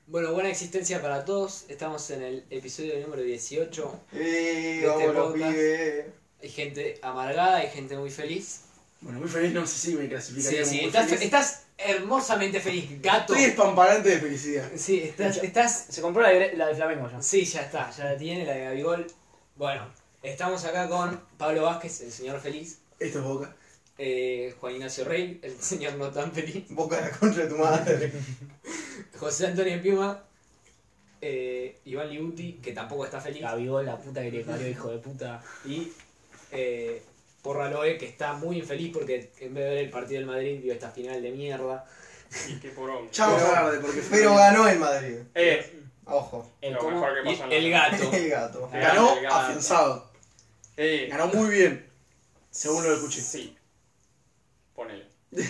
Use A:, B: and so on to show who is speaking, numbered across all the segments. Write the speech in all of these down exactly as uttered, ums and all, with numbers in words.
A: Bueno, buena existencia para todos. Estamos en el episodio número dieciocho
B: ¡Eh!
A: de este
B: ¡Vamos los
A: podcast.
B: pibes!
A: Hay gente amargada, hay gente muy feliz.
C: Bueno, muy feliz no sé si me
A: Sí,
C: clasificaría como
A: sí,
C: muy
A: estás,
C: feliz.
A: estás hermosamente feliz, gato.
C: Estoy espamparante de felicidad.
A: Sí, estás, estás...
D: Se compró la de, la de Flamengo ya.
A: Sí, ya está, ya la tiene, la de Gabigol. Bueno, estamos acá con Pablo Vázquez, el señor feliz.
C: Esto es Boca.
A: eh, Juan Ignacio Rey, el señor no tan feliz.
B: Boca la concha de tu madre.
A: José Antonio Piuma. Eh, Iván Liuti, que tampoco está feliz.
D: Gabigol, la puta que le parió, hijo de puta.
A: Y eh, Porra Loe, que está muy infeliz porque en vez de ver el partido del Madrid vio esta final de mierda.
E: Y qué porón.
C: Ya vamos a
B: Pero-
C: hablar de por qué fue.
B: Pero ganó el Madrid.
E: Eh,
B: Ojo.
D: El
E: lo
D: cómo-
E: mejor que
A: Y
E: pasó en la
A: el gato.
B: El gato.
E: Eh.
C: Ganó
E: El gato.
C: afianzado.
E: Eh,
C: Ganó muy bien. Según lo que escuché.
E: Sí. Ponele.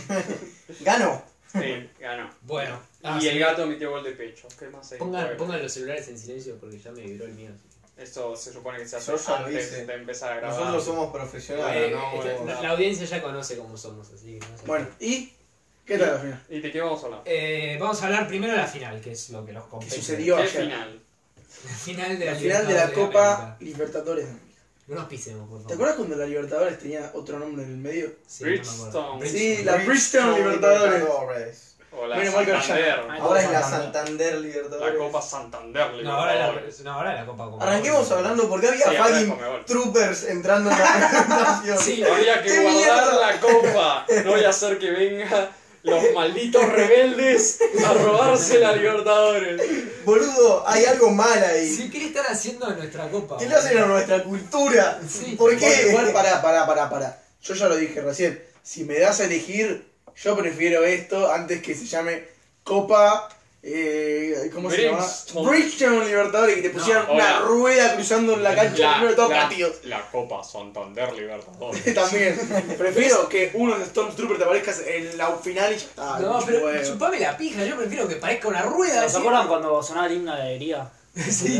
B: Ganó.
E: Sí, ganó.
A: Bueno, ah,
E: y
A: sí.
E: el gato metió gol de pecho. ¿Qué más hay?
A: Pongan,
E: Bueno,
A: pongan los celulares en silencio porque ya me vibró el mío.
E: Esto se supone que se hace
B: Yo ya lo
E: antes
B: hice.
E: de empezar a grabar.
B: Nosotros somos profesionales,
A: Eh,
B: ¿no?
A: eh,
B: Bueno.
A: la, la audiencia ya conoce cómo somos, así que no sé.
C: Bueno, ¿y qué tal la final?
E: ¿Y de qué vamos a hablar?
A: Eh, vamos a hablar primero de la final, que es lo que nos
C: ¿Qué
A: compete.
C: sucedió
E: ¿Qué
C: ayer?
E: final?
A: La final de la,
C: La final de la
A: Libertadores
C: Copa
A: América.
C: Libertadores.
A: No nos pisemos, por favor.
C: ¿Te acuerdas cuando la Libertadores tenía otro nombre en el medio?
A: Sí, no me acuerdo.
E: Bridgestone.
C: Sí, la Bridgestone Libertadores.
E: O la
C: Menos mal que no
E: Santander.
D: ya-
B: Ahora es la
D: Santander.
B: Santander
E: La
B: Libertadores.
E: Copa Santander
A: No, ahora la,
E: Libertadores.
A: no, ahora la Copa Copa.
B: Arranquemos hablando porque había
E: Sí, ahora es
B: fucking
E: Conmebol.
B: troopers entrando en la presentación.
A: Sí,
E: Había que
B: ¡Qué
E: guardar
B: mierda!
E: la copa. No voy a hacer que vengan los malditos rebeldes a robarse la Libertadores.
B: Boludo, hay algo mal ahí.
A: sí, ¿qué le están haciendo a nuestra Copa?
B: ¿Qué le hacen a nuestra cultura?
A: Sí.
B: ¿Por
C: Igual,
B: qué?
C: igual, pará, pará, pará, pará. Yo ya lo dije recién. Si me das a elegir, yo prefiero esto antes que se llame Copa. Eh, ¿Cómo se llama?
E: Bridgestone.
C: Bridgestone Libertadores, que te pusieran
E: No,
C: una
E: hola.
C: rueda cruzando en la cancha
E: La,
C: primero de todos los
E: la-
C: partidos.
E: la Copa Santander Libertadores.
C: También. Prefiero que unos Stormtroopers te aparezcas en la final y ya está.
A: No,
C: mucho
A: pero
C: huevo.
A: chupame la pija, yo prefiero que parezca una rueda.
D: ¿Se
A: así.
D: acuerdan cuando sonaba el himno de alegría?
A: Sí,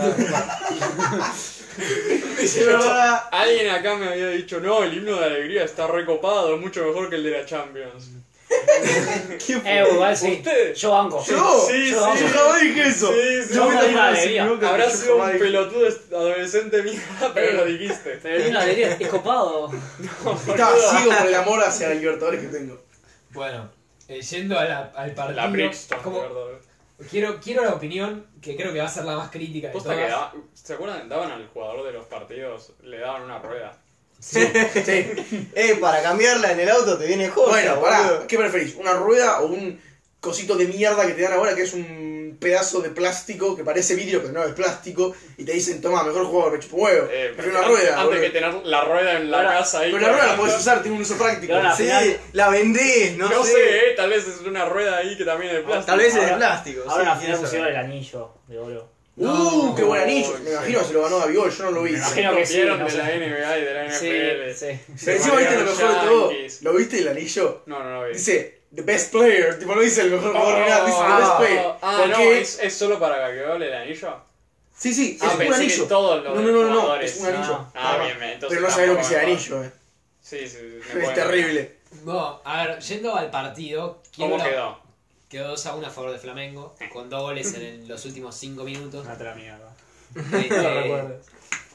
C: Es verdad.
E: Alguien acá me había dicho, no, el himno de alegría está recopado, es mucho mejor que el de la Champions.
B: ¿Qué fue?
D: Eh, igual sí.
E: ¿Usted?
D: Yo banco.
C: Yo,
E: Sí,
C: yo
E: sí.
C: jamás dije eso.
E: Sí, sí.
C: Yo me
D: No,
C: tomo
D: no,
C: la
D: alegría.
C: equivoco,
E: Habrá
C: yo
E: sido un
C: jamás dije-
E: pelotudo est- adolescente mierda, pero lo dijiste.
D: Pero el himno de alegría es copado.
C: Estaba ciego por el amor hacia la Libertadores que tengo.
A: Bueno, eh, yendo a la- al partido.
E: La Bridgestone,
A: como-
E: Libertadores.
A: quiero, quiero la opinión, que creo que va a ser la más crítica de
E: Posta
A: todas.
E: que daba- ¿Se acuerdan? Daban al jugador de los partidos, le daban una rueda.
C: Sí.
B: Eh, para cambiarla en el auto te viene joya,
C: Bueno,
B: boludo.
C: pará, ¿qué preferís? ¿Una rueda o un cosito de mierda que te dan ahora que es un pedazo de plástico que parece vidrio pero no es plástico y te dicen, toma, mejor jugador, me chupo un huevo?
E: Eh,
C: Prefiero una
E: antes-
C: rueda,
E: Antes
C: boludo.
E: que tener la rueda en la
D: Ahora,
E: casa ahí.
C: Pero la rueda la
E: colgando.
C: podés usar, tiene un uso práctico.
D: Claro, la
B: Sí,
D: final-
B: la vendés, no,
E: No
B: sé.
E: sé, eh, tal vez es una rueda ahí que también es de plástico.
B: Tal vez es de
D: Ahora-
B: plástico.
D: Ahora en
B: sí,
D: la final
B: eso.
D: pusieron el anillo de oro.
C: Uh,
A: No,
C: qué buen anillo.
E: no,
C: Me imagino que se lo ganó Gabigol, yo no lo vi.
D: Me
C: Pero
D: imagino que sí,
E: Copiaron
D: no
E: de
D: sé.
E: la N B A y de la N F L.
D: Sí, sí.
E: Se
C: encima viste lo
E: mandaron
C: mejor de todo.
E: Yankees.
C: ¿Lo viste el anillo?
E: No, no lo vi.
C: Dice, the best player. Tipo, no dice el mejor jugador ni nada, dice the
E: ah,
C: best player.
E: Ah,
C: ¿Por
E: no,
C: qué?
E: es, es solo para que vea el anillo.
C: Sí, sí,
E: Ah,
C: es un
E: pensé que
C: anillo.
E: todos los
C: No, no, no, no,
E: jugadores.
C: es un anillo.
D: Ah,
E: Ah, bien, bien. Entonces
C: Pero no sabés lo que es el
E: tampoco me
C: anillo, eh.
E: Sí, sí, sí. me
C: Es
E: pueden-
C: terrible.
A: No, a ver, yendo al partido, quiero
E: ¿Cómo
A: la-
E: quedó?
A: quedó dos a uno a favor de Flamengo, con dos goles en el- los últimos cinco minutos.
D: Andate la mierda.
A: Este,
D: No lo recuerdes.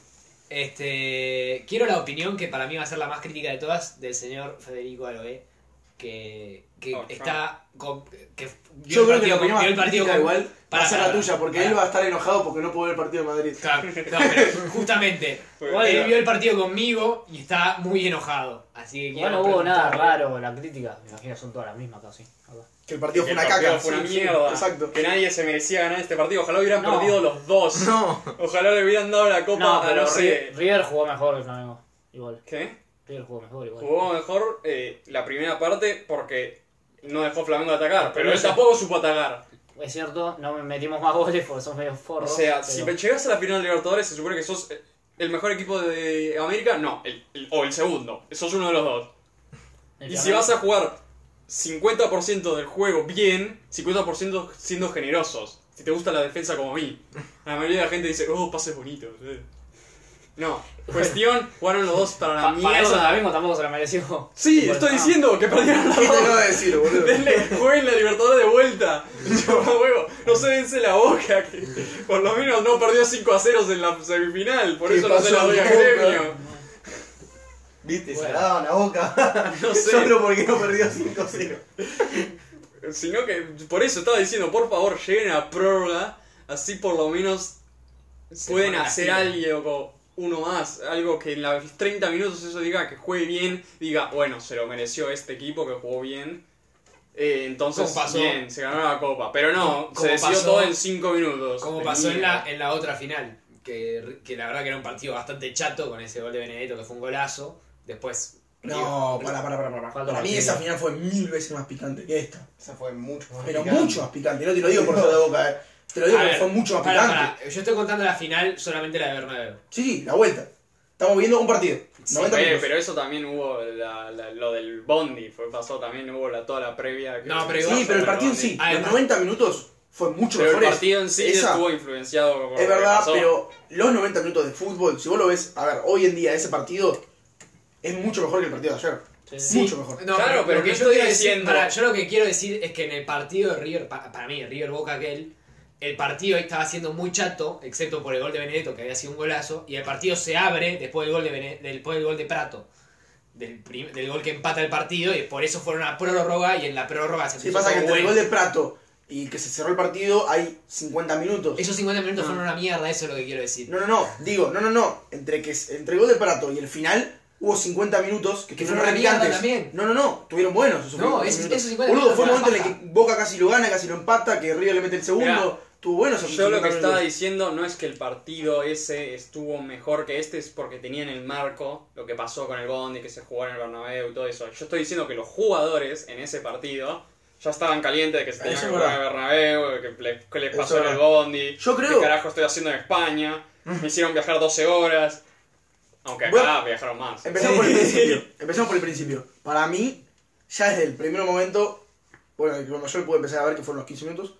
A: este, quiero la opinión que para mí va a ser la más crítica de todas del señor Federico Aloé, que, que
E: Oh,
A: está con, que vio
C: Yo
A: el
C: creo que
A: partido
C: la
A: con-
C: opinión
A: vio el
C: más
A: partido
C: crítica
A: con-
C: igual va
A: Pará,
C: a ser la
A: pará,
C: tuya, porque
A: pará.
C: él va a estar enojado porque no pudo ver el partido de Madrid.
A: Claro, no, pero justamente
E: Igual,
A: él vio el partido conmigo y está muy enojado, así que
D: Igual
A: quiero
D: no hubo nada
A: preguntarle-
D: raro, la crítica, me imagino son todas las mismas casi. Acá.
C: Que el partido
E: Que
C: fue
E: el
C: una
E: partido
C: caca.
E: fue una
C: Sí, sí,
E: mierda.
C: exacto.
E: Que nadie se merecía ganar este partido. Ojalá hubieran
D: No.
E: perdido los dos.
B: No.
E: Ojalá le hubieran dado la copa
D: No,
E: a
D: pero
E: no sé.
D: River, River jugó mejor que Flamengo. Igual.
E: ¿Qué?
D: River jugó mejor igual.
E: Jugó mejor eh, la primera parte porque no dejó Flamengo de atacar. Pero
D: Pero
E: él
D: eso-
E: tampoco supo atacar.
D: Es cierto, no metimos más goles porque somos medio
E: O
D: forros.
E: sea,
D: pero-
E: si llegás a la final de Libertadores, se supone que sos eh, el mejor equipo de América. No, el, el- o el segundo. Sos uno de los dos.
D: el
E: Y si
D: Flamengo-
E: vas a jugar cincuenta por ciento del juego bien, cincuenta por ciento siendo generosos. Si te gusta la defensa como a mí. La mayoría de la gente dice, oh, pases bonitos. eh. No, cuestión, jugaron los dos para la
D: Pa- para eso
E: mierda.
D: mismo tampoco se lo mereció.
E: Sí,
D: Bueno,
E: estoy
D: ah.
E: diciendo que perdieron los
C: ¿Qué te
E: dos.
C: acabo de decir, boludo?
E: Denle, jueguen la Libertadores de vuelta. Chupa huevo, no se dense la boca. Que por lo menos no perdió cinco a cero en la semifinal. Por
C: ¿Qué
E: eso no se la
C: pasó,
E: doy a
C: Boca?
E: Gremio.
B: Viste, se
A: Bueno.
B: la daban la boca.
E: No sé.
B: Solo porque no perdió cinco cero.
E: Sino que por eso estaba diciendo, por favor, lleguen a prórroga. Así por lo menos
A: Se
E: pueden
A: pone
E: hacer
A: así,
E: algo uno más. Algo que en los treinta minutos eso diga que juegue bien. Diga, bueno, se lo mereció este equipo que jugó bien. Eh, entonces,
A: Como pasó-
E: bien, se ganó la copa. Pero no,
A: Como
E: se decidió
A: pasó-
E: todo en cinco minutos.
A: Como
E: De
A: pasó en la,
E: mierda.
A: en la otra final, que, que la verdad que era un partido bastante chato con ese gol de Benedetto que fue un golazo. Después.
C: No, para, para, para, para.
D: Falta
C: Para mí
D: Martínez.
C: esa final fue mil veces más picante que esta.
B: Esa fue mucho más
C: Pero
B: picante.
C: mucho más picante. No te lo digo por eso de boca, eh. Te lo digo
A: A
C: porque
A: ver,
C: fue mucho más
A: pará,
C: picante.
A: pará, yo estoy contando la final, solamente la de Bernabéu.
C: Sí, sí, la vuelta. Estamos viendo un partido.
A: Sí,
C: noventa
E: Eh,
C: minutos.
E: pero eso también hubo la- la- lo del Bondi, fue, pasó también, hubo la, toda la previa. Que
A: No, pero igual-
C: Sí, pero el partido en
E: Bondi.
C: sí, los
A: Además-
C: noventa minutos fue mucho
E: Pero el
C: mejor.
E: partido en sí
C: Esa-
E: estuvo influenciado por lo
C: Es
E: que
C: verdad,
E: pasó.
C: pero los noventa minutos de fútbol, si vos lo ves, a ver, hoy en día ese partido es mucho mejor que el partido de ayer.
D: Sí.
C: Mucho mejor.
A: No,
E: Claro, pero
A: lo
E: ¿qué
A: yo
E: estoy
A: quiero decir-
E: diciendo?
A: pará, yo lo que quiero decir es que en el partido de River, pa- para mí, River Boca aquel, el partido estaba siendo muy chato, excepto por el gol de Benedetto, que había sido un golazo, y el partido se abre después del gol de, Bene- después del gol de Prato. Del, prim- del gol que empata el partido, y por eso fueron a prórroga, y en la prórroga se
C: Sí,
A: puso
C: pasa que
A: todo
C: entre el
A: bueno.
C: gol de Prato y que se cerró el partido hay cincuenta minutos.
A: Esos cincuenta minutos
C: Ah.
A: fueron una mierda, eso es lo que quiero decir.
C: No, no, no, digo, no, no, no. Entre, que, entre el gol de Prato y el final hubo cincuenta minutos que
A: Que
C: estuvieron
A: fueron
C: re
A: una mierda
C: picantes.
A: también.
C: No, no, no, estuvieron buenos. Esos
A: No,
C: cincuenta
A: esos-
C: minutos.
A: esos cincuenta
C: Boludo,
A: minutos
C: fue un
A: fue
C: momento
A: una
C: en el que Boca casi lo gana, casi lo empata, que River le mete el segundo.
E: Mirá,
C: Estuvo bueno esos
E: Yo lo
C: cincuenta
E: que estaba
C: minutos.
E: diciendo no es que el partido ese estuvo mejor que este, es porque tenían el marco, lo que pasó con el Bondi, que se jugó en el Bernabéu y todo eso. Yo estoy diciendo que los jugadores en ese partido ya estaban calientes de que se tenían
C: Eso
E: que
C: es
E: jugar en el
C: verdad.
E: Bernabéu, que, le- que les
C: Eso
E: pasó
C: es
E: en el
C: verdad.
E: Bondi,
C: Yo creo-
E: qué carajo estoy haciendo en España, me hicieron viajar doce horas, aunque acá
C: Bueno,
E: viajaron más.
C: Empezamos por el principio. Empezamos por el principio. Para mí, ya desde el primer momento, bueno, cuando yo lo pude empezar a ver, que fueron los quince minutos,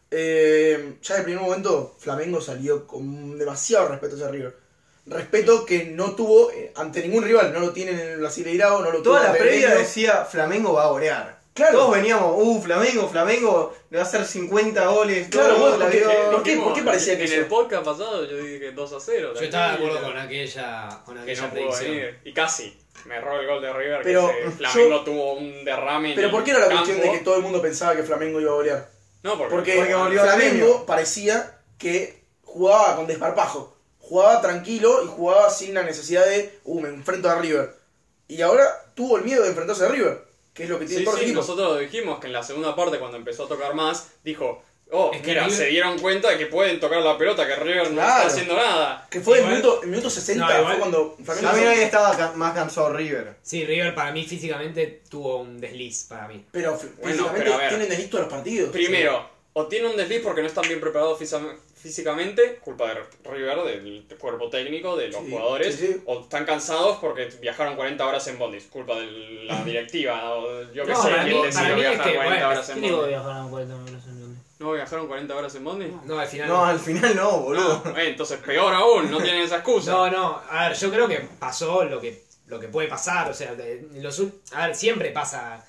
C: eh, ya desde el primer momento Flamengo salió con demasiado respeto hacia River. Respeto que no tuvo eh, ante ningún rival, no lo tienen en el Brasileirao, no lo tuvo
B: Toda la
C: ante
B: previa
C: Gremio.
B: decía Flamengo va a golear.
C: Claro.
B: Todos veníamos, uh, Flamengo, Flamengo, le va a hacer cincuenta goles.
C: Claro,
B: todo,
C: vos,
B: la
C: porque-
B: vio.
C: ¿por qué- por qué parecía que
E: En
C: eso?
E: el podcast pasado yo dije que dos a cero.
A: Yo estaba de acuerdo
E: tranquilo,
A: con aquella, con
E: que
A: aquella
E: no pudo
A: predicción.
E: venir. Y casi. Me erró el gol de River,
C: Pero
E: que ese
C: yo-
E: Flamengo tuvo un derrame en
C: Pero
E: el
C: ¿por qué era la
E: campo.
C: cuestión de que todo el mundo pensaba que Flamengo iba a golear?
E: No, porque,
C: Porque,
B: Porque volvió a
C: Flamengo
B: Gremio.
C: parecía que jugaba con desparpajo. Jugaba tranquilo y jugaba sin la necesidad de, uh, me enfrento a River. Y ahora tuvo el miedo de enfrentarse a River, que es lo que tiene
E: Sí,
C: todos los
E: sí,
C: equipos.
E: nosotros lo dijimos que en la segunda parte, cuando empezó a tocar más, dijo, oh,
A: Es que
E: mira,
A: River-
E: se dieron cuenta de que pueden tocar la pelota, que River no
C: Claro.
E: está haciendo nada.
C: Que fue
A: Igual-
C: el minuto, el minuto sesenta,
A: No, igual-
C: fue cuando Flamengo...
B: A mí hoy estaba ca- más cansado River.
A: Sí, River para mí físicamente tuvo un desliz para mí.
C: Pero
E: Bueno,
C: físicamente
E: pero a ver.
C: tienen desliz todos los partidos.
E: Primero, o tiene un desliz porque no están bien preparados física- físicamente, culpa de River, del cuerpo técnico, de los
C: Sí,
E: jugadores,
C: sí, sí.
E: o están cansados porque viajaron cuarenta horas en bondis, culpa de la directiva, o yo que
A: No,
E: sé,
A: para
E: quién
A: mí-
E: decidió
A: para mí es
E: viajar
A: que,
E: cuarenta
A: bueno,
E: horas en
D: ¿Quién dijo que
E: bondi.
D: viajaron cuarenta minutos en Londres?
E: ¿No viajaron cuarenta horas en bondi?
A: No, al final.
B: No, al final no, boludo.
E: Ah, eh, entonces peor aún, no tienen esa excusa.
A: No, no, a ver, yo creo que pasó lo que, lo que puede pasar, o sea, de- en los, ul- a ver, siempre pasa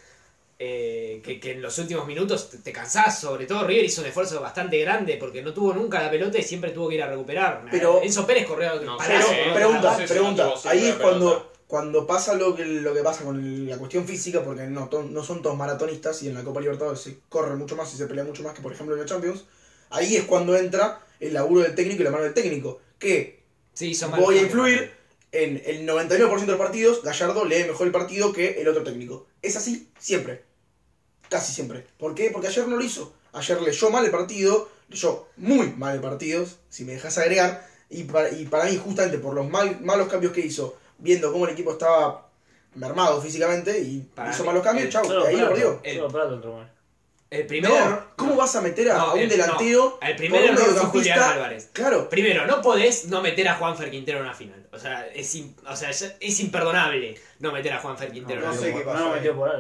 A: eh, que, que en los últimos minutos te, te cansás, sobre todo River hizo un esfuerzo bastante grande porque no tuvo nunca la pelota y siempre tuvo que ir a recuperar.
C: Pero-
A: Enzo Pérez corrió
E: No,
A: palazo,
E: sí,
C: Pero,
A: ¿no?
C: pregunta,
E: no sé si
C: pregunta.
E: no tuvo siempre
C: Ahí es
E: la pelota.
C: cuando, cuando pasa lo que, lo que pasa con el- la cuestión física, porque no, to- no son todos maratonistas y en la Copa Libertadores se corre mucho más y se pelea mucho más que, por ejemplo, en la Champions. Ahí es cuando entra el laburo del técnico y la mano del técnico. Que
A: Sí, hizo mal.
C: voy a influir en el noventa y nueve por ciento de los partidos, Gallardo lee mejor el partido que el otro técnico. Es así siempre. Casi siempre. ¿Por qué? Porque ayer no lo hizo. Ayer leyó mal el partido, leyó muy mal el partido, si me dejas agregar, y para, y para mí justamente por los mal- malos cambios que hizo, viendo cómo el equipo estaba mermado físicamente y
A: Para
C: hizo
A: mí,
C: malos cambios,
A: el-
C: chau,
D: Solo
C: ahí lo
D: Prato,
C: perdió.
A: El-
D: Solo Prato entró mal.
A: El primero.
C: No, ¿cómo vas a meter a,
A: No,
C: a un
A: el-
C: delantero
A: no, el
C: por
A: primer
C: un
A: error fue
C: mediocampista?
A: Julián Álvarez.
C: Claro,
A: Primero, no podés no meter a Juanfer Quintero en una final. O sea, es, im- o sea, es, es imperdonable no meter a Juanfer Quintero
B: No
A: en una
B: sé
A: final.
B: qué pasó
D: No lo
B: ahí.
D: metió por algo.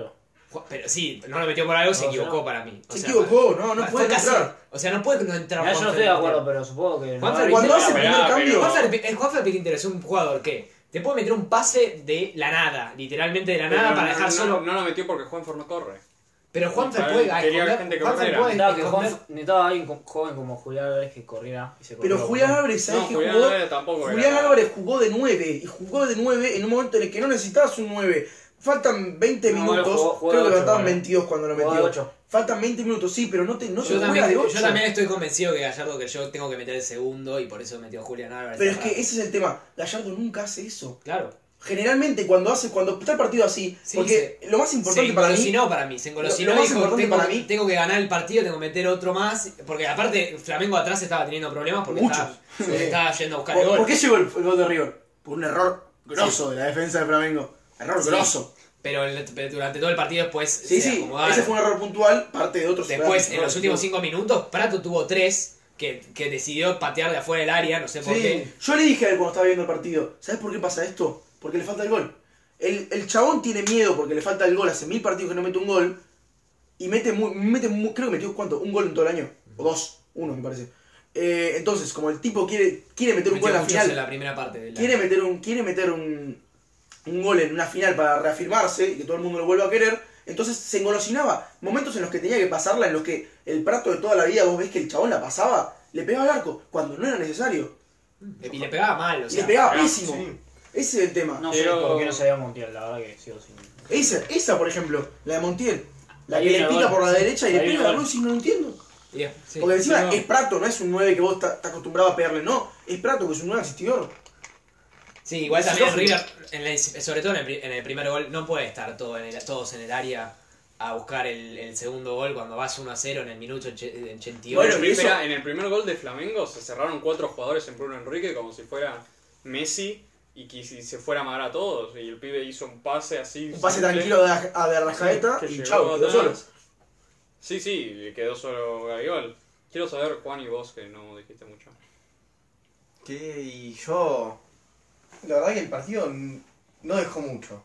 A: Ju- Pero sí, no lo metió por algo, se
D: No,
A: equivocó
D: no.
A: para mí. O
C: Se
A: sea,
C: equivocó, no, no
A: fue
C: puede
A: casi-
C: entrar.
A: O sea, no puede no entrar.
D: Mirá, yo no
A: Juanfer
D: estoy de acuerdo,
A: Quintero.
D: pero supongo que.
A: Juanfer
D: no,
C: Cuando
A: Quintero-
C: hace el
E: Esperá,
C: primer
E: pero-
C: cambio,
A: Juanfer, el Juanfer Quintero es un jugador que te puede meter un pase de la nada, literalmente de la
E: Pero
A: nada,
E: no,
A: para dejar
E: no,
A: solo.
E: No lo metió porque Juanfer no corre.
A: Pero Juanfer
E: Para
A: puede
E: él
A: a
E: quería
A: esconder-
E: gente que
A: Juanfer
E: corriera.
A: puede
D: Necesitaba que
A: esconder-
D: Juan, necesitaba alguien con- joven como Julián Álvarez que corriera y se corriera.
C: Pero Julián Álvarez, ¿sabes
E: No,
C: qué
E: Julián
C: jugó?
E: Álvarez tampoco era
C: Julián
E: nada.
C: Álvarez jugó de nueve y jugó de nueve en un momento en el que no necesitabas un nueve. Faltan veinte
D: No,
C: minutos,
D: jugó- jugó
C: creo
D: de
C: que
D: ocho,
C: faltaban
D: ¿vale?
C: veintidós cuando lo
D: Jugó de
C: metió.
D: ocho.
C: Faltan veinte minutos, sí, pero no te, no
A: Yo
C: se juega
A: también,
C: de
A: yo
C: ocho.
A: también estoy convencido que Gallardo que yo tengo que meter el segundo y por eso metió a Julián Álvarez.
C: Pero es
A: cerrado.
C: que ese es el tema. Gallardo nunca hace eso.
A: Claro.
C: Generalmente cuando hace, cuando está el partido así,
A: Sí,
C: porque lo más
A: Se
C: importante para mí.
A: engolosinó para mí, se engolosinó
C: Lo- lo
A: y
C: más
A: dijo,
C: importante
A: tengo,
C: para mí-
A: tengo que ganar el partido, tengo que meter otro más, porque aparte Flamengo atrás estaba teniendo problemas porque
C: Muchos.
A: estaba,
C: Sí.
A: porque estaba yendo a buscar el
B: ¿Por,
A: gol.
B: por qué llegó el, el gol de River? Por un error grosso de la defensa de Flamengo. Error
A: Sí.
B: grosso.
A: Pero, el- pero durante todo el partido después
C: Sí,
A: se
C: sí,
A: acomodaron.
C: ese fue un error puntual, parte de otros.
A: Después, en
C: errores.
A: los últimos cinco minutos, Prato tuvo tres que, que decidió patear de afuera del área, no sé por
C: Sí,
A: qué.
C: yo le dije a él cuando estaba viendo el partido, ¿sabes por qué pasa esto? Porque le falta el gol. El, el chabón tiene miedo porque le falta el gol, hace mil partidos que no mete un gol, y mete, muy, mete muy- creo que metió, ¿cuánto? Un gol en todo el año, o dos, uno me parece. Eh, entonces, como el tipo quiere, quiere meter un
A: Metió
C: gol en la
A: muchos
C: final,
A: en la primera parte. de la-
C: quiere meter un quiere meter un, un gol en una final para reafirmarse y que todo el mundo lo vuelva a querer, entonces se engolosinaba. Momentos en los que tenía que pasarla, en los que el Prato de toda la vida, vos ves que el chabón la pasaba, le pegaba al arco, cuando no era necesario.
A: Y le pegaba mal, o
C: Y
A: sea.
C: le pegaba
E: ah,
C: pésimo.
B: sí.
C: Ese es el tema.
D: No sé
E: Pero-
D: por qué no se veía Montiel, la verdad que sigo sin.
C: Esa, esa, por ejemplo, la de Montiel. La
D: Ahí
C: que le
D: viene el
C: pica
D: gol.
C: por la derecha y le
D: Ahí
C: pega
D: viene
C: a
D: el
C: la
D: gol.
C: luz y no lo entiendo.
A: Y- sí.
C: Porque encima
E: Sí, no.
C: es Prato, no es un nueve que vos estás estás acostumbrado a pegarle, no. Es Prato que es un nueve asistidor.
A: Sí, igual
C: Es
A: también
C: lógico.
A: River, en el- sobre todo en el, pri- en el primer gol, no puede estar todo en el- todos en el área a buscar el, el segundo gol cuando vas uno a cero en el minuto oche- ochenta y ocho.
C: Bueno,
E: Bueno,
C: y eso-
E: espera, en el primer gol de Flamengo se cerraron cuatro jugadores en Bruno Enrique como si fuera Messi y que si se fuera a amar a todos. Y el pibe hizo un pase así.
C: Un pase
E: simple.
C: tranquilo de, a de Arrascaeta
E: Que
C: y
E: llegó
C: chau, quedó
E: atrás.
C: solo.
E: Sí, sí, le quedó solo Gabriel. Quiero saber, Juan y vos, que no dijiste mucho.
B: Que y yo. La verdad que el partido n- no dejó mucho.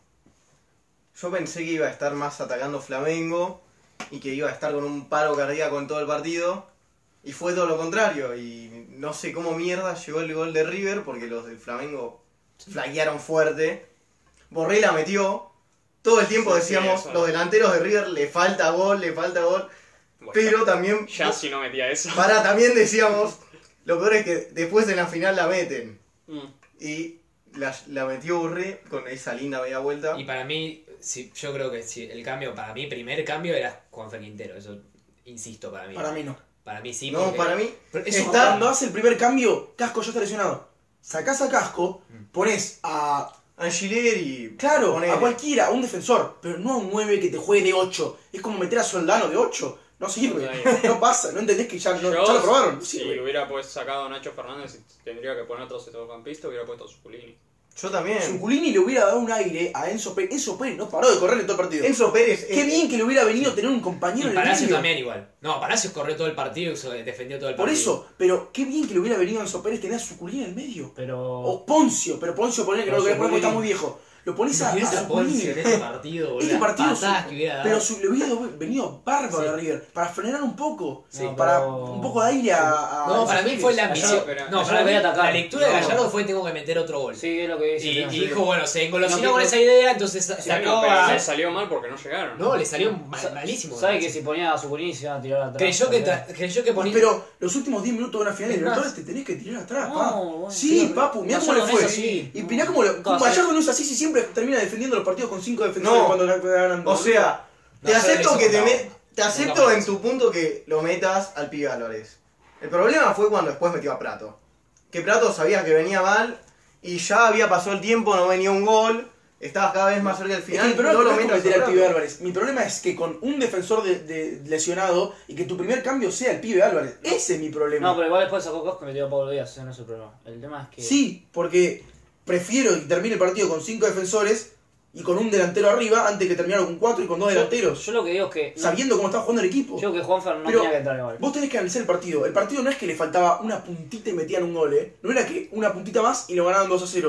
B: Yo pensé que iba a estar más atacando Flamengo y que iba a estar con un paro cardíaco en todo el partido. Y fue todo lo contrario. Y no sé cómo mierda llegó el gol de River porque los del Flamengo flaquearon fuerte. Borré la metió. Todo el tiempo
E: Sí, sí,
B: decíamos,
E: eso.
B: los delanteros de River le falta gol, le falta gol.
E: Bueno,
B: Pero también.
E: ya si no metía eso.
B: Para, también decíamos, lo peor es que después en la final la meten.
E: Mm.
B: Y la, la metió Burri con esa linda media vuelta.
A: Y para mí, sí, yo creo que sí, el cambio, para mí, primer cambio era Juanfer Quintero. Eso, insisto, para mí.
C: Para mí no.
A: Para mí sí.
B: no,
A: porque-
B: para mí
A: Pero eso
B: está-
C: Cuando hace el primer cambio, Casco ya está lesionado. Sacás a Casco, pones a.
B: Angileri.
C: Claro,
B: ponele.
C: a cualquiera, a un defensor, pero no a un nueve que te juegue de ocho. Es como meter a Soldano de ocho. No sirve,
E: No,
C: no pasa, no entendés que ya, no-
E: Yo,
C: ya lo probaron. No
E: si
C: sirve.
E: hubiera pues sacado a Nacho Fernández y tendría que poner otro centrocampista, hubiera puesto a Zuculini.
B: Yo también.
C: Zuculini le hubiera dado un aire a Enzo Pérez. Enzo Pérez no paró de correr en todo el partido.
B: Enzo Pérez.
C: Qué
B: es-
C: bien que le hubiera venido tener un
A: Y
C: compañero en el
A: Palacios
C: medio.
A: también igual. No, Palacios corrió todo el partido y so- defendió todo el
C: Por
A: partido.
C: eso, pero qué bien que le hubiera venido a Enzo Pérez tener a Zuculini en el medio.
D: Pero.
C: O Poncio, pero Poncio ponele que no lo
D: Pero
C: querés poner porque está
D: Zuculini-
C: muy viejo. Lo pones a,
A: Imagínate
C: a
A: a Poncio
C: Zuculini.
A: en este partido, boludo.
C: Este
A: las
C: partido,
A: patadas
C: su-
A: que hubiera dado.
C: pero su- le hubiera venido bárbaro
A: Sí.
C: a River para frenar un poco,
D: Sí,
C: para
D: pero-
C: un poco de aire a, a
A: No,
C: esos
A: para mí
C: pibes.
A: fue la
D: Gallardo-
A: ambición.
E: pero-
A: No,
D: Gallardo
A: para mí
D: quería atacar.
A: la lectura de
D: No.
A: Gallardo fue tengo que meter otro gol.
D: Sí, es lo que dice.
A: Y,
D: sí.
A: y dijo, bueno, se engolosinó
D: No,
A: con
D: no-
A: esa idea, entonces
E: Sí,
A: sacó
E: bueno, pero
A: a...
E: le salió mal porque no llegaron.
A: No, le salió
D: Sa-
A: mal- malísimo.
D: Sabe que si ponía a Zuculini se iban a tirar atrás.
A: Creyó que,
D: también.
A: tra- creyó que ponía...
C: Pero los últimos diez minutos de una final de
A: Es más-
C: Libertadores te tenés que tirar atrás,
D: No,
C: pa.
D: bueno,
C: sí,
D: sí,
C: papu, mirá cómo le
D: Gallardo no
C: fue.
D: es así.
C: Y mirá cómo, lo, como
D: No,
C: Gallardo no es así si siempre termina defendiendo los partidos con cinco defensores
B: No.
C: cuando la está ganando.
B: O sea,
A: No,
B: te
A: solo
B: acepto
A: hizo
B: que te,
A: con
B: me-
A: Bravo.
B: te acepto
A: Nunca
B: en
A: más.
B: tu punto que lo metas al pibe Álvarez. El problema fue cuando después metió a Prato. Que Prato sabía que venía mal y ya había pasado el tiempo, no venía un gol, estabas cada vez más cerca del
C: Es que
B: final.
C: mi problema
B: no
C: no
B: lo
C: es con
B: metas
C: meter
B: a
C: al pibe
B: Prato.
C: Álvarez. Mi problema es que con un defensor de, de- lesionado y que tu primer cambio sea el pibe Álvarez. Ese es mi problema.
D: No, pero igual después sacó Casco y metió a Pablo Díaz, ese no es el problema. El tema es que.
C: Sí, porque prefiero que termine el partido con cinco defensores y con un delantero arriba antes que terminar con cuatro y con dos
D: Yo-
C: delanteros.
D: Yo lo que digo es que. no-
C: sabiendo cómo está jugando el equipo.
D: yo creo que Juanfer no
C: Pero
D: tenía que entrar igual.
C: Vos tenés que analizar el partido. El partido no es que le faltaba una puntita y metían un gol, ¿eh? No era que una puntita más y lo ganaban dos a cero.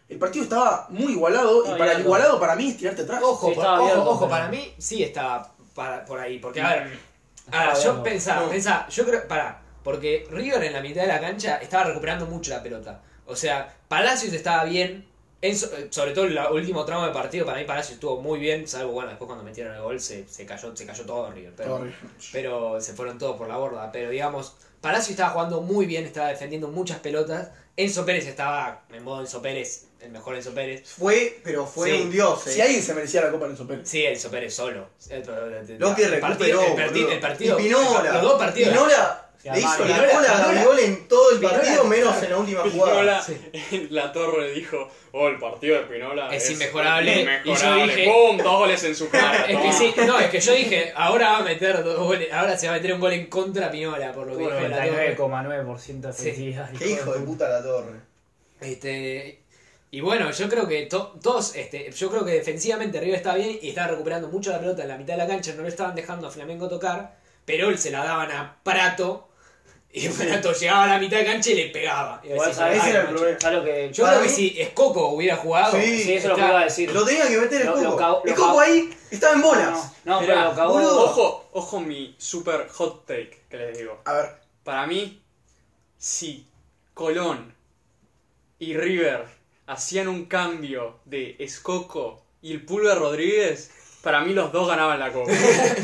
C: El partido estaba muy igualado
D: Estaba
C: y para el
D: abierto.
C: igualado para mí es tirarte atrás.
A: Ojo,
D: Sí,
A: por,
D: estaba
A: ojo,
D: abierto,
A: ojo,
D: pero-
A: para mí sí estaba para- por ahí. Porque, a ver, a ver
D: Estaba
A: yo
D: abierto.
A: pensaba,
B: No.
A: pensaba, yo creo, pará, porque River en la mitad de la cancha estaba recuperando mucho la pelota. O sea, Palacios estaba bien, en so- sobre todo en el último tramo del partido, para mí Palacios estuvo muy bien, salvo, bueno, después cuando metieron el gol se, se cayó se cayó todo River. Pero,
C: Torre.
A: pero se fueron todos por la borda. Pero digamos, Palacio estaba jugando muy bien, estaba defendiendo muchas pelotas. Enzo Pérez estaba en modo Enzo Pérez, el mejor Enzo Pérez.
B: Fue, pero fue
A: Sí.
B: un dios. eh.
C: Si alguien se merecía la Copa Enzo Pérez.
A: Sí, Enzo Pérez solo.
B: Lo que
A: el
B: recuperó,
A: partido, el partido,
B: boludo.
A: el partido,
B: Y Pinola.
A: los dos partidos.
B: Pinola
D: Sí,
B: le hizo
D: Amaro.
B: la
A: Pinola-
B: cola a
A: Pinola-
B: Gabigol en todo el
A: Pinola-
B: partido, menos en la última jugada.
E: Pinola,
A: Sí.
E: la Torre dijo, oh, el partido de Pinola
A: Es inmejorable,
E: inmejorable.
A: y yo dije-
E: ¡Pum! Dos goles en su cara.
A: Es que
E: toma.
A: sí, no, es que yo dije, ahora va a meter dos goles, ahora se va a meter un gol en contra Pinola, por lo que
D: Tuvo
A: dije de la
D: noventa y nueve
A: Torre.
D: coma nueve por ciento de
A: Sí.
D: efectividad.
B: Qué hijo de puta la torre.
A: Este, y bueno, yo creo que to- todos, este, yo creo que defensivamente River estaba bien y estaba recuperando mucho la pelota en la mitad de la cancha, no le estaban dejando a Flamengo tocar, pero él se la daban a Prato y Prato llegaba a la mitad de cancha y le pegaba. Y
D: Igual
A: decís,
D: sabés,
B: ese
A: "Ay,
B: era el
A: macho".
B: problema.
D: ¿sabes lo que
A: Yo
B: Para
A: creo que
B: mí-
A: si Escoco hubiera jugado,
B: Sí,
D: Sí, eso es lo que
A: está-
D: iba a decir.
B: Lo tenía que meter el
D: Lo- lo
B: Coco.
D: cagó-
B: El
D: lo
B: Coco
D: cagó.
B: ahí estaba en bolas.
D: No, no,
E: Mirá,
D: pero lo cagó.
B: boludo.
E: Ojo, ojo mi super hot take que les digo.
C: A ver,
E: Para mí, si Colón y River hacían un cambio de Escoco y el Pulga Rodríguez, para mí los dos ganaban la Copa.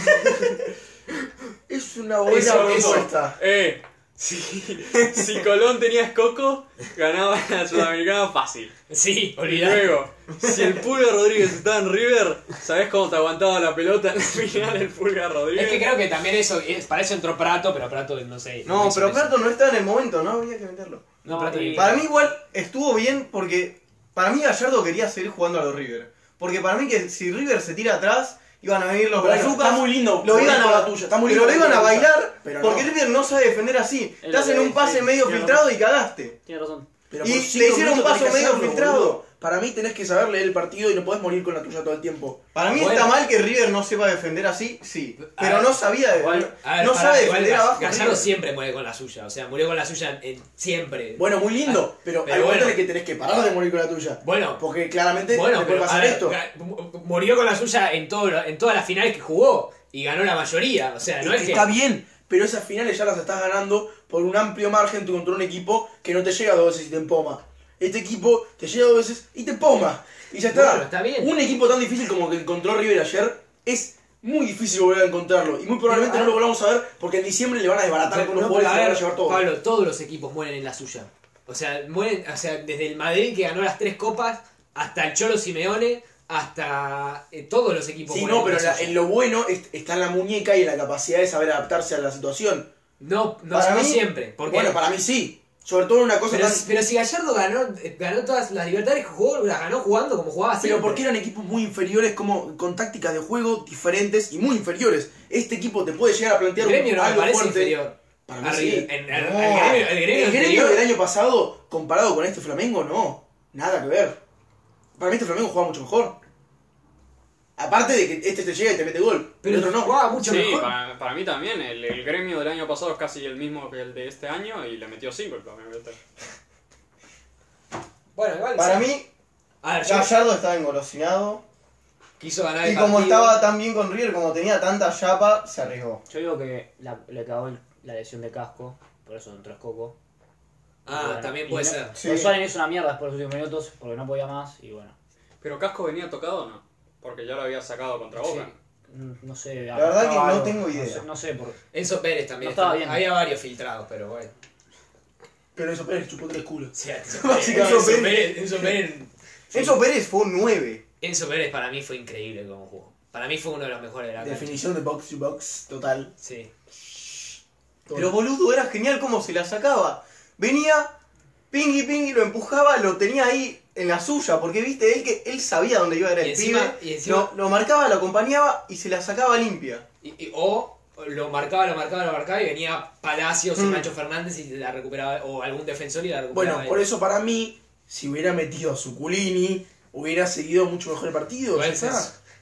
C: es una buena
A: Eso- eso-
C: propuesta.
E: eh, si, si Colón tenía Escoco, ganaba la Sudamericana fácil.
A: Sí,
E: Y
A: olvidate.
E: luego, si el Pulga Rodríguez estaba en River, ¿sabés cómo te aguantaba la pelota en la final el Pulga Rodríguez?
A: Es que creo que también eso, es, para eso entró Prato, pero Prato no sé.
B: No,
A: hizo
B: pero
A: eso.
B: Prato no estaba en el momento, no había que meterlo.
A: No,
D: No,
A: Prato
D: y-
A: ni-
B: Para mí igual estuvo bien porque para mí Gallardo quería seguir jugando a los River. Porque para mí que si River se tira atrás, iban a venir los
C: Bueno,
B: brazucas.
C: está muy lindo.
B: Lo iban
C: Bonito
B: a,
C: la tuya, está muy
B: pero
C: lindo
B: lo iban a
C: la tuya,
B: bailar
C: pero
B: porque
C: no.
B: River no sabe defender así.
D: Es
B: Te hacen
D: lo que-
B: un pase
D: sí,
B: medio
D: tiene
B: filtrado y cagaste.
D: Tiene razón.
C: Pero
B: Y
C: por
B: le
C: cinco
B: hicieron un
C: minutos
B: paso
C: tenés que
B: medio
C: hacerlo,
B: filtrado.
C: boludo. Para mí tenés que saber leer el partido y no podés morir con la tuya todo el tiempo.
B: Para mí
A: Bueno.
B: está mal que River no sepa defender así, sí.
A: A
B: Pero
A: ver,
B: no sabía,
D: igual-
A: A ver,
B: no
A: pará,
B: sabe
A: igual
B: defender
A: Gall-
B: abajo.
A: Gallardo
B: River.
A: siempre muere con la suya, o sea, murió con la suya en, siempre.
C: Bueno, muy lindo, pero,
A: pero
C: hay momentos
A: bueno.
C: en el que tenés que parar de morir con la tuya.
A: Bueno,
C: Porque claramente
A: bueno,
C: te puede
A: pero a
C: pasar
A: ver,
C: esto.
A: Ga- mu- murió con la suya en, todo, lo- en todas las finales que jugó y ganó la mayoría, o sea, no
C: Es
A: es
C: que
A: que...
C: está bien, pero esas finales ya las estás ganando por un amplio margen tú contra un equipo que no te llega dos veces y te empoma. Este equipo te llega dos veces y te empoma. Y ya está.
A: Bueno, está bien.
C: Un equipo tan difícil como que encontró River ayer es muy difícil volver a encontrarlo. Y muy probablemente
A: Pero,
C: no lo volvamos a ver porque en diciembre le van a desbaratar
A: Pero,
C: con los
A: no,
C: goles y
A: pero
C: le
A: a
C: van a
A: ver,
C: llevar todo.
A: Pablo, todos los equipos mueren en la suya. O sea, mueren, o sea, desde el Madrid que ganó las tres copas hasta el Cholo Simeone, hasta eh, todos los equipos
C: Sí,
A: mueren
C: no, pero
A: en la
C: la-
A: suya.
C: en lo bueno es- está en la muñeca y en la capacidad de saber adaptarse a la situación.
A: No, no,
B: Para
A: no
B: mí-
A: siempre. Porque
C: Bueno, para mí sí. Sobre todo en una cosa
A: pero,
C: tan...
A: pero si Gallardo ganó, eh, ganó todas las libertades que jugó, las ganó jugando como jugaba siempre.
C: Pero porque eran equipos muy inferiores, como con tácticas de juego diferentes y muy inferiores. Este equipo te puede llegar a plantear
A: el gremio
C: un,
A: no me
C: algo
A: parece
C: fuerte.
A: inferior.
C: Para mí
A: A
C: sí.
A: River. En- en-
B: No.
A: el gremio, el gremio
C: El gremio
A: anterior-
C: del año pasado, comparado con este Flamengo, no. Nada que ver. Para mí este Flamengo juega mucho mejor. Aparte de que este te llega y te mete gol.
A: pero
C: el otro no.
A: jugaba mucho
E: Sí,
A: mejor.
E: para, para mí también. El, el gremio del año pasado es casi el mismo que el de este año y le metió cinco el Flamengo. ¿viste?
A: Bueno, igual.
B: Para
A: sí.
B: mí,
A: A ver, yo
B: Gallardo estaba engolosinado.
A: quiso ganar el
B: Y como
A: partido.
B: estaba tan bien con River, como tenía tanta chapa, se arriesgó.
D: Yo digo que la- le cagó el- la lesión de casco, por eso entró Escoco.
A: Ah,
D: Bueno,
A: también
D: y
A: puede
D: no-
A: ser.
B: Sí.
D: Pero Suárez hizo una mierda después de los últimos minutos porque no podía más y bueno.
E: Pero Casco venía tocado o no? Porque ya lo había sacado contra Boca.
D: Sí, mm, no sé.
B: La verdad que
D: arrancaba
B: no
D: algo,
B: tengo idea.
D: No sé, no sé por
A: Enzo Pérez también.
D: No estaba
A: estaba-
D: bien.
A: Había varios filtrados, pero bueno.
C: Pero eso Pérez chupó tres culos.
A: O sea, Enzo
B: Básicamente.
A: Enzo Pérez, Enzo Pérez,
B: Enzo Pérez fue un nueve.
A: Enzo Pérez para mí fue increíble como jugó. Para mí fue uno de los mejores de la cancha.
C: Definición de box to box total.
A: Sí.
B: Pero boludo, era genial cómo se la sacaba. Venía, pingui pingui, lo empujaba, lo tenía ahí en la suya, porque viste, él que él sabía dónde iba a ir
A: Y
B: el
A: encima-
B: pibe,
A: y encima-
B: lo, lo marcaba, lo acompañaba y se la sacaba limpia.
A: Y, y- o lo marcaba, lo marcaba, lo marcaba y venía Palacios o
B: Mm.
A: Nacho Fernández y la recuperaba, o algún defensor y la recuperaba.
C: Bueno, por
A: él.
C: eso para mí, si hubiera metido a Zuculini, hubiera seguido mucho mejor el partido.
A: Igual
C: ya está.
A: es-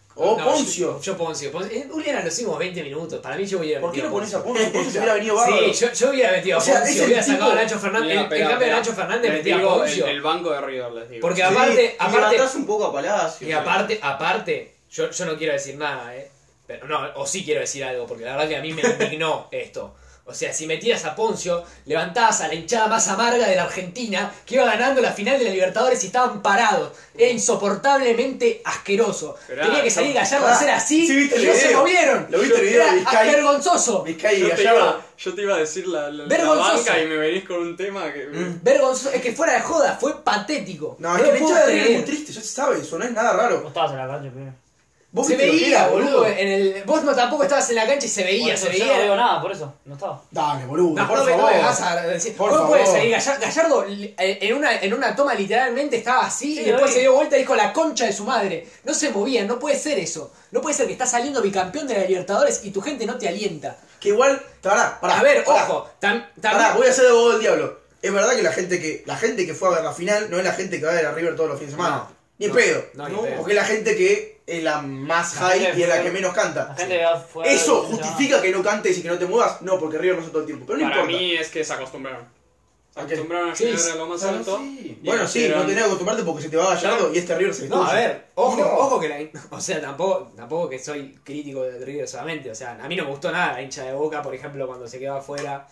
C: O
A: No,
C: Poncio.
A: Yo, yo Poncio. Poncio. Eh, Julián los últimos veinte minutos. Para mí yo hubiera
C: ¿Por qué
A: metido
C: no pones a
A: Poncio.
C: Poncio? Poncio se hubiera venido bárbaro.
A: Sí, yo, yo hubiera metido a
C: O sea,
A: Poncio.
C: es el
A: Hubiera sacado
C: tipo-
A: a Nacho Fernández.
E: Mira,
A: En,
E: espera,
A: en cambio de
E: espera.
A: Nacho Fernández
E: Les
A: metía a
E: digo
A: Poncio.
E: el, el banco de River, les digo.
A: Porque
B: Sí,
A: aparte,
B: y
A: aparte,
B: levantás un poco a Palacio.
A: y aparte, aparte, yo, yo no quiero decir nada, eh. Pero no, o sí quiero decir algo, porque la verdad que a mí me indignó esto. O sea, si metías a Poncio, levantabas a la hinchada más amarga de la Argentina, que iba ganando la final de la Libertadores y estaban parados. Era insoportablemente asqueroso.
E: Pero,
A: Tenía que
E: ah,
A: salir
E: yo-
A: Gallardo a
C: ah,
A: hacer así
C: sí, viste
A: y
C: el
A: no se
C: video.
A: movieron.
C: ¿Lo viste el video de
A: Era
C: Vizcay?
A: vergonzoso.
C: Vizcay y
E: Yo te,
C: Gallardo.
E: iba, yo te iba a decir la, la, la
A: Vergonzoso.
E: banca y me venís con un tema que...
C: Mm.
A: Vergonzoso. Es que fuera de joda, fue patético.
C: No, es
A: lo
C: que la
A: puedo
C: hinchada de River es
A: creer.
C: muy triste, ya se sabe, eso no es nada raro.
D: No estabas en la cancha primero.
C: ¿Vos
A: Se
C: viste lo que
A: veía,
C: era,
A: boludo. En el, vos no tampoco estabas en la cancha y se
D: Por
A: veía,
D: eso,
A: se
D: yo
A: veía.
D: no digo nada, por eso. No estaba.
C: Dale, boludo,
A: No,
C: por
A: no me, no
C: favor.
A: me vas a decir.
C: Por
A: ¿Cómo puede
C: favor.
A: seguir? Gallardo, Gallardo, eh, en, una, en una toma literalmente estaba así
D: Sí,
A: y después
D: lo vi.
A: se dio vuelta y dijo la concha de su madre. No se movía, no puede ser eso. No puede ser que estás saliendo bicampeón de la Libertadores y tu gente no te alienta.
C: Que igual, pará, pará.
A: a ver,
C: pará,
A: ojo, tam-
C: Pará,
A: también.
C: voy a hacer de abogado del diablo. Es verdad que la gente que la gente que fue a ver la final no es la gente que va a ver a River todos los fines de semana.
A: No,
C: ni en
A: no,
C: pedo.
A: no, ni en pedo.
C: Porque es la gente que es la más
D: La
C: high
D: gente
C: y es la
D: fue-
C: que menos canta.
D: La gente que fue a ver
C: ¿Eso
D: el fin de
C: justifica que no cantes y que no te muevas? No, porque River no hace todo el tiempo. Pero no
E: Para
C: importa.
E: mí es que se acostumbraron. Se
C: ¿A qué?
E: acostumbraron a
A: Sí,
E: llegar a lo más
B: Ah,
E: alto.
B: sí.
E: y
C: Bueno, sí,
E: dijeron-
C: no tenés que acostumbrarte porque se te va Gallardo y este River se
A: No, a
C: destruye.
A: ver, ojo,
B: No.
A: ojo que la. O sea, tampoco, tampoco que soy crítico de River solamente. O sea, a mí no me gustó nada la hincha de Boca, por ejemplo, cuando se quedó afuera.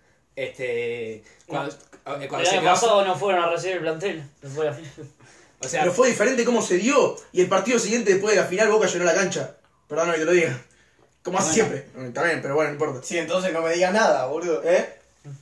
A: Este. Cuando, eh, cuando
D: El
A: se
D: año
A: quedó
D: pasado no fueron a recibir el plantel. Después de la final.
A: O sea,
C: Pero fue diferente cómo se dio. Y el partido siguiente después de la final Boca llenó la cancha. Perdón que te lo diga. Como hace
D: Bueno.
C: siempre. También, pero bueno, no importa.
B: Sí, entonces no me digas nada, boludo.
C: ¿Eh?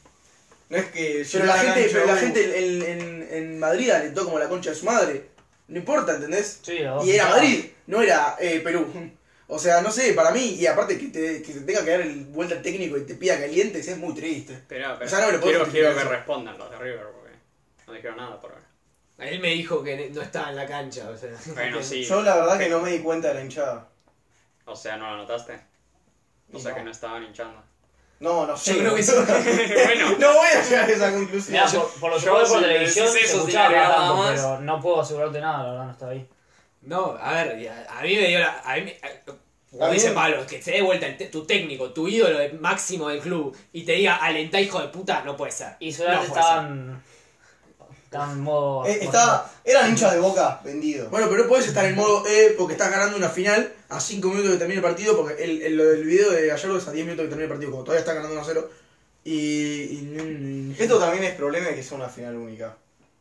B: No es que.
C: Pero
B: yo
C: la gente,
B: cancha,
C: pero la
B: uh,
C: gente en, en, en Madrid alentó como la concha de su madre. No importa, ¿entendés?
D: Sí, la dos
C: Y era
D: pintadas.
C: Madrid, no era eh, Perú. O sea, no sé, para mí, y aparte que, te, que se tenga que dar el vuelta al técnico y te pida calientes es muy triste.
E: Espera, espera.
C: O sea, no le puedo
E: quiero,
C: justificar
E: quiero que
C: eso.
E: respondan los de River porque no dijeron nada por ahora.
A: él me dijo que no estaba en la cancha. O sea,
E: Bueno, sí.
B: Yo la verdad que no me di cuenta de la hinchada.
E: O sea, ¿no lo notaste? O sea
B: No.
E: que no estaban hinchando.
B: No, no sé.
A: Yo creo que sí.
E: Bueno,
B: No voy a llegar a esa conclusión.
D: Mirá, por, por lo que
E: yo
D: veo por
E: si me
D: televisión
E: decís
D: se
E: eso sin
D: escuchaba
E: agregar
D: cada
E: nada
D: tanto,
E: más.
D: pero no puedo asegurarte nada, la verdad no estaba ahí.
A: No, a ver, y a, a mí me dio la. A mí, me- a- como
B: A mí
A: dice
B: me-
A: Pablo, que se dé vuelta el te- tu técnico, tu ídolo de máximo del club y te diga alentá hijo de puta, no puede ser.
D: Y solamente
A: No puede ser.
D: estaban. Estaban en modo.
B: Eh, estaba, eran hinchas de Boca vendidos.
C: Bueno, pero no puedes estar en modo E porque estás ganando una final a cinco minutos de que termine el partido, porque el, el, el video de Gallardo es a diez minutos de que termine el partido, como todavía está ganando uno a cero. Y, y-
B: Esto también es problema de que sea una final única.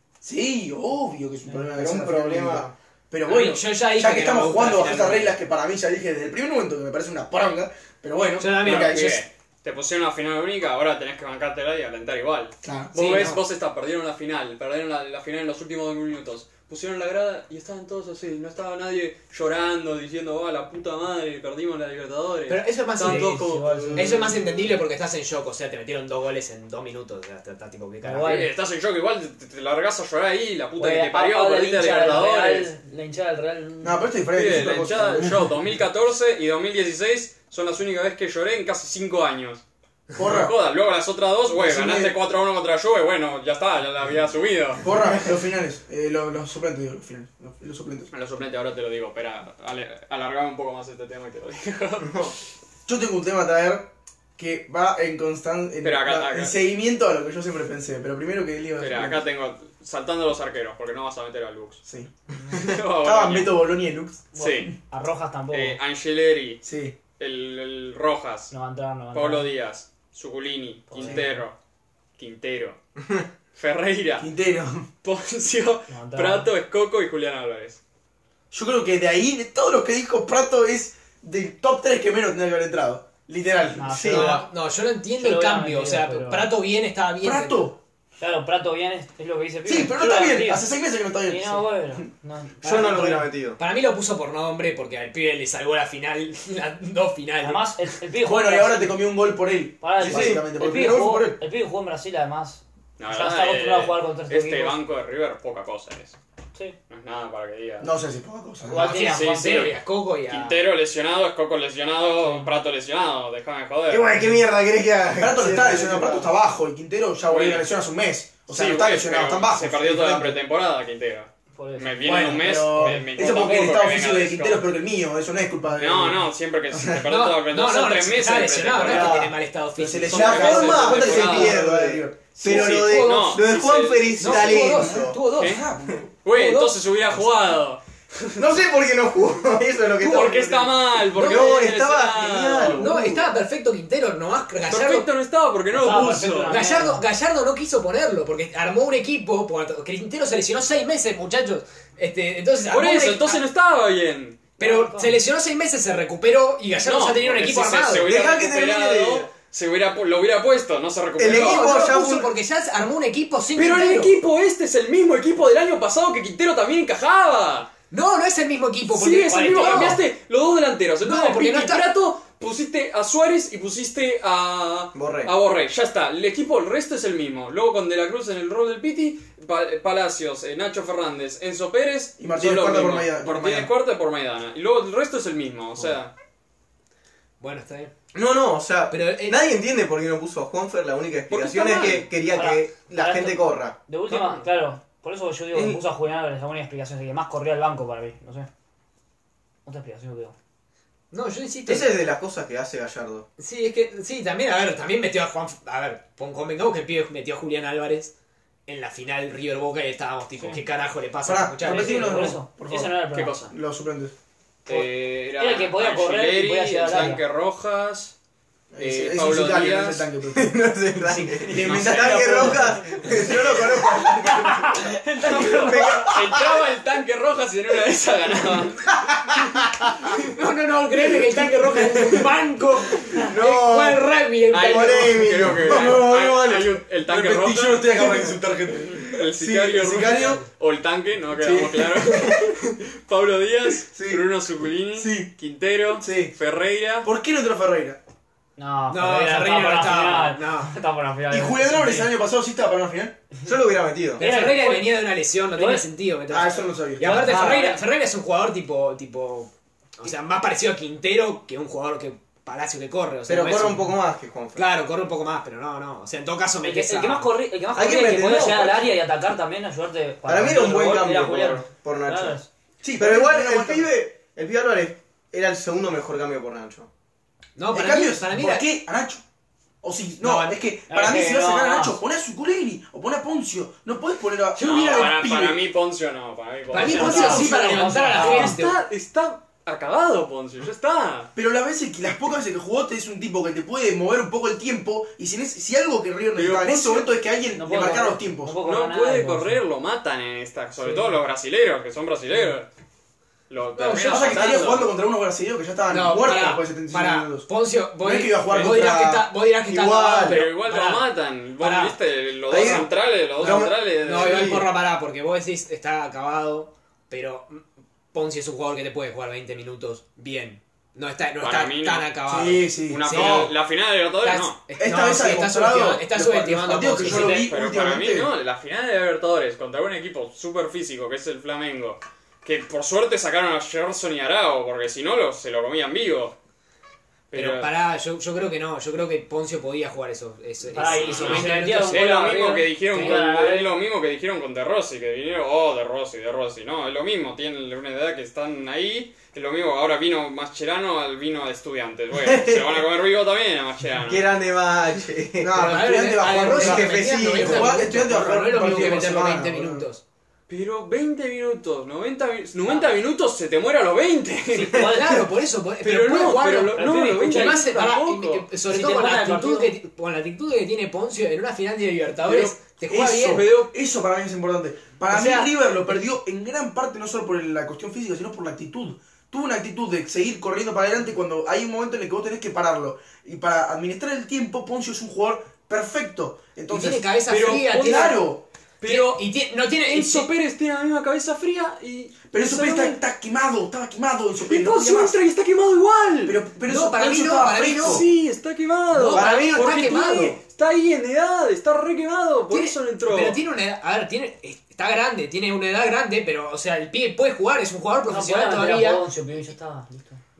C: Sí, obvio que es un problema. que
B: Pero
C: sea
B: un
C: una final
B: problema.
C: única. Pero
A: A mí,
C: bueno,
A: yo ya dije
C: ya
A: que
C: que
A: no
C: estamos
A: me gusta
C: jugando
A: la
C: bajo
A: final
C: estas
A: única.
C: reglas que para mí ya dije desde el primer momento que me parece una poronga, pero bueno.
A: Yo también,
C: porque
A: yo-
C: es-
E: Pibe, te pusieron la final única, ahora tenés que bancártela y alentar igual.
C: Claro.
E: Vos
A: Sí,
E: ves,
A: no.
E: vos estás, perdieron la final, perdieron la, la final en los últimos dos minutos. Pusieron la grada y estaban todos así, no estaba nadie llorando, diciendo, oh, la puta madre, perdimos la Libertadores.
A: Pero eso es más
E: Estaban todos
A: entendible.
E: como,
D: igual, sí.
A: Eso es más entendible porque estás en shock, o sea, te metieron dos goles en dos minutos. O sea, está, está tipo que carajo.
D: Igual.
E: Eh, estás en shock, igual te, te largás a llorar ahí, la puta
D: Oye,
E: que te parió,
D: habla
E: perdiste la
D: hincha del
E: Libertadores.
D: Real, la hinchada del Real.
C: No, pero esto es diferente.
E: Pibe,
C: es otra
E: la
C: cosa.
E: hinchada, yo dos mil catorce y dos mil dieciséis son las únicas veces que lloré en casi cinco años.
C: Porra.
E: No jodas, luego las otras dos, güey,
C: Decime-
E: ganaste cuatro a uno contra Juve, bueno, ya está, ya la había subido.
C: Porra, los finales, eh, los, los suplentes, digo, los finales, los, los suplentes.
E: A los suplentes ahora te lo digo, espera, ale- alargame un poco más este tema y te lo digo.
C: Yo tengo un tema a traer que va en constante en,
E: Pero acá-
C: va-
E: acá.
C: en seguimiento a lo que yo siempre pensé, pero primero que digo.
E: Espera, acá tengo, saltando los arqueros, porque no vas a meter a Lux.
C: Sí.
E: Oh,
C: Estaba
E: bueno.
C: Beto Bologna y Lux.
E: Sí,
D: A Rojas tampoco.
E: eh, Angeleri,
C: Sí.
E: el, el Rojas,
D: No va a entrar, no va a
E: Pablo
D: entrar.
E: Díaz, Zuculini,
D: Joder.
E: Quintero, Quintero, Ferreira,
C: Quintero.
E: Poncio,
D: No va a entrar.
E: Prato, Escoco y Julián Álvarez.
C: Yo creo que de ahí, de todos los que dijo Prato, es del top tres que menos tendría que haber entrado. Literal.
D: No,
C: sí.
D: yo-
A: No, no, yo no entiendo
D: Yo lo
A: el
D: hubiera
A: cambio. O
D: metido,
A: sea,
D: pero-
A: Prato bien, estaba bien.
C: ¿Prato?
D: Claro, Prato bien es, es lo que dice Pibe.
C: Sí, pero no
D: Yo lo
C: está
D: hubiera
C: bien.
D: metido.
C: Hace seis meses que no está bien.
D: Y no, bueno. No,
B: Yo no lo
A: porque-
B: hubiera metido.
A: Para mí lo puso por nombre porque al pibe le salvó la final, las dos finales.
D: Además, el, el pibe jugó
C: Bueno,
D: en
C: y ahora
D: Brasil.
C: te comió un gol por él.
D: Pará,
C: Sí,
D: el,
C: básicamente,
D: pibe, el,
C: porque
D: pibe
C: el gol fue
D: jugó,
C: por él.
D: el pibe jugó en Brasil además.
E: La
D: Ya
E: verdad,
D: está acostumbrado
E: eh,
D: a jugar contra estos
E: este
D: equipos.
E: banco de River, poca cosa es.
D: Sí.
E: No es nada para que diga.
C: No sé si es poca cosa. ¿no?
D: Igual
A: No,
D: tiene a
A: sí,
D: Juan
A: sí,
D: Pedro.
A: y a Coco y a...
E: Quintero lesionado, Escoco lesionado, Prato lesionado, déjame joder.
B: ¿Qué, güey, ¿Qué mierda querés que haga?
C: Prato no está
B: Sí,
C: lesionado,
B: sí,
C: Prato
B: sí.
C: está bajo y Quintero ya volvió
E: Bueno.
C: a lesión hace un mes. O sea,
E: Sí,
C: no está
E: güey,
C: lesionado,
E: pero
C: están bajos.
E: Se perdió toda la
C: diferente.
E: pretemporada, Quintero.
D: por eso.
E: Me viene en un mes,
C: Pero
E: me, me
C: eso
E: importa
C: porque el
E: poco
C: estado
E: que
C: físico
E: venga
C: de
E: Isco.
C: Quintero es peor que el mío, eso no es culpa de...
E: No, no, siempre que se te perdés
A: No,
E: todo el vendedor
A: no,
E: son
A: no,
E: tres meses.
A: está
E: de
A: lesionado, no es que
E: pretemporada.
A: tiene mal estado
C: Pero se
A: físico.
C: lesiona
E: Son tres
C: forma,
E: meses de
C: aparte se
E: temporada.
C: pierde.
B: Pero
C: Sí,
B: lo
C: sí.
B: de,
E: No,
B: lo de
E: sí,
B: Juanfer
E: sí.
B: es
A: No,
B: talento.
A: tuvo dos.
D: Tuvo dos.
E: ¿Qué?
C: Ah,
E: Güey, entonces hubiera jugado.
B: No sé por qué no jugó, eso es lo que
E: ¿Por qué está mal? Porque
B: No,
E: viene
B: estaba
E: lesionado.
B: genial.
A: No, estaba perfecto Quintero, nomás Gallardo.
E: Perfecto no estaba porque no lo
D: Estaba
E: puso.
D: perfecto, no.
A: Gallardo, Gallardo no quiso ponerlo porque armó un equipo. Porque Quintero se lesionó seis meses, muchachos. Este, entonces
E: Por
A: armó un
E: eso,
A: equi-
E: entonces no estaba bien.
A: Pero
D: No,
A: se lesionó seis meses, se recuperó y Gallardo
E: No,
A: ya tenía un
E: porque
A: equipo
E: si se-
A: armado.
E: Se, hubiera
B: Dejá que termine.
E: recuperado, se hubiera, pu- lo hubiera puesto, no se recuperó.
B: El equipo-
A: No, no
B: ya
A: lo puso
B: fue-
A: porque ya armó un equipo sin
E: Pero el
A: Quintero.
E: equipo este es el mismo equipo del año pasado que Quintero también encajaba.
A: No, no es el mismo equipo.
E: Sí,
A: Porque
E: es el mismo.
A: no.
E: Cambiaste los dos delanteros. Entonces,
A: No,
E: en
A: porque
E: Pitti
A: no está-
E: Prato pusiste a Suárez y pusiste a
B: Borré.
E: a Borré. Ya está. El equipo, el resto es el mismo. Luego con De la Cruz en el rol del Piti, Pa- Palacios, eh, Nacho Fernández, Enzo Pérez
C: Y Martínez
E: son los
C: Cuarta por
E: mismos.
C: Maidana- por
E: Martínez
C: Maidana.
E: Cuarta por Maidana. Y luego el resto es el mismo. O sea,
A: Bueno, está bien.
B: No, no, o sea,
A: Pero, eh,
B: nadie entiende por qué no puso a Juanfer. La única
E: Porque
B: explicación
E: está
B: es que
E: mal.
B: quería
D: Ahora,
B: que la
D: ahora
B: gente
D: esto-
B: corra.
D: De última,
A: No.
D: claro. Por eso yo digo que
B: Eh.
D: puso a Julián Álvarez, la única explicación es que más corría al banco para mí, no sé. Otra explicación que digo.
A: No, yo insisto.
B: Esa es de las cosas que hace Gallardo.
A: Sí, es que. Sí, también, a ver, también metió a Juan. A ver, pon- convengamos que el pibe metió a Julián Álvarez en la final River Boca y estábamos tipo,
D: Sí.
A: ¿qué carajo le pasa
C: Pará,
A: a estos muchachos?
C: repetimos
D: por
C: de
D: eso.
C: nuevo, por favor.
D: Ese no era el
E: ¿qué
D: problema.
E: cosa?
C: Los suplentes.
E: Eh, era,
D: Era el que podía correr y
E: Angileri,
D: podía llegar
E: el
D: al área.
E: Tanque Rojas. Eh,
C: Ese- ese
E: Pablo
C: es Italia,
E: Díaz.
C: no es el tanque, pero-
B: No sé, tanque.
C: Sí,
B: Me
E: no sé,
B: tanque
C: no,
B: rojas. Yo lo conozco.
E: Entraba el Tanque Rojas y en una de esas ganaba.
A: No, no, no, créeme que el tanque rojo es un banco.
B: No.
A: Fue el rugby el
E: Hay-
A: tanque rojo.
B: polémico.
E: creo que
C: No, no,
E: hay-
C: no, vale.
E: hay un- el Tanque
C: Repetí,
E: Rojas.
C: yo no estoy acá para insultar gente.
E: El
C: Sí,
E: sicario,
C: el
E: rojo,
C: sicario.
E: o el tanque, no quedamos
C: Sí.
E: claros. Pablo Díaz,
C: Sí.
E: Bruno Zuculini,
C: Sí.
E: Quintero,
C: Sí.
E: Ferreira.
C: ¿Por qué no entró Ferreira?
D: No,
A: No,
D: Ferreira
A: Ferreira no
D: para la
A: estaba,
D: final.
A: no.
D: Estaba para la final.
C: ¿Y Julián Álvarez el año pasado sí estaba para una final?
B: Yo lo hubiera metido.
A: Pero
D: Era-
A: Ferreira
D: fue-
A: venía de una lesión, no
D: Igual-
A: tenía sentido meter.
C: Ah, eso no lo sabía.
A: Y aparte
D: Ah,
A: Ferreira,
D: eh.
A: Ferreira es un jugador tipo, tipo, o sea, más parecido a Quintero que un jugador que Palacio que corre. O sea,
B: Pero
A: no es
B: corre un poco más que Juanfer.
A: Claro, corre un poco más, pero no, no. O sea, en todo caso me
D: El que, el que más corría, el que más
B: Hay que
D: corría y que podía
B: meterlo,
D: llegar al
B: porque-
D: área y atacar también, ayudarte.
B: Para mí era un buen
D: gol,
B: cambio
D: era Julián.
B: por, por Nacho.
D: Claro.
C: Sí,
B: Pero igual
C: era
B: el
C: buen cambio.
B: pibe, el pibe Álvarez era el segundo mejor cambio por Nacho.
A: No,
C: El
A: para
C: cambio
A: mí,
C: es,
A: para mí
C: ¿por
A: era-
C: qué a Nacho? O si, no,
A: No,
C: es que
D: no,
C: para
D: es
C: mí
D: que
C: si vas a
D: no,
C: sacar a
D: no.
C: Nacho, poné a Zuculini o poné a Poncio. No podés poner a... Yo
E: No,
C: hubiera
E: para,
C: al pibe.
E: para mí Poncio no, para mí Poncio.
A: Para mí
D: no,
A: Poncio
D: no,
A: sí
D: no,
A: para
D: no,
A: levantar a la
D: no,
A: gente.
E: Está, está acabado Poncio, ya está.
C: Pero las veces que las pocas veces que jugó te es un tipo que te puede mover un poco el tiempo y si, neces- si algo que River
E: Pero
C: necesita en ese
E: Poncio-
C: momento es que alguien
D: No
C: le
D: puede
C: marcara
D: correr.
C: los tiempos.
D: No puede correr
E: No
D: nada,
E: puede
D: Poncio.
E: correr, lo matan en esta, sobre
D: Sí.
E: todo los brasileros, que son brasileros. Lo
A: yo
E: terminan
C: Pasa que estaría
E: matando.
C: jugando contra unos brasileños que ya estaban
A: No,
C: muertos
A: para,
C: después de setenta y cinco
A: para,
C: minutos.
A: Poncio, vos,
C: No es que iba a jugar
A: vos dirás que
C: contra-
A: está, vos dirás que está
B: Igual,
A: acabado,
E: Pero igual
A: pará.
E: lo matan. Vos
A: Pará.
E: viste los dos
B: Ahí-
E: centrales, los dos
B: No,
E: centrales.
A: No,
E: de-
A: igual
B: Sí.
A: porra pará, porque vos decís está acabado, pero Poncio es un jugador que te puede jugar veinte minutos bien. No está, no
E: Para
A: está
E: mí
A: tan
E: no.
A: acabado.
C: Sí, sí.
E: Una
A: Sí.
E: final- la final de Libertadores
A: Estás-
E: no.
A: es-
C: Esta
A: no,
C: vez
A: sí,
C: ha
A: está
C: demostrado
A: subestimando, está
C: los-
A: subestimando
C: los
A: a
C: partidos que
A: Poncio.
C: yo lo
A: Sí,
C: vi
E: Pero para mí
C: últimamente.
E: no, la final de Libertadores contra un equipo súper físico que es el Flamengo, que por suerte sacaron a Gerson y Arao, porque si no lo, se lo comían vivo.
A: Pero pará, yo, yo creo que no, yo creo que Poncio podía jugar eso. eso
D: Pará,
A: eso-
D: y si
A: esos
D: me
A: veinte
D: metía
A: minutos.
D: un
E: Es lo
D: Hola,
E: mismo
D: arriba.
E: que dijeron
D: Sí,
E: con,
D: claro.
E: es lo mismo que dijeron con De Rossi, que vinieron, oh, De Rossi, De Rossi, no, es lo mismo, tienen una edad que están ahí, es lo mismo, ahora vino Mascherano al vino de Estudiantes, bueno, se lo van a comer vivo también a Mascherano.
B: Qué grande mache.
C: No,
A: Pero a ver,
C: Estudiante va a
A: a
C: jugar
A: Rossi
C: contra-
A: que metía
B: jefecito.
A: noventa
C: Jugar-
A: minutos,
C: Estudiante va a
A: porra,
C: jugar
A: no es lo
C: un
A: mismo que
C: partido por
A: meterlo
C: semana,
A: veinte
C: boludo.
A: minutos.
E: Pero veinte minutos, noventa, mi- noventa minutos se te muere a los veinte.
D: Sí, igual-
A: Claro, por eso, por-
E: Pero
A: puede
E: no,
A: jugarlo.
E: pero lo-
D: pero
E: no,
D: Fede,
E: los veinte
A: Y más,
E: minutos
A: pará,
E: tampoco.
A: y- y- sobre
D: Si
A: todo
D: te
A: con la,
D: gana el
A: actitud
D: partido.
A: que, con la actitud que tiene Poncio en una final de Libertadores, te juega
C: Eso,
A: bien.
C: pero eso para mí es importante. Para
A: O
C: mí
A: sea-
C: River lo perdió en gran parte no solo por la cuestión física, sino por la actitud. Tuvo una actitud de seguir corriendo para adelante cuando hay un momento en el que vos tenés que pararlo. Y para administrar el tiempo, Poncio es un jugador perfecto. Entonces,
A: y tiene cabeza
C: pero,
A: fría, tiene-
C: claro.
E: Pero
A: y tiene- no tiene
E: Enzo Pérez tiene la misma cabeza fría y...
C: Pero eso
E: y
C: está,
E: sale-
C: está quemado, estaba quemado Enzo
E: Y
C: Pérez, no
E: Poncio
C: podía más.
E: entra y está quemado igual.
C: Pero, pero
A: No,
C: eso
A: para mí
C: Poncio
A: no,
C: estaba
A: para mí no.
C: fresco.
E: Sí, está quemado.
A: No, para mí no está
E: Porque
A: quemado.
E: tiene- está ahí en edad, está re quemado, por
A: Tiene-
E: eso no entró.
A: Pero tiene una edad, a ver, tiene, está grande, tiene una edad grande, pero, o sea, el pibe puede jugar, es un jugador
D: No
A: profesional
D: podía meter a
A: todavía.
D: Poncio, pibe, ya está, listo.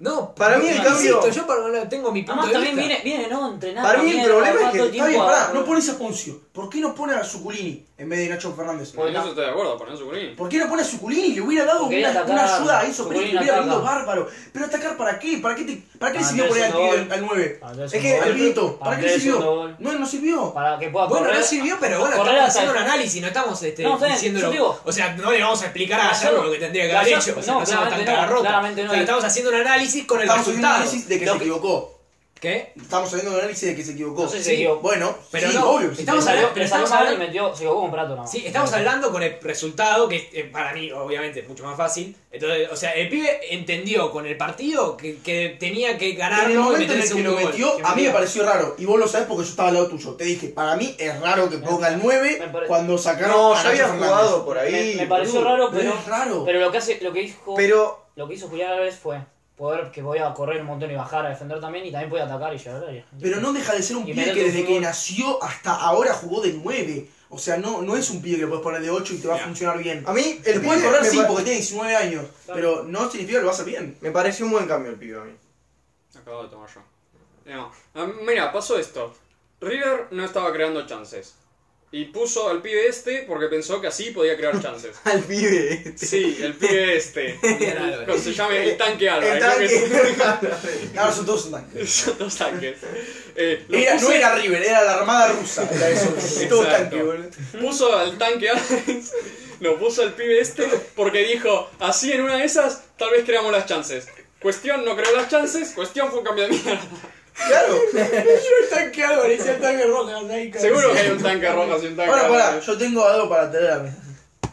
A: No,
B: Para mí el
A: insisto,
B: cambio-
A: yo para- tengo mi punto
D: Además
A: de
D: también
A: vista.
D: viene, viene no entrenar.
B: Para mí el
D: mierda,
B: problema es
D: va
B: que
D: todo el
C: Está bien,
D: tiempo a-
C: pará, no pones a Poncio. ¿Por qué no pone a Suculini en vez de Nacho Fernández?
E: En eso estoy de acuerdo, poner su Curín.
C: ¿Por qué no pone a Suculini? Le hubiera dado
D: Porque
C: una,
D: atacar,
C: una ayuda a eso, pero
D: Suculini
C: le hubiera
D: ataca.
C: venido bárbaro. ¿Pero atacar para qué? ¿Para qué, te, para qué le
D: Para
C: sirvió poner al
D: Andrés
C: pibe
D: Sondogol.
C: al nueve?
D: Andrés
B: Es que
D: Sondogol.
C: Al pibito, ¿para qué le
D: Andrés
C: sirvió?
D: Sondogol.
C: No, no sirvió.
D: Para que pueda
A: Bueno,
D: correr.
A: no sirvió, pero bueno,
D: correr
A: estamos
D: hasta
A: haciendo
D: el-
A: un análisis, no estamos este,
D: No, está bien,
A: diciéndolo.
D: yo digo-
A: O sea, no le vamos a explicar a
D: Gallardo-
A: Gallardo lo que tendría que haber
D: Gallardo-
A: hecho. O sea,
D: no,
A: no, somos tan
D: claramente no,
A: cagarrotos.
D: claramente no.
A: O sea, estamos haciendo un análisis con el
C: Estamos haciendo un
A: resultado.
C: análisis de que
D: Lo
C: se
D: que-
C: equivocó.
A: ¿Qué?
C: Estamos haciendo un análisis de que se equivocó.
D: No sé si
A: Sí,
D: se equivocó.
C: Bueno,
A: Pero
C: sí,
A: no,
C: obvio que sí.
A: estamos
D: Le salió-
A: hablando- pero
D: le salió
A: estamos
D: mal y
A: hablando-
D: metió, se equivocó con Prato, no.
A: Sí, estamos hablando con el resultado, que eh, para mí, obviamente, es mucho más fácil. Entonces, o sea, el pibe entendió con el partido que, que tenía que
C: En el
A: ganarlo y
C: momento
A: meter
C: en
A: el
C: el que lo
A: segundo
C: metió,
A: gol.
C: a mí me pareció raro. Y vos lo sabés porque yo estaba al lado tuyo. Te dije, para mí es raro que ponga el nueve
D: Me pare-
C: cuando sacaron
B: No,
C: a
B: ya
C: Nacho
B: había
C: Fernández.
B: jugado por ahí.
D: Me, me pareció
B: boludo.
D: raro,
C: Pero
D: pero,
C: es raro.
D: pero lo que hace, lo que dijo,
B: Pero
D: lo que hizo Julián Álvarez fue poder que voy a correr un montón y bajar a defender también y también puede atacar y llegar al área.
C: Pero no deja de ser un
D: Y
C: pibe
D: meter
C: que
D: tu
C: desde que
D: fútbol.
C: nació hasta ahora jugó de nueve. O sea, no, no es un pibe que lo puedes poner de ocho y te va a
E: Ya.
C: funcionar bien.
B: a mí
C: Te
B: el
C: puede
B: pibe
C: correr
B: me,
C: sí
B: pa-
C: porque tiene diecinueve años.
D: Claro.
C: Pero no significa que lo va a hacer bien.
B: me pareció un buen cambio el pibe a mí.
E: Acabo de tomar yo. No. Ah, mira, pasó esto. River no estaba creando chances. Y puso al pibe este porque pensó que así podía crear chances.
B: Al pibe. este.
E: Sí, el pibe este.
A: Álvarez.
E: Como se llama el tanque Álvarez.
B: El
E: creo que
B: tanque.
C: Ahora son todos un tanque.
E: es- Son dos tanques. Eh, lo
C: Era, no
E: puse-
C: era River, era la Armada Rusa. Era eso. Es todo
E: Exacto.
C: tanque, boludo.
E: Puso al tanque Álvarez. Lo puso al pibe este porque dijo, así en una de esas, tal vez creamos las chances. Cuestión, no creó las chances. Cuestión, fue un cambio de mierda.
B: Claro.
C: El tanque Álvarez y el tanque Rojas ahí.
E: Seguro que hay un tanque rojo y un tanque
C: Ahora, pará,
E: Álvarez.
C: yo tengo algo para traer a la mesa.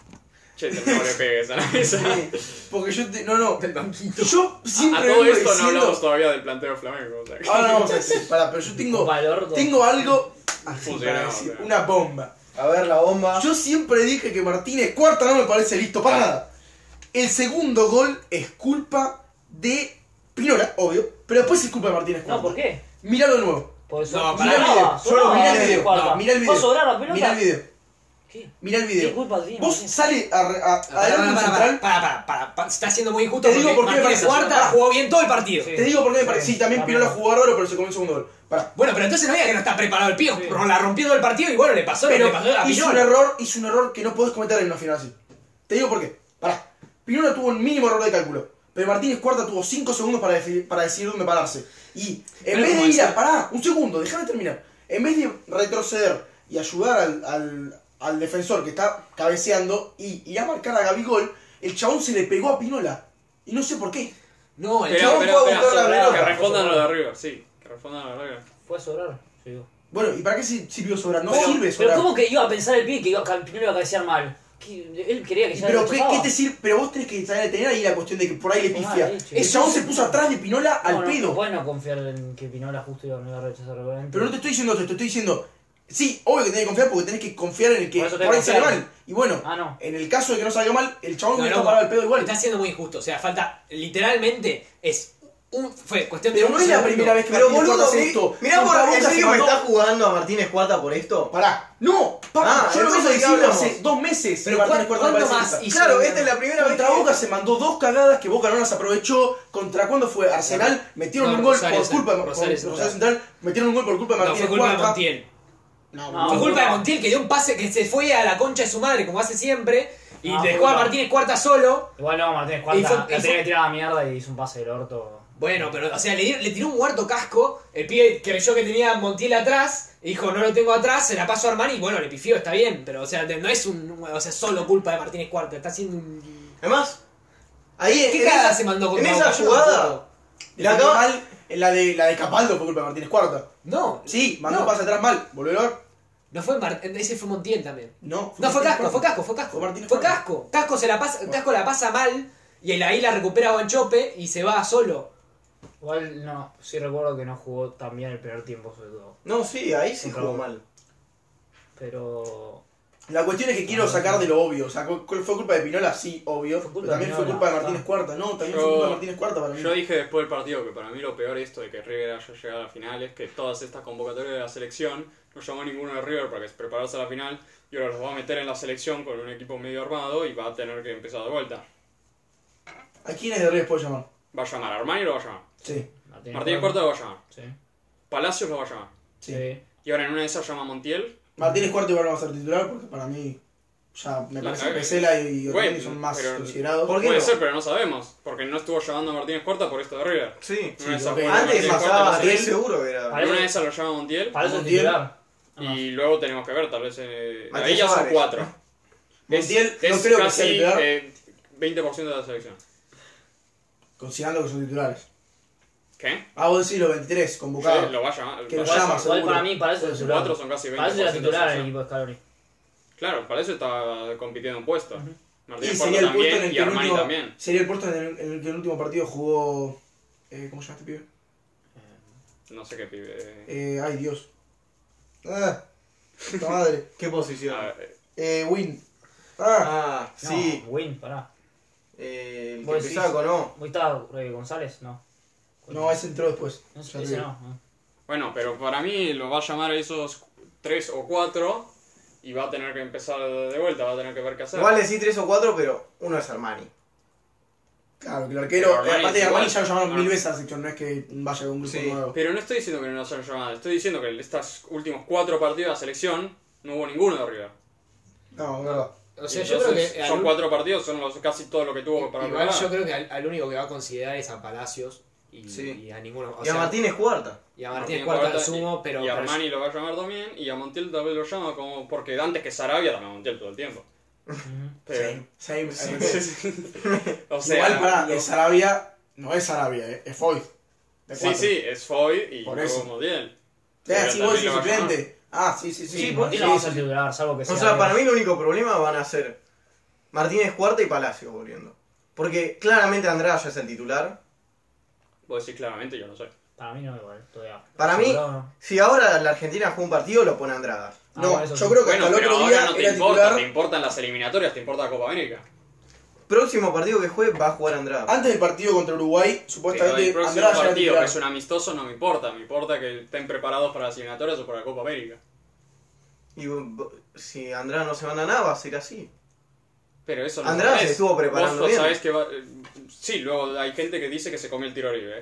E: Che, te- no le pegues a la mesa.
C: Porque yo te, no, no.
A: El banquito.
C: Yo siempre
E: A todo
C: vengo
E: esto no
C: diciendo-
E: hablamos todavía del planteo Flamengo. O sea, que-
C: Ahora no vamos a decir, pará, pero yo tengo,
D: Copa del Orto.
C: tengo algo así
E: Funcionó,
C: para decir,
E: pero-
C: una bomba.
B: A ver la bomba.
C: Yo siempre dije que Martínez Cuarta no me parece listo para nada. El segundo gol es culpa de Pinola, obvio, pero después es culpa de Martínez Cuarta.
D: No, ¿por qué?
C: Míralo de nuevo.
D: Por eso.
A: No,
C: Mirá
A: para
C: el
A: mí-
C: video, solo mirá el video.
D: Cuarta.
C: No, mirá el video.
D: ¿Va a sobrar la pelota?
C: Mirá el video.
D: ¿Qué?
C: Mirá el
D: ¿Qué
C: video.
D: culpa tiene?
C: Vos
D: Martínez?
C: sale a, a, a-
A: Para,
C: adelante un
A: para,
C: central.
A: para, para, para, para, está siendo muy injusto
C: Te digo
A: porque
C: por qué me
A: Martínez
C: parece-
A: Cuarta
C: pará.
A: jugó bien todo el partido.
D: Sí.
C: Te digo por qué me parece. Sí, también
D: También.
C: Pinola jugó bárbaro, pero se comió el segundo gol. Pará.
A: Bueno, pero entonces no diga que no está preparado el pibe,
D: Sí.
A: la rompió todo el partido y bueno, le pasó lo que
C: Pero
A: le pasó a
C: hizo un
A: Piñola.
C: error, hizo un error que no podés cometer en una final así. Te digo por qué. Pará. Pinola tuvo un mínimo error de cálculo. Pero Martínez Cuarta tuvo cinco segundos para, defi- para decidir dónde pararse. Y en
A: Pero
C: vez
A: ¿cómo
C: de ir
A: es?
C: a. Pará, un segundo, déjame terminar. En vez de retroceder y ayudar al, al, al defensor que está cabeceando y ir a marcar a Gabigol, el chabón se le pegó a Pinola. Y no sé por qué.
A: No, el
E: Pero,
A: chabón
E: pero,
A: fue a
E: pero,
A: buscar la
D: pero-
A: pelota.
E: que respondan lo de arriba, sí. Que respondan lo de arriba.
D: Fue a sobrar. Sí, digo.
C: Bueno, ¿y para qué si- sirvió sobrar? No
D: Pero-
C: sirve sobrar.
D: Pero ¿cómo que iba a pensar el pibe que iba, que Pinola iba a cabecear mal? Que él quería que ya
C: Pero,
D: lo
C: ¿qué,
D: tocaba.
C: qué te sirve? Pero vos tenés que saber tener ahí la cuestión de que por ahí le
D: Ah,
C: pifia.
D: ahí, sí.
C: El chabón se puso atrás de Pinola al
D: No, no,
C: pedo.
D: No puedes no confiar en que Pinola justo iba, no iba a rechazar realmente.
C: Pero no te estoy diciendo esto, te estoy diciendo. Sí, obvio que tenés que confiar porque tenés que confiar en el que
D: Por eso
C: por,
D: tenés
C: ahí
D: que
C: sale
D: confiar.
C: mal. Y bueno,
D: Ah, no.
C: en el caso de que no salga mal, el chabón
A: No,
C: no,
A: no,
C: está parado al pedo igual.
A: Está siendo muy injusto, o sea, falta, literalmente, es un, fue cuestión de
C: Pero
A: un
C: no es la
A: segundo.
C: primera vez que
B: Pero
C: Martínez Cuarta
B: boludo,
C: hace
B: mi-
C: esto.
B: mirá por
C: Contra
B: ¿en
C: Boca se
B: serio me
C: mandó-
B: está jugando a Martínez Cuarta por esto?
C: Pará, no, papá,
B: Ah,
C: yo lo
B: entonces,
C: vengo
B: ¿de qué
C: diciendo
B: hablamos?
C: hace dos meses.
A: Pero
C: que Martínez
A: ¿cuán-
C: Cuarta me
A: ¿cuánto
C: parece
A: más
C: que
A: hizo?
B: Claro, esta es la primera vez
C: Contra
B: que...
C: Boca se mandó dos cagadas que Boca no las aprovechó. ¿Contra cuándo fue? Arsenal metieron
A: No,
C: un gol
A: Rosario
C: por culpa de
A: Central.
C: Rosario,
A: Rosario
C: Rosario Central. Metieron un gol por culpa de
A: No,
C: Martínez
A: fue culpa de
C: Cuarta.
A: Montiel.
C: No,
D: No,
A: Fue
D: no,
A: culpa de
D: no.
A: Montiel que dio un pase que se fue a la concha de su madre, como hace siempre, y
D: No,
A: dejó
D: fue
A: a
D: culpa.
A: Martínez Cuarta solo.
D: Igual no, Martínez
A: Y
D: Cuarta
A: fue-
D: la
A: y fue-
D: tenía que tirar a la mierda y hizo un pase del orto.
A: Bueno, pero, o sea, le, di- le tiró un huerto casco, el pibe creyó que tenía a Montiel atrás, y dijo, no lo tengo atrás, se la paso a Armani, y bueno, le pifió, está bien, pero, o sea, no es un, o sea, solo culpa de Martínez Cuarta, está haciendo un...
B: Además, ahí
A: ¿Qué
B: en
A: cagada
B: esa,
A: se mandó
B: en
A: contra
B: esa
A: Boca? Yo no
B: jugada,
A: entiendo.
C: La
B: la acaba-
C: mal, la de, la de Capaldo fue culpa de Martínez Cuarta.
A: No,
C: Sí, mandó
A: no,
C: pase atrás mal. ¿Volvió a ver?
A: no fue Mar- ese fue Montiel también.
C: No,
A: No, fue
C: Martínez
A: Casco, fue
C: Cuarta.
A: Casco, fue Casco.
C: Fue Martínez
A: Fue
C: Cuarta.
A: Casco. Casco, se la pasa, Casco la pasa mal y él ahí la recupera a Guanchope y se va solo.
D: Igual no, sí recuerdo que no jugó tan bien el primer tiempo sobre todo.
B: No, sí, ahí sí
D: Contra
B: jugó
D: Boca.
B: mal.
D: Pero...
C: La cuestión es que quiero sacar de lo obvio. O sea, ¿cu- cu- ¿fue culpa de Pinola? Sí, obvio.
D: Fue culpa
C: Pero también
D: de
C: fue
D: Pinola,
C: culpa de Martínez
D: ah.
C: Cuarta. No, también
E: Yo-
C: fue culpa de Martínez Cuarta para mí.
E: Yo dije después del partido que para mí lo peor esto de que River haya llegado a la final es que todas estas convocatorias de la selección no llamó a ninguno de River para que se preparase a la final y ahora los va a meter en la selección con un equipo medio armado y va a tener que empezar de vuelta.
C: ¿A quiénes de River puedo llamar?
E: va a llamar. Armani lo va a llamar.
C: Sí,
D: Martínez,
E: Martínez Cuarta lo va a llamar.
D: Sí.
E: Palacios lo va a llamar.
C: sí.
D: Sí.
E: Y ahora en una de esas llama a Montiel.
C: Martínez Cuarto igual no va a ser titular porque para mí ya me
E: No,
C: parece
E: no,
C: que Pesela y
E: güey,
C: Otamendi son más
E: pero-
C: considerados.
B: ¿Por qué
E: Puede
B: no?
E: ser, pero no sabemos. Porque no estuvo llamando a Martínez Cuarta por esto de River.
B: Sí.
E: Una de esas
C: ok.
E: fue
B: Antes
E: Martínez Cuarta,
B: pasaba,
E: no sé.
B: estoy seguro que era.
D: Parece-
E: En una de esas lo llama Montiel.
D: Para eso es
C: Montiel.
D: titular. Nada más.
E: Y luego tenemos que ver, tal vez. Eh,
B: Matías
E: ahí ya son
B: Suárez.
E: cuatro.
C: Montiel
E: es,
C: no
E: es
C: creo que sea
E: casi
C: titular.
E: eh, veinte por ciento de la selección.
C: Considerando que son titulares.
E: ¿Qué?
C: Ah, vos decís los veintitrés
E: Sí,
C: convocados.
E: lo va a llamar.
C: Que
E: va
C: lo
E: a
C: llama,
E: llamar.
D: Igual
C: seguro.
D: para mí, para eso es
E: Los
D: titular.
E: cuatro son casi veinte
D: Para
E: por
D: eso era
E: ciento de la
D: titular el
E: selección.
D: equipo de Scaloni.
E: Claro, para eso está compitiendo un puesto.
C: Y
E: Martínez
C: sería
E: Cuarta
C: el puesto en
E: también
C: el
E: y
C: que el
E: Armani
C: último,
E: también.
C: sería el puesto en el, en el que el último partido jugó. Eh, ¿Cómo se llama este pibe?
E: No sé qué pibe.
C: Eh, ay, Dios. Ah, puta madre.
B: ¿Qué posición?
E: A ver,
C: Eh, Win. Ah,
B: Ah, sí.
D: No, Win, pará.
B: Eh, el que
D: Vos decís-
B: empezaba con O.
D: ¿Vos estaba eh, González? No.
C: no, ese entró después.
D: No,
C: Ya
D: ese
C: te
D: no.
C: digo.
D: no.
E: Bueno, pero para mí lo va a llamar a esos tres o cuatro y va a tener que empezar de vuelta, va a tener que ver qué hacer.
B: Igual decís tres o cuatro, pero uno es Armani.
C: Claro, que el arquero.
E: Pero Armani
C: eh, aparte de
E: es
C: Armani
E: igual.
C: ya lo llamaron
E: Ah.
C: mil veces a la sección, no es que vaya con un grupo
B: Sí.
C: nuevo.
E: Pero no estoy diciendo que no nos hayan llamado, estoy diciendo que estos últimos cuatro partidos de la selección no hubo ninguno de River.
C: No, es verdad.
A: O sea,
E: Y
A: yo creo
E: entonces
A: que.
E: son
A: al-
E: cuatro partidos, son los, casi todo lo que tuvo para
A: Igual
E: preparar.
A: yo creo que al, al único que va a considerar es a Palacios y,
B: Sí.
A: y a ninguno. O
B: Y a
A: sea,
B: Martínez Cuarta.
A: y a Martínez
E: Martínez
A: Cuarta al
E: Cuarta
A: sumo,
E: y-
A: pero.
E: Y a
A: pero-
E: Armani lo va a llamar también, y a Montiel tal vez lo llama como. Porque antes que Sarabia también a Montiel todo el tiempo. Pero,
C: Same, same, same.
E: o sea,
C: Igual para,
E: lo-
C: es Sarabia, no es Sarabia, eh, es Foyt. De
E: Sí,
C: cuatro.
E: sí, es Foy y
C: Por
E: luego
C: eso.
E: Montiel.
C: Eh,
E: Pero
C: sí, vos
E: también
C: decís
E: lo va a llamar.
C: suplente. Ah, sí, sí, sí.
D: Sí,
C: Sí,
D: Montiel
C: sí,
D: no va a
C: sí.
D: ser titular, salvo que sea.
B: O sea, para
D: Dios.
B: mí el único problema van a ser Martínez Cuarta y Palacio volviendo. Porque claramente Andrada ya es el titular.
E: Vos decís claramente, yo no sé.
D: Para mí no, igual, todavía.
B: Para mí,
D: No, no.
B: si ahora la Argentina juega un partido, lo pone Andrada.
D: Ah,
C: No,
D: bueno, eso
C: yo
D: sí.
C: creo que
E: Bueno,
C: hasta el
E: pero
C: otro
E: ahora
C: día
E: no te
C: era
E: importa,
C: titular.
E: te importan las eliminatorias, te importa la Copa América.
B: Próximo partido que juegue va a jugar Andrada.
C: Antes del partido contra Uruguay,
E: Pero
C: supuestamente
E: el próximo
C: Andrada ya era
E: partido,
C: titular.
E: que es un amistoso, no me importa. Me importa que estén preparados para las eliminatorias o para la Copa América.
B: Y bo- si Andrada no se manda nada, va a ser así.
E: Pero eso no
B: Andrada
E: sabés.
B: se estuvo preparando
E: Vos lo
B: bien.
E: sabés que va... eh, Sí, luego hay gente que dice que se comió el tiro libre. ¿eh?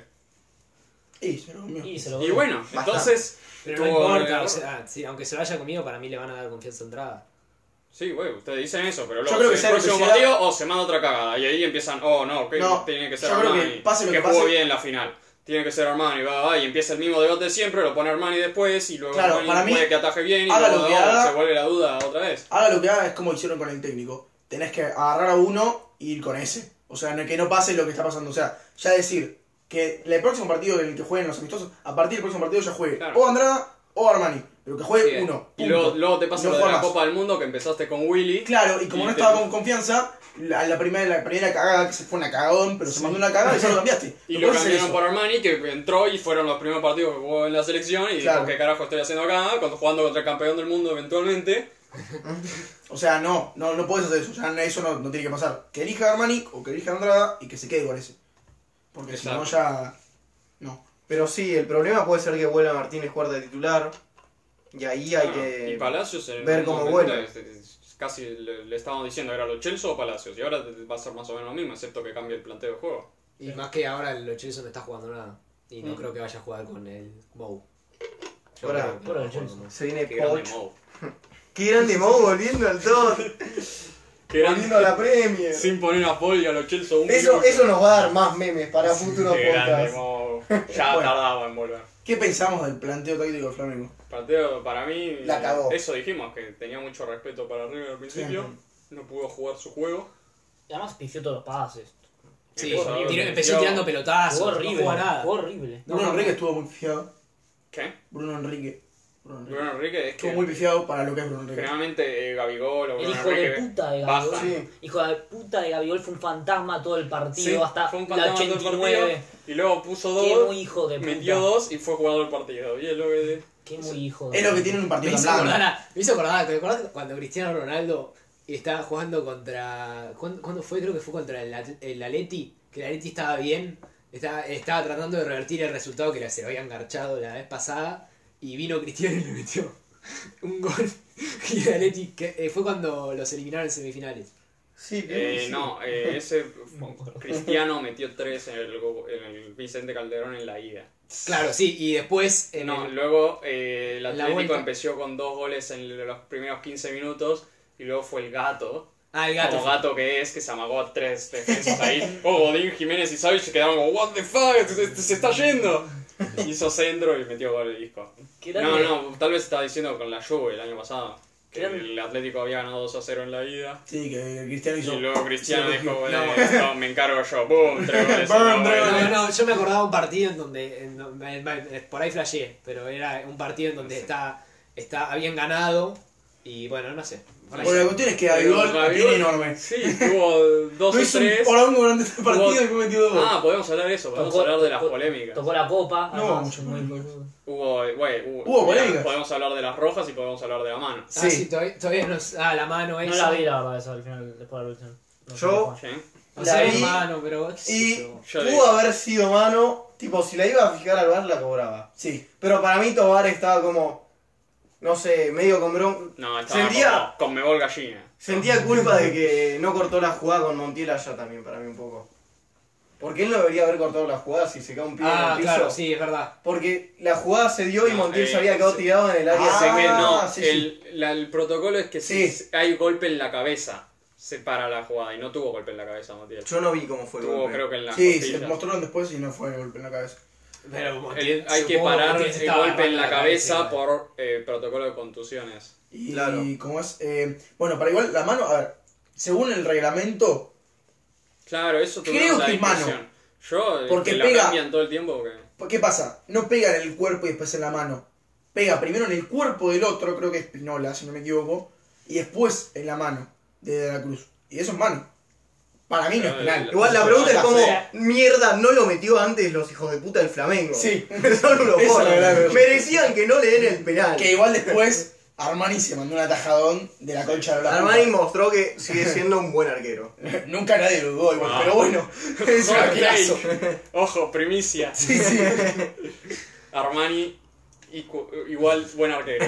C: Y se lo comió.
D: Y se lo
E: Y bueno,
B: Bastante.
E: entonces...
A: Pero no
E: tuvo-
A: importa, o sea, sí, aunque se lo haya comido, para mí le van a dar confianza a Entrada.
E: Sí, güey, ustedes dicen eso, pero
C: Yo
E: luego
C: creo que
E: el
C: sea lo que
E: próximo
C: sea-
E: partido o se manda otra cagada. Y ahí empiezan, oh no, que
C: No,
E: tiene que ser
C: yo creo que
E: Armani.
C: pase lo que
E: jugó
C: pase-
E: bien la final. Tiene que ser Armani, va, va, y empieza el mismo debate de siempre, lo pone Armani después y luego
C: Claro,
E: Armani
C: para mí,
E: puede que ataje bien y
C: haga
E: luego
C: lo que
E: no,
C: haga.
E: se vuelve la duda otra vez.
C: Ahora lo que haga es como hicieron con el técnico. Tenés que agarrar a uno y ir con ese. O sea, no- que no pase lo que está pasando. O sea, ya decir que el próximo partido en el que jueguen los amistosos, a partir del próximo partido ya juegue
E: Claro.
C: o Andrada o Armani. Pero que juegue
E: Sí,
C: uno.
E: y
C: punto.
E: luego, luego te pasa
C: No
E: lo de
C: juega
E: la
C: más.
E: Copa del Mundo que empezaste con Willy.
C: Claro, y como
E: Y
C: no
E: te-
C: estaba con confianza, la, la primera, la primera cagada que se fue una cagadón, pero se mandó una cagada y ya lo cambiaste.
E: Y
C: No
E: lo
C: puedes hacer
E: cambiaron
C: eso.
E: por Armani, que entró y fueron los primeros partidos que jugó en la selección. Y
C: Claro.
E: dijo, ¿qué carajo estoy haciendo acá? Cuando jugando contra el campeón del mundo eventualmente.
C: O sea, no, no, no puedes hacer eso. Ya eso no, no tiene que pasar. Que elija a Armani o que elija a Andrada y que se quede con ese. Porque si no
E: Exacto.
C: ya... No.
B: Pero sí, el problema puede ser que vuelva Martínez Cuarta de titular. Y ahí hay
E: Ah,
B: que
E: y Palacios en
B: ver
E: un
B: cómo
E: momento
B: vuelve.
E: es- es- Casi le, le estábamos diciendo, ¿era lo Chelsea o Palacios? Y ahora va a ser más o menos lo mismo, excepto que cambie el planteo de juego.
A: Y más que ahora el Chelsea no está jugando nada. Y no
E: Mm.
A: creo que vaya a jugar con el Mou. Yo
B: Ahora,
A: creo que
D: por
A: no
D: el
A: juega
D: Chelsea.
A: con Mou.
B: se viene
E: Qué grande
B: Poch.
E: Mou.
B: Qué grande Mou volviendo al todo.
E: Qué grande.
B: Volviendo a la Premier.
E: Sin poner a Paul y a los Chelsea un
B: Eso,
E: minuto.
B: eso nos va a dar más memes para futuros
E: Qué grande
B: podcasts.
E: Mou. Ya
C: Bueno.
E: tardaba en volver.
C: ¿Qué pensamos del planteo táctico del Flamengo?
E: Partido, para mí,
C: La cagó.
E: eso dijimos, que tenía mucho respeto para River al principio. No pudo jugar su juego.
D: Y además pifió todos los pases.
A: Sí,
E: Empezó-
A: tiró- empezó
E: empezó-
A: tirando pelotazos,
D: Jugó
A: no
D: horrible.
A: jugó nada.
D: Jugó horrible.
A: No,
C: Bruno
A: no,
C: Enrique
A: no.
C: estuvo muy pifiado.
E: ¿Qué?
C: Bruno Enrique. Bruno Enrique.
E: Bruno Enrique es
C: Estuvo
E: que
C: muy pifiado para lo que es Bruno Enrique.
E: generalmente eh, Gabigol o
D: El
E: Bruno
D: hijo de
E: Enrique
D: puta de Gabigol.
E: bajan.
B: Sí.
D: Hijo de puta de Gabigol fue un fantasma todo el partido
E: Sí,
D: hasta
E: fue un
D: la
E: fantasma todo el
D: ochenta y nueve.
E: partido, y luego puso
D: Qué
E: dos,
D: muy hijo de puta.
E: metió dos y fue jugador del partido. Y es lo que...
D: Qué muy hijo de
C: Es lo que
D: puta.
C: tiene un
A: Me
C: partido tan
A: hizo
C: blando.
A: acordar, a- me hizo acordar, ¿te acordás cuando Cristiano Ronaldo estaba jugando contra... ¿Cuándo, cuándo fue? Creo que fue contra el, At- el Atleti, que el Atleti estaba bien, estaba, estaba tratando de revertir el resultado que se lo habían garchado la vez pasada, y vino Cristiano y le metió un gol. Y el Atleti, que eh, fue cuando los eliminaron en semifinales.
B: Sí, creo que
E: Eh,
B: sí.
E: no, eh, ese Cristiano metió tres en el, en el Vicente Calderón en la ida.
A: Claro, sí, y después. En
E: No,
A: el-
E: luego eh, el
A: la
E: Atlético
A: vuelta.
E: empezó con dos goles en los primeros quince minutos y luego fue el Gato.
A: Ah, el gato.
E: Como gato que es, que se amagó a tres defensas ahí. Oh, Godín, Jiménez y Savage se quedaron como, what the fuck, se, se- se está yendo. Hizo centro y metió gol el disco.
D: Qué
E: No,
D: grande.
E: no, tal vez estaba diciendo con la Juve el año pasado. Que
D: Grande.
E: el Atlético había ganado dos a cero en la ida.
C: Sí, que Cristiano hizo.
E: Y luego Cristiano
C: sí,
E: dijo,
C: lo
E: bueno,
A: No.
E: esto me encargo yo. ¡Boom! Tres goles.
C: Boom,
E: en la
C: tres
E: vuelta.
A: No, no, yo me acordaba un partido en donde. en donde- en- por ahí flasheé, pero era un partido en donde está, está, habían ganado y bueno, no sé. Por ahí.
C: Bueno, la cuestión es que Gabigol la
E: Gabigol-
C: tiene enorme.
E: Sí, tuvo dos
C: No
E: o
C: hizo un
E: tres.
C: porongo durante este partido
E: Hubo-
C: y fue metido dos.
E: Ah, podemos hablar de eso, podemos
D: Tocó-
E: hablar de las
D: tocó-
E: polémicas.
D: Tocó la copa.
C: No,
D: además,
C: mucho
D: muy
C: más.
D: boludo.
E: Hubo, güey, hubo,
C: Hubo
E: mira,
C: polémicas.
E: podemos hablar de las rojas y podemos hablar de la mano.
A: Ah,
C: Sí.
A: sí, todavía, todavía no. Ah, la mano
D: No
A: esa.
D: la vi la verdad esa al final, después de la evolución. No sé
B: Yo-
D: qué fue.
E: ¿Sí?
A: O
B: La
A: sea, es
B: vi
A: mano, pero. qué sé
B: Y
A: yo.
E: Yo
B: pudo
E: digo-
B: haber sido mano, tipo, si la iba a fijar al bar la cobraba.
C: Sí.
B: Pero para mí Tobar estaba como, no sé, medio con bron...
E: No, estaba
B: Sentía,
E: como con Mebol Gallina.
B: sentía culpa de que no cortó la jugada con Montiel allá también, para mí un poco. Porque él no debería haber cortado la jugada si se cae un pie en
A: Ah,
B: el piso.
A: claro, sí, es verdad.
B: Porque la jugada se dio y
E: No,
B: Montiel
E: eh,
B: se había quedado
E: sí.
B: tirado en el área.
C: Ah,
E: Sé que no,
C: sí, sí.
E: el, la- el protocolo es que si
B: Sí.
E: hay golpe en la cabeza, se para la jugada y no tuvo golpe en la cabeza Montiel.
B: Yo no vi cómo fue el
E: Tuvo
B: golpe.
E: creo que en la
C: Sí, se
E: costilla.
C: mostraron después y no fue el golpe en la cabeza.
A: Pero
E: El-
A: Montiel-
E: hay que
A: supongo
E: parar
A: Montiel se
E: el
A: estaba
E: golpe en la
A: agarrando
E: cabeza
A: igual.
E: por eh, protocolo de contusiones.
C: Y
B: Claro.
C: como es. Eh, bueno, para igual, la mano, a ver, según el reglamento,
E: Claro, eso
C: Creo
E: tuvimos la
C: que es mano.
E: discusión. Yo, eh,
C: Porque
E: que la
C: pega-
E: cambian todo el tiempo porque...
C: ¿qué pasa? No pega en el cuerpo y después en la mano. Pega primero en el cuerpo del otro, creo que es Pinola, si no me equivoco, y después en la mano de De la Cruz. Y eso es mano. Para mí no es
E: Pero
C: penal.
E: el-
B: Igual la pregunta es
C: Ya
B: cómo
C: sé.
B: mierda no lo metió antes los hijos de puta del Flamengo.
C: Sí.
B: Son unos
C: Esa es la
B: forros.
C: verdad, pero-
B: Merecían que no le den el penal.
C: Que igual después Armani se mandó un atajadón de la concha de la
B: Armani
C: puta.
B: mostró que sigue siendo un buen arquero.
C: Nunca nadie lo dudó igual,
E: Ah.
C: pero bueno. Es un
E: Hot
C: arquerazo.
E: take. Ojo, primicia.
C: Sí, sí.
E: Armani, icu- igual buen arquero.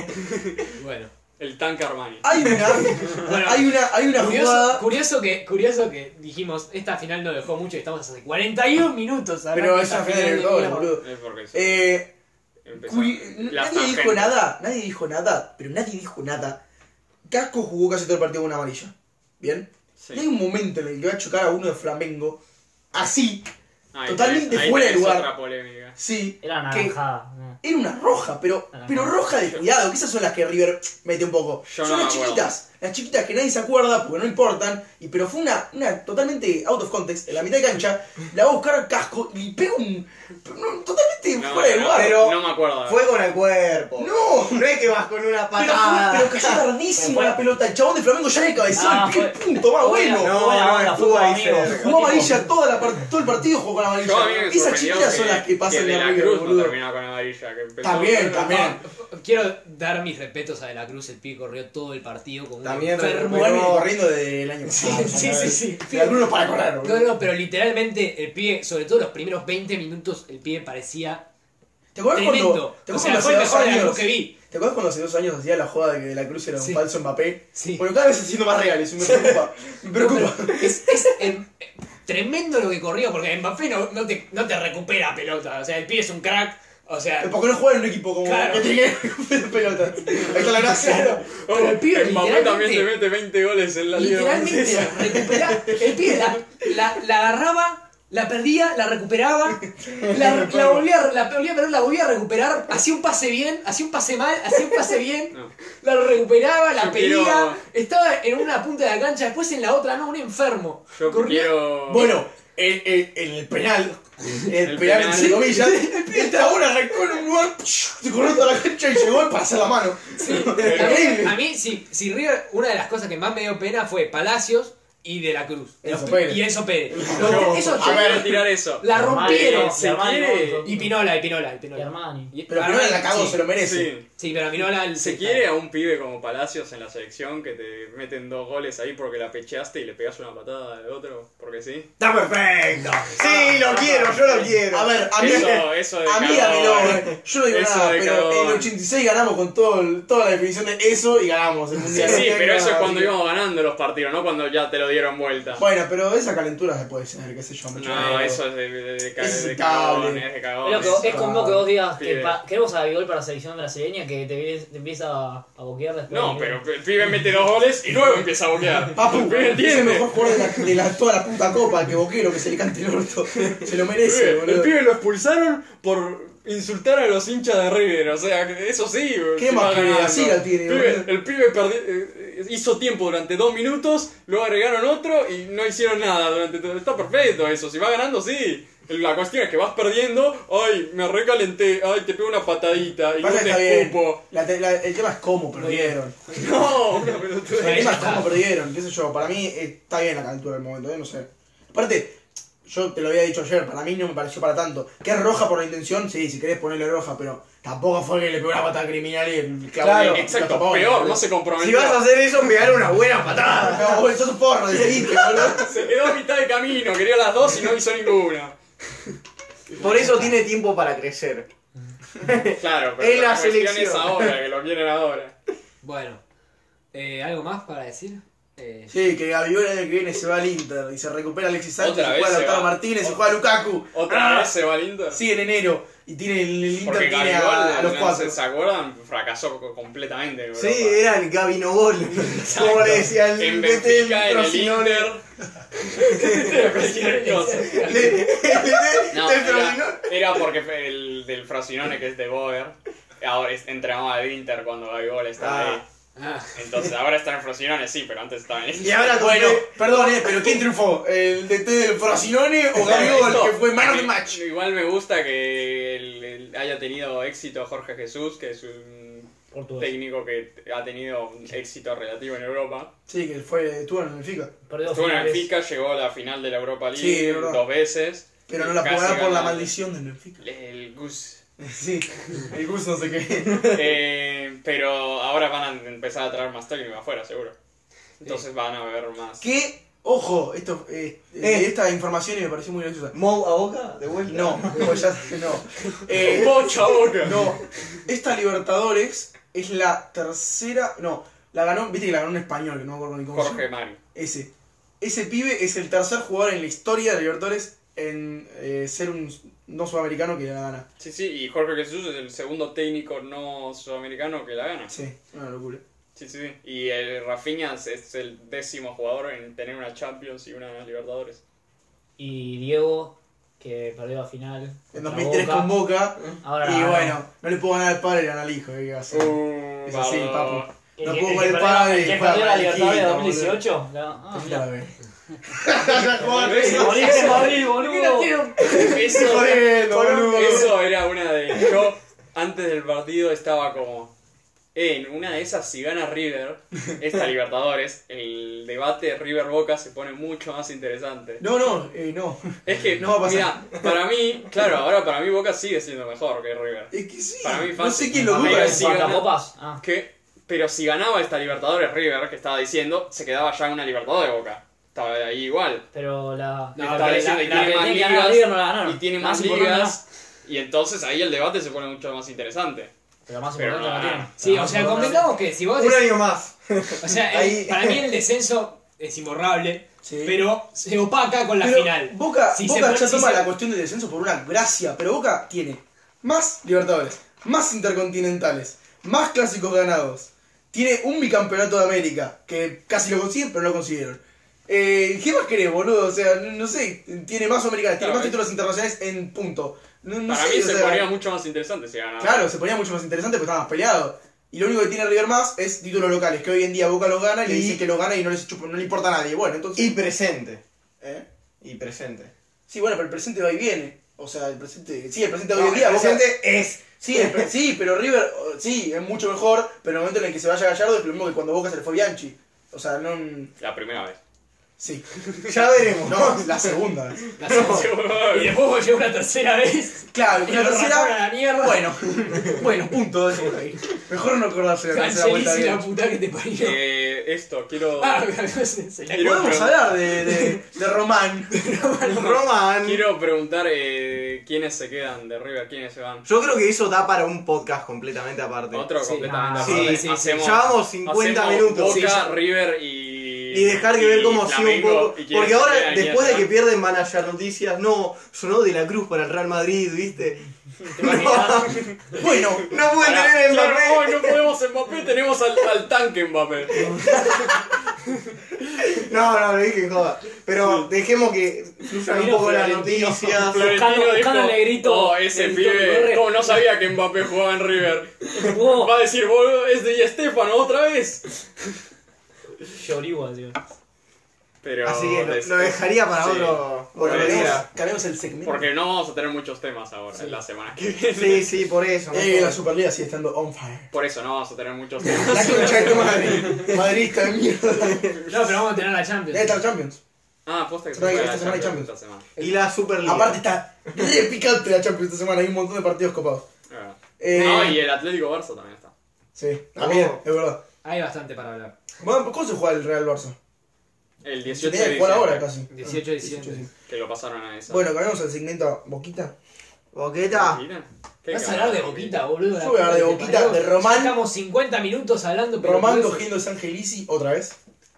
A: Bueno.
E: El tanque Armani.
C: Hay una,
A: Bueno,
C: hay una, hay una
A: Curioso,
C: jugada.
A: curioso, que, curioso que dijimos, esta final no dejó mucho y estamos hace cuarenta y un minutos hablando
C: Pero
A: de
C: es
A: esta
C: una final de
A: final de
C: Libertadores,
A: mierda.
C: boludo.
E: Es porque sí.
C: Eh,
E: Empezó.
C: curi-
E: Las
C: nadie dijo
E: tangentes.
C: nada, nadie dijo nada, pero nadie dijo nada. Casco jugó casi todo el partido con una amarilla. ¿Bien?
E: Sí.
C: Y hay un momento en el que va a chocar a uno de Flamengo, así,
E: Ahí
C: totalmente
E: tenés- ahí
C: fuera de
E: tenés
C: lugar.
E: otra polémica.
C: sí,
D: Era
C: que
D: naranjada. ¿no?
C: era una roja, pero,
D: Naranjada.
C: pero roja de cuidado, que esas son las que River mete un poco.
E: Yo
C: son
E: no
C: las
E: me acuerdo.
C: chiquitas, las chiquitas que nadie se acuerda porque no importan, y pero fue una, una totalmente out of context, en la mitad de cancha, la va a buscar al casco y pega un, un- totalmente
E: No,
C: fuera de
E: no,
C: lugar.
B: pero-
E: no me acuerdo.
B: Fue con el cuerpo.
C: No,
B: No es que vas con una
C: pero, fue,
B: patada.
C: pero cayó tardísimo la pelota, el chabón de Flamengo ya le cabeceó
D: Ah,
C: el, el
D: fue-
C: punto más
D: fue-
C: bueno.
B: No,
D: fue la
B: no,
D: banda,
B: estuvo
D: fue
B: ahí
D: amigo.
B: cerca.
C: Jugó amarilla toda la part- todo el partido jugó con amarilla.
E: Yo a mí me
C: Esas
E: sorprendió
C: chiquitas
E: que,
C: son las que pasan
E: que
C: de
E: De la
C: River,
E: Cruz no
C: boludo.
E: terminó con amarilla. Que empezó-
C: También, también.
A: Ah, quiero dar mis respetos a De la Cruz, el pibe corrió todo el partido con un
B: También
A: enfermo.
C: Bueno,
B: recuperó-
C: corriendo del año
A: Sí,
C: pasado.
A: sí, sí, sí.
C: De algunos para correr,
A: No,
C: boludo.
A: no, pero literalmente el pibe, sobre todo los primeros veinte minutos, el pibe parecía
C: ¿Te acuerdas
A: tremendo.
C: cuando, ¿te
A: O
C: acuerdas
A: sea,
C: cuando
A: fue el
C: hace
A: mejor
C: dos
A: De la
C: años?
A: Cruz que vi.
C: ¿Te acuerdas cuando hace dos años hacía la joda de que De la Cruz era un
A: Sí.
C: falso Mbappé?
A: Sí.
C: Bueno, cada vez se está haciendo más real, eso me preocupa. Me preocupa.
A: Pero es es, em, tremendo lo que corrió, porque Mbappé no, no, te, no te recupera pelota. O sea, el pibe es un crack. O sea,
C: Porque no juega en un equipo como
A: Claro.
C: que tiene que recuperar pelota. Ahí está la gracia.
A: claro, pero el pibe
E: Mbappé también te
A: literalmente,
E: mete veinte goles en la liga.
A: literalmente recupera, el pibe la, la, la agarraba, la perdía, la recuperaba, la, la volvía, la volvía a perder, la volvía a recuperar, hacía un pase bien, hacía un pase mal, hacía un pase bien,
E: No.
A: la recuperaba, la
E: Yo
A: pedía,
E: quiero-
A: estaba en una punta de la cancha, después en la otra, no, un enfermo.
E: Yo
A: Corría-
E: quiero.
C: Bueno, el, el, el penal, el,
E: El
C: penal,
E: penal.
C: entre comillas, el chabón arrancó en un lugar, se corrió toda la cancha y llegó para hacer la mano.
A: A mí, a mí, si, si River, una de las cosas que más me dio pena fue Palacios, y De la Cruz.
C: Enzo
A: Los-
C: Pérez.
A: Y Enzo Pérez.
E: No,
A: Los- esos
E: a ver,
A: chicos
E: tirar eso.
A: la rompieron.
D: Armani,
E: Se
D: Armani,
E: quiere-
D: no,
A: Y Pinola, y Pinola, y
D: Y
A: Pinola.
D: Armani.
A: Y-
C: Pero
A: Armani,
C: Pinola la cagó,
A: sí.
C: se lo merece.
E: Sí.
A: Sí, pero a Pinola...
E: Se quiere a un pibe como Palacios en la selección que te meten dos goles ahí porque la pecheaste y le pegas una patada al otro, porque sí.
B: Está perfecto. Sí, lo quiero, yo lo quiero.
C: A ver, a mí,
E: Eso, eso de
C: a mí
E: cagón.
C: dámelo. Yo no digo
E: Eso
C: nada,
E: de
C: pero
E: cagón.
C: en el ochenta y seis ganamos con todo el- toda la definición de eso y ganamos el
E: Sí,
C: mundial.
E: sí, pero eso es cuando
C: Sí.
E: íbamos ganando los partidos, no cuando ya te lo dieron vuelta.
C: Bueno, pero esa calentura se puede ser, qué sé yo, me
E: No,
C: chupa.
E: eso es de, de, de, ca-
C: Eso es
E: de
C: cable.
E: cagón, es de cagón.
D: Es, lo que- es como que vos digas que
E: Pibe.
D: pa- queremos a Gabigol para la selección brasileña que te, viene- te empieza a, a boquear después.
E: No,
D: de-
E: pero el pibe mete dos goles y luego empieza a boquear.
C: Papu,
E: El pibe
C: es el
E: entiende.
C: mejor jugador de, la, de la- toda la puta copa, que boquero, que se le cante el orto. Se lo merece,
E: Pibe,
C: boludo.
E: el pibe lo expulsaron por insultar a los hinchas de River, o sea, que eso sí.
C: ¿Qué
E: se
C: más
E: va
C: querés?
E: ganando.
C: Así la tiene,
E: Pibe,
C: boludo.
E: el pibe perdi- eh, hizo tiempo durante dos minutos, luego agregaron otro y no hicieron nada durante todo. Está perfecto eso, si va ganando, sí. La cuestión es que vas perdiendo, ay, me recalenté, ay, te pego una patadita y no
C: Pasa que
E: te
C: está bien.
E: escupo.
C: La te- la- el tema es cómo perdieron.
E: No, una pelotudez.
C: El
A: Ahí
C: tema es
A: está.
C: cómo perdieron, qué sé yo. Para mí eh, está bien la calentura del momento, eh, no sé. Aparte, yo te lo había dicho ayer, para mí no me pareció para tanto. Que es roja por la intención, sí, si querés ponerle roja, pero tampoco fue que le pegó una patada criminal y el clavó
B: Claro,
C: los
E: Exacto,
C: tapones,
E: peor,
C: boludo.
E: no se comprometió.
B: Si vas a hacer eso, pegar una buena patada.
C: No, boludo, sos un porro, decidiste, boludo.
E: Se quedó a mitad de camino, quería las dos y no hizo ninguna.
B: Por eso tiene tiempo para crecer.
E: Claro, pero
B: Es la
E: cuestión
B: selección.
E: es ahora, que lo quieren ahora.
A: Bueno, eh, ¿algo más para decir? Eh,
C: Sí, que Gabigol el año que viene se va al Inter y se recupera Alexis Sánchez,
E: Otra
C: se
E: vez
C: juega
E: se
C: Lautaro
E: va.
C: Martínez, se juega Lukaku.
E: ¿Otra
C: Ah,
E: vez se va al Inter?
C: Sí, en enero. Y tiene el, el Inter
E: Porque
C: tiene
E: Gabigol,
C: a, a los
E: no
C: cuatro.
E: sé, ¿se acuerdan? Fracasó co- completamente en
B: Sí,
E: Europa.
B: era el Gabinogol. Como le decía el
E: En
B: vete del
E: Benfica, en el
B: Frosinone.
E: Inter. Cualquier cosa.
B: Le-
E: No,
B: del
E: era,
B: Frosinone.
E: era porque fue el del Frosinone, que es de Boer, ahora es- entrenaba el Inter cuando Gabigol estaba
B: Ah.
E: ahí.
A: ah,
E: Entonces ahora está en Frosinone, sí, pero antes estaba en
B: Y ahora
C: Bueno,
B: bueno,
C: perdón, eh, pero ¿quién triunfó? ¿El D T del Frosinone o Gabigol,
E: Esto,
C: que fue man
E: a
C: of the
E: mí
C: match?
E: Igual me gusta que el- el- haya tenido éxito Jorge Jesús, que es un
D: Portugués.
E: técnico que ha tenido un éxito relativo en Europa.
C: Sí, que fue, estuvo en el Benfica.
D: Perdió
E: Estuvo en el
D: finales.
E: Benfica, llegó a la final de la Europa
C: Sí,
E: League
C: es verdad.
E: dos veces.
C: Pero no la
E: Casi
C: pudo ganar por la
E: gana
C: maldición del Benfica.
E: El Gus.
C: Sí, el Gus no sé qué.
E: Eh, pero ahora van a empezar a traer más técnicos afuera, seguro. Entonces van a ver más.
C: Que, ojo, esto, eh,
B: Eh.
C: esta información y me pareció muy graciosa.
B: Mou a Boca, de vuelta.
C: No, pues ya no. Eh,
E: ¡Bocha boca!
C: no, esta Libertadores es la tercera. No, la ganó, viste que la ganó un español, que no me acuerdo ni cómo se
E: Jorge
C: llama.
E: Mari.
C: Ese. Ese pibe es el tercer jugador en la historia de la Libertadores en eh, ser un no sudamericano que la gana.
E: Sí, sí, y Jorge Jesús es el segundo técnico no sudamericano que la gana.
C: Sí, una locura.
E: Sí, sí, sí. Y el Rafinha es el décimo jugador en tener una Champions y una Libertadores.
D: Y Diego, que perdió la final.
C: En
D: contra
C: dos mil tres
D: Boca.
C: con Boca.
D: Ahora
C: Y
D: la ganó.
C: bueno, no le puedo ganar al padre, le gana al hijo. ¿Qué va a hacer?
E: Uh,
C: Es así,
E: vamos.
C: papu.
D: El
C: No
D: que-
C: puedo
D: el
C: con
D: que
C: el
D: perdió-
C: padre,
D: el que
C: juega
D: perdió la
C: con el
D: Libertadores de
C: hijito,
D: dos mil dieciocho. La- ah,
C: Así
D: mira.
C: la ve.
D: Moriste Madrid, boludo.
E: Eso,
C: Jodiendo, boludo.
E: eso era una de... Yo, antes del partido, estaba como... Eh, en una de esas, si gana River, esta Libertadores, el debate River-Boca se pone mucho más interesante.
C: No, no, eh, no.
E: Es que,
C: No va a pasar.
E: mira, para mí, claro, ahora para mí Boca sigue siendo mejor que River.
C: Es que sí.
E: Para mí
C: no
E: fácil.
C: sé quién lo
E: Para
C: duda.
E: mí
C: eso.
E: sí.
D: ¿Cuántas
E: gana.
D: copas? Ah.
E: Que, pero si ganaba esta Libertadores River, que estaba diciendo, se quedaba ya en una Libertadores de Boca. Estaba ahí igual.
D: Pero la.
A: No,
E: Estaba
A: pero
E: diciendo,
A: la-
E: y
A: la
E: tiene
D: que
E: más
D: tenía que ganar
E: ligas,
D: River no la ganaron.
E: y tiene
D: Más
E: más
D: importante
E: ligas, y entonces ahí el debate se pone mucho más interesante.
D: Pero más
E: Pero
D: importante
E: no,
D: no tiene.
A: sí, o sea, convengamos que si vos
B: Un
A: decís-
B: año más.
A: o sea, el-
B: Ahí-
A: para mí el descenso es imborrable,
C: Sí.
A: pero se opaca con la
C: Pero
A: final.
C: Boca,
A: Si
C: Boca
A: se pone-
C: ya
A: si
C: toma
A: se-
C: la cuestión del descenso por una gracia, pero Boca tiene más Libertadores, más Intercontinentales, más clásicos ganados. Tiene un bicampeonato de América, que casi lo consiguen, pero no lo consiguieron. Eh, ¿Qué más querés, boludo? O sea, no, no sé, tiene más Americanos, tiene
E: Claro,
C: más
E: eh.
C: títulos internacionales en punto. No, no
E: Para
C: sé,
E: mí
C: o
E: se
C: sea,
E: ponía mucho más interesante si ganaba.
C: Claro, se ponía mucho más interesante porque estaba más peleado. Y lo único que tiene River más es títulos locales, que hoy en día Boca los gana y, le
B: Y-
C: dicen que los gana y no, les chupa- no le importa a nadie. Bueno, entonces...
B: Y presente.
C: ¿Eh?
B: Y presente.
C: Sí, bueno, pero el presente va y viene. O sea, el presente... Sí, el presente de
B: No,
C: hoy en día...
B: el
C: Boca-
B: presente es.
C: Sí, el pre- sí, pero River, oh, sí, es mucho mejor, pero en el momento en el que se vaya Gallardo es lo mismo que cuando Boca se le fue Bianchi. O sea, no...
E: La primera vez.
C: Sí.
B: Ya veremos.
C: No, la segunda.
D: La segunda. Y después llegó una tercera vez.
C: Claro,
D: Y
C: la
D: lo rajaron a
C: tercera.
D: la mierda.
C: Bueno, bueno, punto. Dejemos ahí. Mejor no acordarse de la tercera vuelta.
D: Cancelísima
C: bien.
D: puta que te parió.
E: Eh, esto, quiero.
D: Ah, se, se la
E: Quiero
C: Podemos
E: pregun-
C: hablar de, de, de Román.
B: Román.
E: Quiero preguntar eh, quiénes se quedan de River, quiénes se van.
B: Yo creo que eso da para un podcast completamente aparte.
E: Otro
D: Sí,
E: completamente
D: ah,
B: sí,
E: aparte.
B: sí,
D: sí.
E: Hacemos-
B: Llevamos cincuenta
E: hacemos
B: minutos.
E: Boca,
B: Sí, ya-
E: River y.
B: Y dejar que ver cómo sigue un
E: Flamengo,
B: poco.
E: y quiénes
B: Porque
E: se
B: ahora,
E: quedan y quiénes
B: después de
E: se
B: que
E: van.
B: pierden, van a hallar noticias. No, sonó de la Cruz para el Real Madrid, ¿viste?
D: ¿Te imaginas?
C: Bueno,
B: No pueden
E: Pará,
B: tener
E: claro,
B: Mbappé.
E: hoy no podemos Mbappé, tenemos al, al tanque Mbappé.
B: No, no, lo dije en joda. Pero dejemos que fluyan un poco las noticias.
D: Buscando- buscando al negrito.
E: Oh, ese
D: Negrito
E: pibe.
D: Torres.
E: ¿Cómo no sabía que Mbappé jugaba en River?
D: Oh,
E: Va a decir, boludo, es de Di Stéfano otra vez.
D: Llorigua, tío.
E: Pero
B: Así que
E: des-
B: lo, lo dejaría para
E: sí.
B: otro,
E: Por
B: otro
E: eso.
B: día.
C: cambiamos el segmento.
E: Porque no vamos a tener muchos temas ahora, en la semana que viene.
B: Sí, sí, por eso.
C: Eh,
B: mejor.
C: la Superliga sigue estando on fire.
E: Por eso no vamos a tener muchos temas.
C: La concha de tu madre. Madridista de mierda.
D: No, pero vamos a tener la Champions.
C: Ya está la Champions.
E: Ah, posta que se
C: No hay-
E: juega
C: esta
E: la
C: semana hay
E: Champions
C: Champions.
E: esta semana.
B: Y la Superliga.
C: Aparte está re picante la Champions esta semana. Hay un montón de partidos copados.
E: Ah.
C: Eh,
E: No, y el Atlético Barça también está.
C: Sí, también,
B: Oh.
C: es verdad.
D: Hay bastante para hablar.
C: Bueno, ¿cómo se juega el Real Barça?
E: El
C: Se
E: dieciocho
C: tiene
E: de
C: que jugar ahora
E: diciembre.
C: casi.
D: dieciocho de diciembre.
C: Sí.
E: Que lo pasaron a esa.
C: Bueno, cambiamos el segmento Boquita.
B: Boqueta.
E: ¿Boquita? ¿Qué
D: Vas a
E: cabrón?
D: hablar de Boquita, boludo.
C: Yo voy a hablar de
D: La puta
C: Boquita,
D: que te
C: de
D: parió.
C: Román.
D: Ya estamos cincuenta minutos hablando, pero
C: Román
D: por-
C: cogiendo San Gelisi otra vez.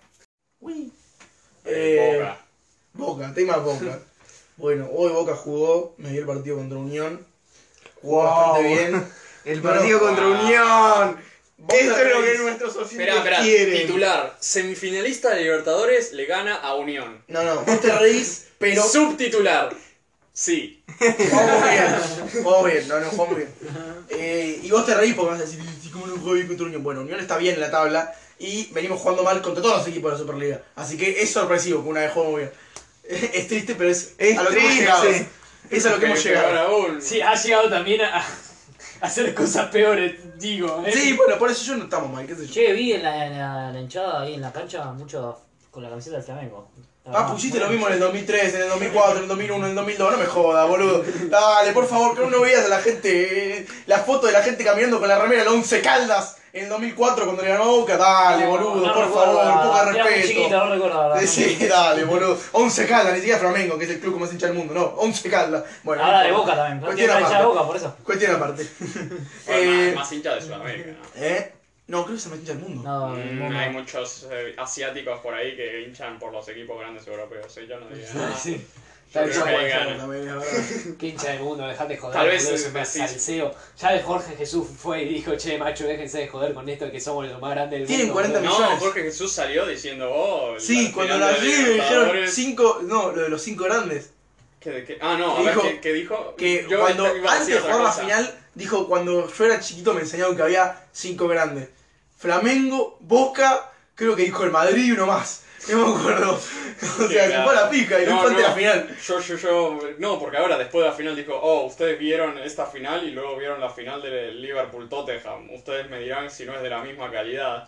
C: Uy.
E: Eh,
C: Eh,
E: Boca.
C: Boca, tema Boca. Bueno, hoy Boca jugó, me dio el partido contra Unión. Jugó
B: Wow.
C: bastante bien.
B: El partido
C: Bueno,
B: contra
E: ah.
B: Unión.
C: Boca
B: Esto es lo que
C: Reis.
B: nuestros oyentes
E: Espera, espera.
B: quieren.
E: Titular. Semifinalista de Libertadores le gana a Unión.
C: No, no, vos te reís, pero
E: Subtitular. Sí.
C: jugamos bien. Jugamos bien, no, no, jugamos bien. Eh, y vos te reís porque vas a decir, "Sí, ¿cómo no juego bien contra Unión?". Bueno, Unión está bien en la tabla y venimos jugando mal contra todos los equipos de la Superliga. Así que es sorpresivo que una vez jugamos bien. Es triste, pero es,
B: Es
C: a lo que hemos
B: triste.
C: llegado. Es a lo que hemos
E: Peor
C: llegado.
E: aún.
D: Sí, ha llegado también a, a hacer cosas peores, digo. ¿eh?
C: Sí, bueno, por eso yo no estamos mal, qué sé yo.
D: Che, vi en la, en la- la hinchada ahí en la cancha mucho con la camiseta del Flamengo. La
C: Ah,
D: verdad,
C: pusiste
D: muy
C: lo mismo en el dos mil tres, en el dos mil cuatro, en el dos mil uno, en el dos mil dos, no me jodas, boludo. Dale, por favor, que no veas a la gente, eh, la foto de la gente caminando con la remera del Once Caldas en el dos mil cuatro cuando le ganó a Boca. Dale,
D: No,
C: boludo,
D: no
C: por
D: recuerdo,
C: favor,
D: la-
C: poca
D: era muy
C: respeto.
D: chiquito, no recuerdo la verdad.
C: Eh, Sí, dale, boludo. Once Caldas, ni siquiera Flamengo, que es el club más hincha del mundo, no, Once Caldas. Bueno,
D: Ahora
C: no
D: de
C: importa.
D: Boca también. No
C: Cuestión
D: tiene la hinchada de
C: aparte.
D: Boca, por eso.
C: Cuestión aparte.
E: Fue
C: Eh,
E: más, más hincha de Sudamérica, ¿no?
C: ¿Eh? No, creo que es el más hincha del mundo.
D: No, el
E: Mm,
D: mundo.
E: hay muchos eh, asiáticos por ahí que hinchan por los equipos grandes europeos. ¿eh? Yo no diría nada.
D: Sí.
E: Yo
D: Tal
E: creo
D: cual.
E: que ganan.
C: También, es verdad.
D: Qué hincha del mundo, dejate joder.
E: Tal vez
D: boludo,
E: es-
D: es un
E: sí.
D: salseo. Ya de Jorge Jesús fue y dijo, che, macho, déjense de joder con esto de que somos los más grandes del
C: Tienen
D: mundo.
C: cuarenta
D: boludo".
E: No,
C: millones.
E: Jorge Jesús salió diciendo, oh,
C: Sí,
E: la
C: cuando
E: final
C: la
E: de
C: River dijeron
E: Libertadores.
C: cinco, no, lo de los cinco grandes.
E: ¿Qué- qué? Ah, no, a
C: Que
E: ver,
C: dijo-
E: ¿qué, qué dijo?
C: Que
E: Yo
C: cuando
E: iba a
C: antes
E: decir
C: de
E: otra
C: jugar la
E: cosa.
C: final, dijo, cuando yo era chiquito me enseñaron que había cinco grandes. Flamengo, Boca, creo que dijo el Madrid y uno más. No me acuerdo. O sea, se fue a la pica y no,
E: No,
C: fue ante
E: no.
C: la final.
E: Yo, yo, yo, no, porque ahora después de la final dijo, oh, ustedes vieron esta final y luego vieron la final de Liverpool-Tottenham. Ustedes me dirán si no es de la misma calidad.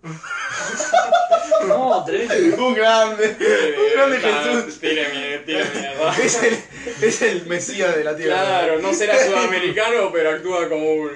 D: No, tremendo.
C: Un grande. Un grande Jesús.
E: Tire mi, tire mierda.
C: Es el, es el Mesías de la tierra.
E: Claro, no será sudamericano, pero actúa como uno.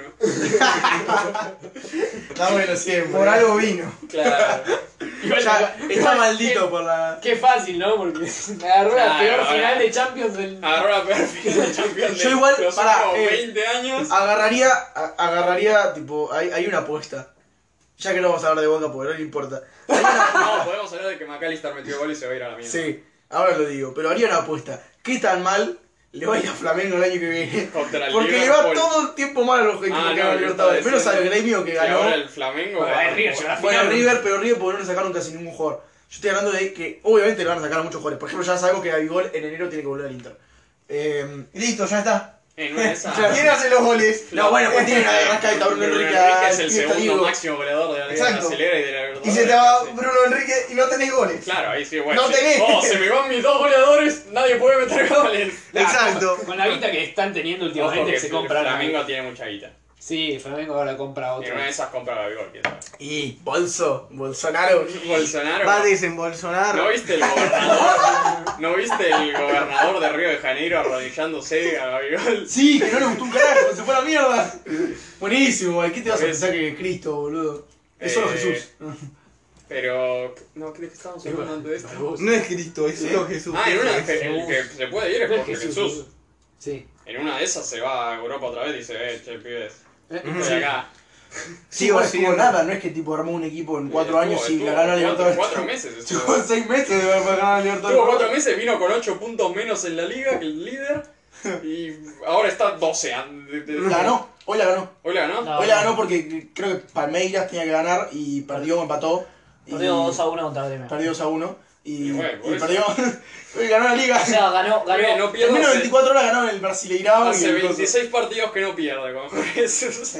C: Está bueno siempre.
B: Por algo vino.
E: Claro.
D: Igual-
C: Ya,
D: igual-
C: está maldito por la...
D: Qué fácil, ¿no? Porque agarró la
E: Claro,
D: peor
E: ahora-
D: final de Champions del...
E: Agarró la peor final de Champions
C: Yo
E: de
C: igual,
E: los
C: pará,
E: últimos
C: eh,
E: veinte años.
C: Agarraría, a- agarraría, tipo, hay, hay una apuesta. Ya que no vamos a hablar de Boca porque no le importa. Hay una-
E: No, podemos hablar de que McAllister metió gol y se va a ir a la mierda.
C: Sí, ahora lo digo, pero haría una apuesta. ¿Qué tan mal le va a ir a Flamengo el año que viene?
E: Contra el
C: Porque le va
E: Liverpool.
C: todo el tiempo mal a los equipos
E: Ah,
C: que
E: no,
C: ganan
E: yo
C: Libertadores.
E: estaba
C: Menos al
E: diciendo
C: gremio que
E: Y
C: ganó.
E: ahora el Flamengo.
D: Bueno,
E: va-
D: el River llegó a la
C: Bueno,
D: final.
C: River, pero River porque no le sacaron casi ningún jugador. Yo estoy hablando de que obviamente le van a sacar a muchos jugadores. Por ejemplo, ya sabemos que Gabigol en enero tiene que volver al Inter. Eh, y listo, ya está.
E: En una de esas.
B: ¿Quién hace los goles?
C: No, bueno, pues tiene una de Rascaeta, Bruno
E: Bruno
C: Enrique,
E: Enrique es el
C: Iniesta,
E: segundo
C: Diego.
E: máximo goleador de la Liga
C: Exacto.
E: Brasileña y de la Libertadores.
B: Y se te va
E: Sí.
B: Bruno Enrique y no tenés goles.
E: Claro, ahí sí, bueno.
B: No
E: sí.
B: tenés.
E: Oh, se me van mis dos goleadores, nadie puede meter goles.
B: Exacto.
D: Con la guita que están teniendo
E: Ojo
D: últimamente
E: que
D: se
E: el
D: compra la...
E: Flamengo tiene mucha guita.
A: Sí, Flamengo ahora compra
E: Y
A: otro.
E: en una de esas compra Gabigol, quién sabe.
C: Y Bolso, Bolsonaro.
E: Bolsonaro.
B: Va a desembolsonar.
E: ¿No viste el gobernador? ¿No viste el gobernador de Río de Janeiro arrodillándose a Gabigol?
C: Sí, que no le gustó un carajo, se fue a la mierda. Buenísimo, güey. ¿Qué te vas a
E: Es-
C: pensar que es Cristo, boludo? Es solo
E: Eh,
C: Jesús.
E: Pero. No, ¿qué estábamos hablando antes de esto?
B: No es Cristo, es solo Jesús.
E: Ah, en una
B: Es-
E: que, el que se puede ir es
A: No es
E: porque
A: Jesús,
E: Jesús.
A: Sí.
E: En una de esas se va a Europa otra vez y dice, eh, che, pibes,
B: Ujú.
E: estoy acá.
C: Sí,
B: Sigo
C: igual estuvo
B: siendo-
C: nada, no es que tipo armó un equipo en cuatro
E: Estuvo-
C: años y
E: estuvo
C: la ganó la
E: cuatro-
C: Libertadores.
E: Cuatro meses estuvo.
C: Estuvo seis meses de ganar la Libertadores.
E: Estuvo cuatro meses, vino con ocho puntos menos en la liga que el líder. Y ahora está doce. an- de- de-
C: La ganó, hoy la ganó.
E: ¿Hoy la ganó?
D: No.
C: Hoy la ganó porque creo que Palmeiras tenía que ganar y perdió o empató. Y
D: Perdió dos a uno contra Gremio.
C: Perdió dos a uno. Y,
E: Y bueno, por
C: y
E: eso.
C: perdió. Y ganó la liga.
D: O sea, ganó,
E: Oye,
D: ganó.
E: no
C: En
E: pierdo
C: menos de
E: hace,
C: veinticuatro horas ganó en el Brasileirao. y
E: hace
C: el coso.
E: veintiséis partidos que no pierde con Jesús.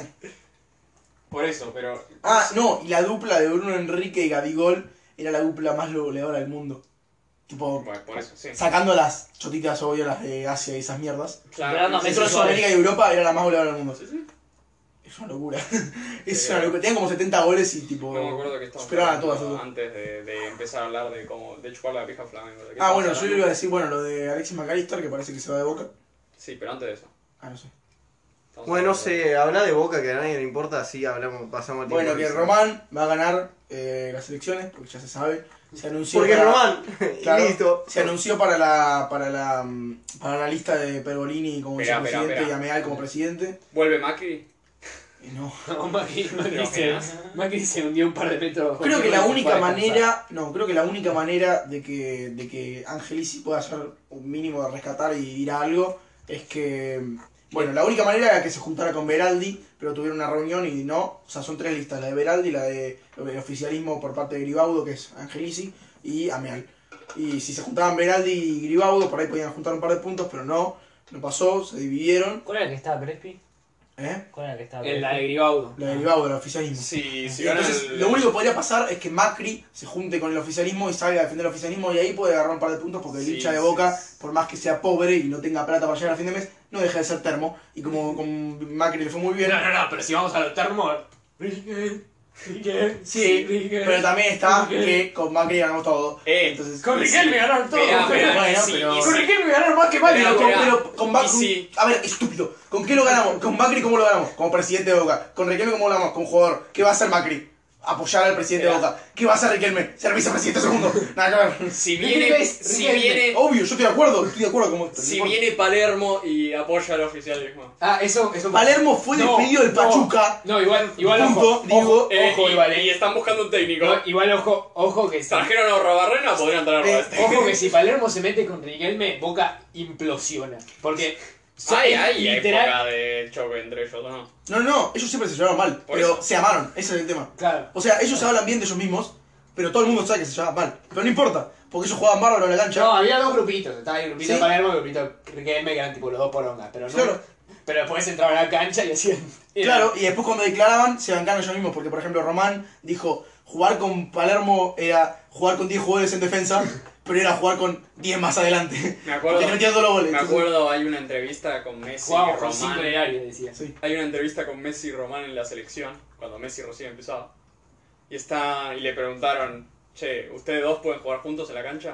E: Por eso, pero.
C: Ah, no, y la dupla de Bruno Enrique y Gabigol era la dupla más goleadora del mundo. Tipo,
E: Bueno, por eso, sí.
C: sacando las chotitas obvio, las de Asia y esas mierdas.
E: Claro,
D: Messi
C: Dentro de
D: Suárez.
C: Sudamérica y Europa era la más goleadora del mundo.
E: Sí, sí.
C: Es una locura. Es
E: Pero-
C: una locura. Tenían como setenta goles y tipo.
E: No me acuerdo que estábamos
C: superaban a todas.
E: hablando
C: todas.
E: antes de, de empezar a hablar de cómo de chupar la pija a Flamengo. ¿De qué
C: Ah, bueno,
E: estabas
C: yo
E: hablando?
C: iba a decir, bueno, lo de Alexis McAllister, que parece que se va de Boca.
E: Sí, pero antes de eso.
C: Ah, no sé.
E: Estamos
B: Bueno,
E: hablando de-
B: se habla de Boca, que a nadie le importa, así hablamos, pasamos el tiempo.
C: Bueno, que Román va a ganar eh, las elecciones, porque ya se sabe. Se anunció.
B: Porque
C: para-
B: Román,
C: Claro,
B: listo.
C: se anunció para la, para la mm, para la lista de Pergolini como
E: Esperá,
C: vicepresidente
E: esperá,
C: y
E: esperá.
C: Ameal como presidente.
E: ¿Vuelve Macri?
C: Y no.
A: No, Macri, Macri,
E: No,
A: se,
E: mira.
A: Macri se hundió un par de metros. bajo
C: Creo que
A: tierra
C: la
A: y se
C: única
A: fue a descansar.
C: manera, no, creo que la única manera de que, de que Angelici pueda hacer un mínimo de rescatar y ir a algo es que, bueno, la única manera era que se juntara con Beraldi, pero tuvieron una reunión y no, o sea, son tres listas, la de Beraldi, la de el oficialismo por parte de Gribaudo, que es Angelici, y Ameal. Y si se juntaban Beraldi y Gribaudo, por ahí podían juntar un par de puntos, pero no, no pasó, se dividieron.
D: ¿Cuál era el que estaba Crespi?
C: ¿Eh?
D: ¿Cuál era el que estaba
A: En la de
D: Crespi?
A: Gribaudo.
C: La de Gribaudo, el oficialismo.
E: Sí, si
C: Y
E: gana
C: entonces,
E: el-
C: lo único que podría pasar es que Macri se junte con el oficialismo y salga a defender el oficialismo y ahí puede agarrar un par de puntos porque el
E: Sí,
C: hincha de
E: sí,
C: Boca,
E: sí.
C: por más que sea pobre y no tenga plata para llegar a fin de mes, no deja de ser termo. Y como con Macri le fue muy bien,
A: No, no, no, pero si vamos a los termos. Riquel, Riquel,
C: sí,
A: Riquel.
C: pero también está
A: Riquel.
C: que con Macri ganamos todo.
E: Eh,
C: Entonces,
A: Con Riquel me ganaron todo.
E: Esperá, esperá,
C: Bueno,
E: sí,
C: pero-
E: y
A: Con
E: sí.
A: Riquel me ganaron más que Macri.
C: pero,
E: Espera,
C: con,
E: espera.
C: pero con Macri,
E: Y sí.
C: a ver, estúpido, ¿con qué lo ganamos? ¿Con Macri cómo lo ganamos? Como presidente de Boca. ¿Con Riquelme cómo lo ganamos? Con jugador. ¿Qué va a hacer Macri? Apoyar al presidente de
E: Espera.
C: Boca. ¿Qué va a hacer Riquelme? Ser vicepresidente segundo. Nada que ver.
E: Si
A: Riquelme
E: viene,
A: es-
E: si
A: Riquelme.
E: viene,
C: Obvio, yo estoy de acuerdo, estoy de acuerdo como
E: si viene Palermo y apoya al oficialismo.
A: Ah, eso, eso.
C: Palermo fue
A: No,
C: despedido del
A: no.
C: Pachuca.
A: No, igual, igual
C: Punto,
A: ojo.
C: digo,
A: ojo,
E: Eh,
A: ojo,
E: y,
A: igual, eh.
E: y están buscando un técnico.
A: No, igual ojo, ojo que si,
E: Trajeron a Rabarrena, podrían traerlo a este.
A: ojo que si Palermo se mete con Riquelme, Boca implosiona. Porque
E: Hay, hay
A: literal.
E: época de choque entre ellos, ¿o no?
C: No, no, ellos siempre se llevaron mal,
E: Por
C: pero
E: eso.
C: se amaron, ese es el tema.
A: Claro.
C: O sea, ellos se hablan bien de ellos mismos, pero todo el mundo sabe que se llevaban mal. Pero no importa, porque ellos jugaban bárbaro en la cancha.
A: No, había dos grupitos. Estaba el grupito
C: Sí.
A: de Palermo y el grupito de Riquelme, que eran tipo los dos porongas. Pero no.
C: Claro.
A: Pero después entraban a la cancha y hacían.
C: Claro, y después cuando declaraban, se bancaron ellos mismos, porque por ejemplo Román dijo, jugar con Palermo era jugar con diez jugadores en defensa, pero era jugar con diez más adelante.
E: Me acuerdo,
C: Porque te metían todos los goles.
E: me acuerdo, hay una entrevista con Messi y
A: Jugábamos con cinco
E: Román.
A: en el área, decía.
C: Sí.
E: Hay una entrevista con Messi y Román en la selección, cuando Messi recién empezaba. Y está y le preguntaron, che, ¿ustedes dos pueden jugar juntos en la cancha?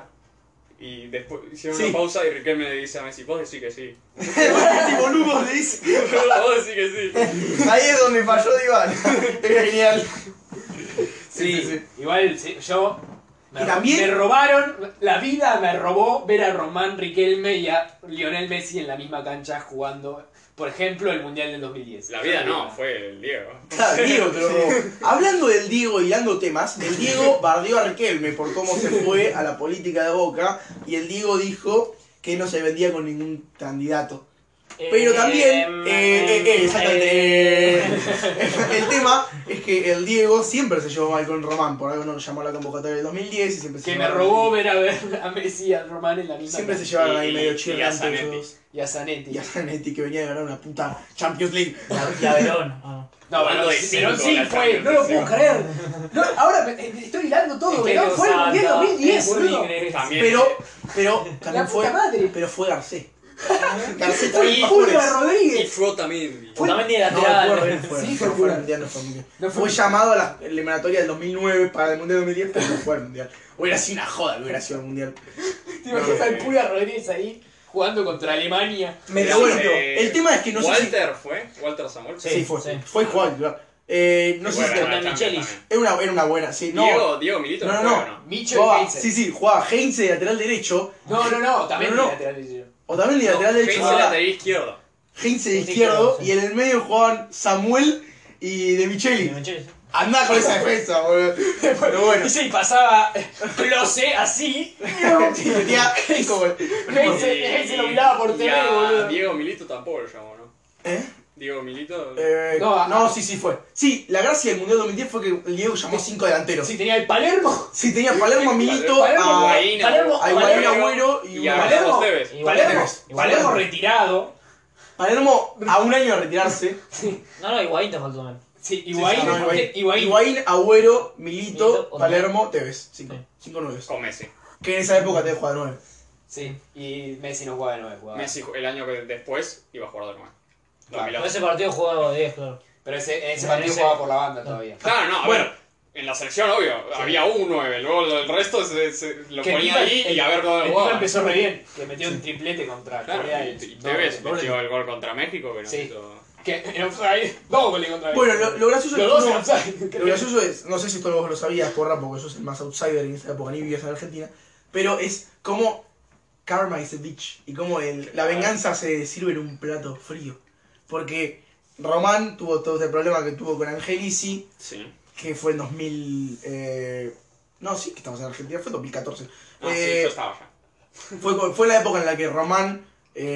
E: Y después hicieron
C: Sí.
E: una pausa y Riquelme le dice a Messi, vos decís que sí.
C: Ese boludo le dice.
E: Vos decís que sí.
B: Ahí es donde falló Divan.
C: Era genial.
A: Sí,
C: Sí, sí,
A: igual sí, yo. Me,
C: Y
A: ro-
C: también-
A: me robaron, la vida me robó ver a Román Riquelme y a Lionel Messi en la misma cancha jugando, por ejemplo, el Mundial del dos mil diez.
E: La vida no, fue el Diego.
C: Claro, Diego, pero hablando del Diego y hilando temas, el Diego bardeó a Riquelme por cómo se fue a la política de Boca y el Diego dijo que no se vendía con ningún candidato. Pero también, eh, eh, eh, exactamente, eh, el tema es que el Diego siempre se llevó mal con Román, por algo no lo llamó a la convocatoria del dos mil diez y siempre se
A: Que me
C: llevaron-
A: robó ver a ver a Messi y a Román en la misma
C: Siempre se
A: cancha.
C: llevaron ahí
E: Y-
C: medio
E: y a
C: chirriantes
E: Zanetti.
C: ellos.
A: Y a Zanetti.
C: Y a Zanetti que venía de ganar una puta Champions League.
D: Y a Verón. Ah.
A: No,
E: Hablando
A: pero
E: de
A: sí,
E: cinco,
A: pero sí
E: la
A: fue,
E: Champions,
A: no lo
E: sí.
A: puedo creer. No, ahora me, eh, estoy hilando todo,
D: Es que
A: Verón
D: lo
A: fue el Mundial
D: saca,
A: dos mil diez,
D: es muy
A: boludo.
D: increíble.
E: También.
C: Pero, pero
A: La
C: también
A: puta
C: fue,
A: madre.
C: pero fue Garcés. Garceta
E: Y-
C: y
D: Julio
C: Pajules.
E: Y
D: Rodríguez.
E: Frotamendi.
D: También de
C: No,
D: lateral.
C: el fue,
A: Sí,
C: no
A: fue
C: fue al
A: jurado.
C: mundial, no fue al mundial.
A: No
C: fue,
A: fue-
C: llamado a la eliminatoria del dos mil nueve para el mundial dos mil diez, pero no fue al mundial. Hubiera sido una joda que hubiera sido el mundial.
A: ¿Te imaginas al Pulga Rodríguez ahí jugando contra Alemania?
C: Pero bueno,
E: Eh,
C: el tema es que no sé si.
E: Walter fue, Walter Samuel.
C: Sí,
D: Sí,
C: fue.
D: sí.
C: Fue igual, claro. Eh, no sé
E: Bueno,
C: si.
E: era
D: con
E: Champions
D: Michelis.
E: también.
C: Era una, era una buena, sí. No,
E: Diego, Diego Milito
C: No,
E: no,
C: no,
E: juega,
C: no.
E: ¿no?
A: Micho y
C: jugaba,
A: Heinze.
C: sí, sí, jugaba Heinze de lateral derecho.
A: No, no, no, también
C: No, no,
A: de
C: no.
A: lateral derecho.
C: O también de lateral derecho.
E: Heinze
C: jugaba
E: lateral izquierdo.
C: Heinze de
D: Sí,
C: izquierdo.
D: sí.
C: Y en el medio jugaban Samuel y De Micheli.
D: Michelis.
C: Andá con esa defensa, boludo. Pero bueno.
A: Y sí, pasaba Close así.
C: Sí, tenía como.
A: Heinze Heinze lo miraba por
E: Y
A: T V,
E: a
A: boludo.
E: Diego Milito tampoco lo llamó, ¿no?
C: ¿Eh?
E: Diego Milito.
C: Eh,
A: No,
C: no,
A: a-
C: sí, sí fue. Sí, la gracia del Mundial dos mil diez fue que el Diego llamó cinco delanteros.
A: Sí, tenía el Palermo.
C: Sí, tenía a Palermo, a Milito,
A: Palermo,
C: a,
E: Higuaín,
A: Palermo,
C: a Higuaín,
A: Palermo,
C: Agüero y,
E: y a
C: una-
A: Palermo.
E: Carlos Tevez.
D: Igual
A: Palermo,
D: Tevez, igual
A: Palermo
D: Tevez.
A: retirado.
C: Palermo a un año de retirarse.
D: No, no, Higuaín te faltó también.
A: Sí, Higuaín.
C: Sí, no, Higuaín.
A: Higuaín.
C: Higuaín, Agüero, Milito,
D: Milito,
C: Palermo, Tevez. Cinco.
D: Sí.
C: Cinco nueves.
E: Con Messi.
C: Que en esa época te jugaba de nueve.
A: Sí, y Messi no jugaba de nueve, jugaba.
E: Messi el año que después iba a jugar de nuevo.
A: Claro.
D: Pero ese partido jugaba de diez, claro.
A: Pero ese, en ese
D: No,
A: partido
D: ese-
A: jugaba por la banda todavía.
E: Claro, no, a
C: Bueno.
E: ver. En la selección, obvio, había un nueve, luego el resto se, se- lo
A: Que
E: ponía
A: el Pipa-
E: ahí y a ver dónde
A: el Pipa
E: jugaba.
A: empezó re bien, que metió un triplete contra
E: Claro,
A: Corea
E: y,
A: y,
E: y Tevez
A: doble.
E: metió el gol contra México, que no
A: Sí.
E: hizo-
A: Que en offside, dos goles contra
C: Bueno, lo, lo gracioso
A: Los
C: es
A: dos
C: que
A: en
C: no-
A: offside.
C: Lo gracioso es, no sé si esto vos lo sabías, porra, porque sos el más outsider en esa época, ni vivías en Argentina, pero es como karma is a bitch, y como el, la venganza se sirve en un plato frío. Porque Román tuvo todo este problema que tuvo con Angelici,
E: Sí.
C: que fue en dos mil... Eh, no, sí, que estamos en Argentina, fue en dos mil catorce.
E: Ah, sí,
C: Eh,
E: yo estaba ya.
C: fue, con- fue la época en la que Román,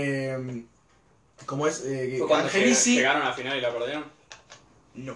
C: eh, como es, eh, que
E: ¿Fue cuando
C: Angelici...
E: llegaron a la final y la perdieron?
C: No.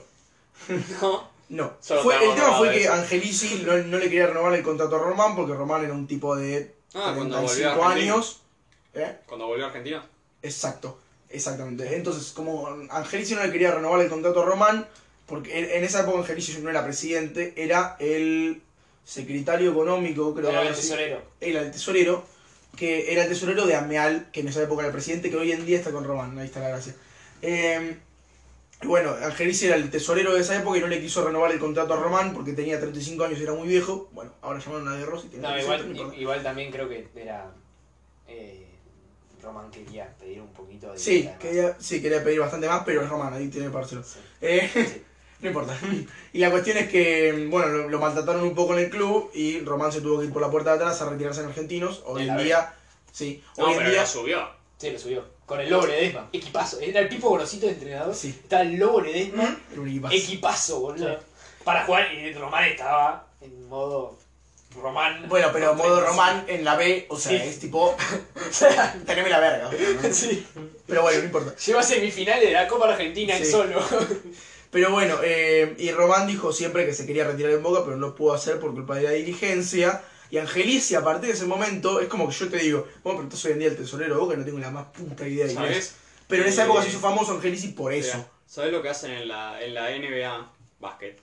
E: No.
C: No,
E: Solo
C: fue,
E: te
C: el
E: hago
C: tema fue
E: acordar de
C: que
E: eso.
C: Angelici no, no le quería renovar el contrato a Román porque Román era un tipo de
E: Ah, cuando
C: treinta y
E: volvió a
C: cinco
E: Argentina.
C: años. ¿Eh?
E: Cuando volvió a Argentina.
C: Exacto, exactamente. Entonces, como Angelici no le quería renovar el contrato a Román, porque en, en esa época Angelici no era presidente, era el secretario económico, creo
A: Era
C: que
A: el
C: así.
A: tesorero.
C: Era el tesorero, que era el tesorero de Ameal, que en esa época era el presidente, que hoy en día está con Román, ahí está la gracia. Eh, y bueno, Angelici era el tesorero de esa época y no le quiso renovar el contrato a Román porque tenía treinta y cinco años y era muy viejo. Bueno, ahora llamaron a De Rossi y tiene
A: No,
C: treinta y siete,
A: igual,
C: no importa.
A: igual también creo que era. Eh, Román quería pedir un poquito de.
C: Sí,
A: guita, además.
C: quería, sí, quería pedir bastante más, pero es Román, ahí tiene que pagárselo.
A: Sí.
C: Eh,
A: Sí.
C: no importa. Y la cuestión es que, bueno, lo, lo maltrataron un poco en el club y Román se tuvo que ir por la puerta de atrás a retirarse en Argentinos. Hoy
A: En
C: en
A: la
C: día, sí,
E: No,
C: hoy en
E: pero
C: día,
E: ya subió.
A: Sí, lo subió. Con el Lobo Ledesma. Equipazo. Era el Pipo Gorosito de entrenador.
C: Sí.
A: Estaba el Lobo Ledesma.
C: era un equipazo.
A: Equipazo, boludo.
D: Sí.
A: Para jugar. Y Román estaba en modo. Román.
C: Bueno, pero
A: con
C: modo
A: treinta y cinco.
C: Román en la B, o sea,
A: Sí.
C: es tipo, teneme la verga. ¿no?
A: Sí.
C: Pero bueno, no importa.
A: Llegó a semifinales de la Copa Argentina en
C: Sí.
A: solo.
C: Pero bueno, eh, y Román dijo siempre que se quería retirar en Boca, pero no lo pudo hacer por culpa de la dirigencia. Y Angelici, a partir de ese momento, es como que yo te digo, bueno, pero estás hoy en día el tesorero de Boca y no tengo la más puta idea de quién es.
E: ¿Sabes?
C: Pero en esa
E: Eh,
C: época se hizo famoso Angelici por eso.
E: Mira, ¿sabes lo que hacen en la, en la N B A Basket?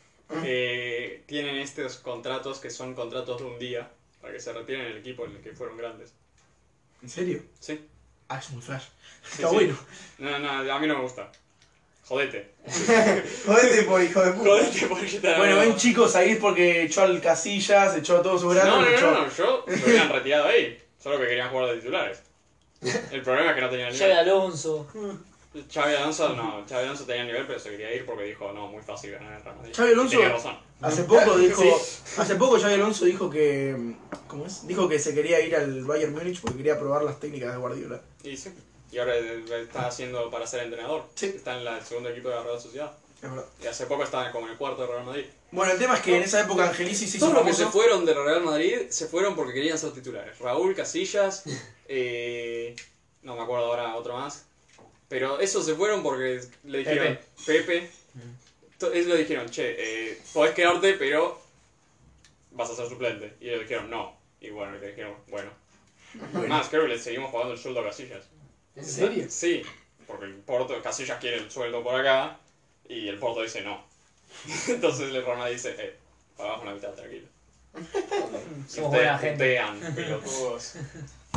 E: Eh, tienen estos contratos que son contratos de un día para que se retiren el equipo en el que fueron grandes.
C: ¿En serio?
E: Sí.
C: Ah, es un flash.
E: Sí,
C: Está
E: sí.
C: bueno.
E: No, no, a mí no me gusta. Jodete.
C: Jodete por hijo de puta.
E: Jodete porque te
C: Bueno, ven chicos, ahí es porque echó al Casillas, echó a todos sus
E: No,
C: grandes.
E: no, no,
C: echó-
E: no, no, yo me hubieran retirado ahí. Solo que querían jugar de titulares. El problema es que no tenían
D: Xavi
E: nivel.
D: Alonso.
E: Xavi Alonso no, Xavi Alonso tenía nivel, pero se quería ir porque dijo, no, muy fácil ganar el Real Madrid.
C: Xavi Alonso-
E: Y tenía razón.
C: Hace poco dijo,
E: Sí.
C: hace poco Xabi Alonso dijo que, ¿cómo es? Dijo que se quería ir al Bayern Múnich porque quería probar las técnicas de Guardiola.
E: Y sí. Y ahora está haciendo para ser entrenador.
C: Sí.
E: Está en la- el segundo equipo de la Real Sociedad.
C: Es verdad.
E: Y hace poco estaba como en el cuarto de Real Madrid.
C: Bueno, el tema es que en esa época Angelici se hizo
E: Todos los que se
C: famoso.
E: fueron del Real Madrid se fueron porque querían ser titulares. Raúl, Casillas, eh, no me acuerdo ahora otro más. Pero esos se fueron porque le dijeron, Pepe, to- ellos le dijeron, che, eh, podés quedarte, pero vas a ser suplente. Y ellos dijeron, no. Y bueno, y le dijeron, bueno. Más, creo que le seguimos pagando el sueldo a Casillas.
A: ¿En serio?
E: Sí, porque el Porto, Casillas quiere el sueldo por acá y el Porto dice no. Entonces el Real Madrid dice, eh, pagamos la mitad, tranquilo.
D: Somos
E: Ustedes
D: buena gente.
E: putean, pelotudos.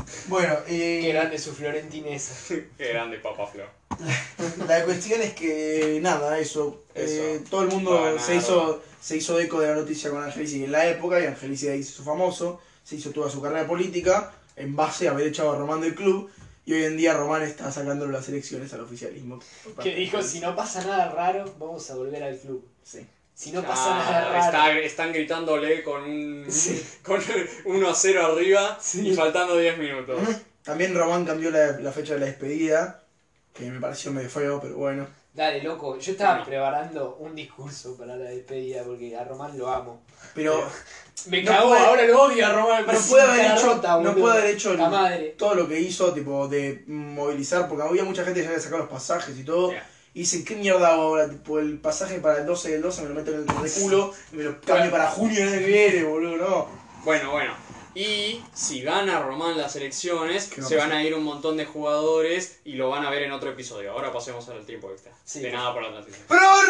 C: Bueno, eh,
A: Qué grande su florentinesa.
E: Qué grande Papa Flo.
C: la cuestión es que, nada, eso. eh,
E: Eso.
C: todo el mundo
E: Va a ganar.
C: se hizo, se hizo eco de la noticia con Angelici en la época y Angelici ahí se hizo famoso, se hizo toda su carrera política en base a haber echado a Román del club y hoy en día Román está sacándole las elecciones al oficialismo. por parte
A: Que dijo,
C: de-
A: si no pasa nada raro, vamos a volver al club.
C: Sí.
A: Si no
E: Ah,
A: pasa nada raro.
E: está- están gritándole con un
A: Sí.
E: con uno a cero arriba
A: Sí.
E: y faltando diez minutos.
C: También Román cambió la, la fecha de la despedida, que me pareció medio feo, pero bueno.
A: Dale, loco, yo estaba
E: Sí.
A: preparando un discurso para la despedida porque a Román lo amo.
C: Pero
A: Me
C: No
A: cagó,
C: puede-
A: ahora lo odio a Román. me
C: no
A: parece
C: puede
A: un
C: haber
A: cara
C: hecho,
A: rota,
C: no
A: boludo.
C: puede haber hecho el-
A: La madre.
C: todo lo que hizo, tipo, de movilizar, porque había mucha gente que ya había sacado los pasajes y todo.
E: Yeah.
C: Y dicen, ¿qué mierda hago ahora? Tipo, el pasaje para el doce del doce me lo meto en el reculo y me lo cambio para junio del año que viene, boludo, no.
E: Bueno, bueno. Y si gana Román las elecciones,
C: ¿Qué va a
E: se van
C: pasar?
E: a ir un montón de jugadores y lo van a ver en otro episodio. Ahora pasemos al tiempo extra.
A: Sí.
E: De nada por la transición.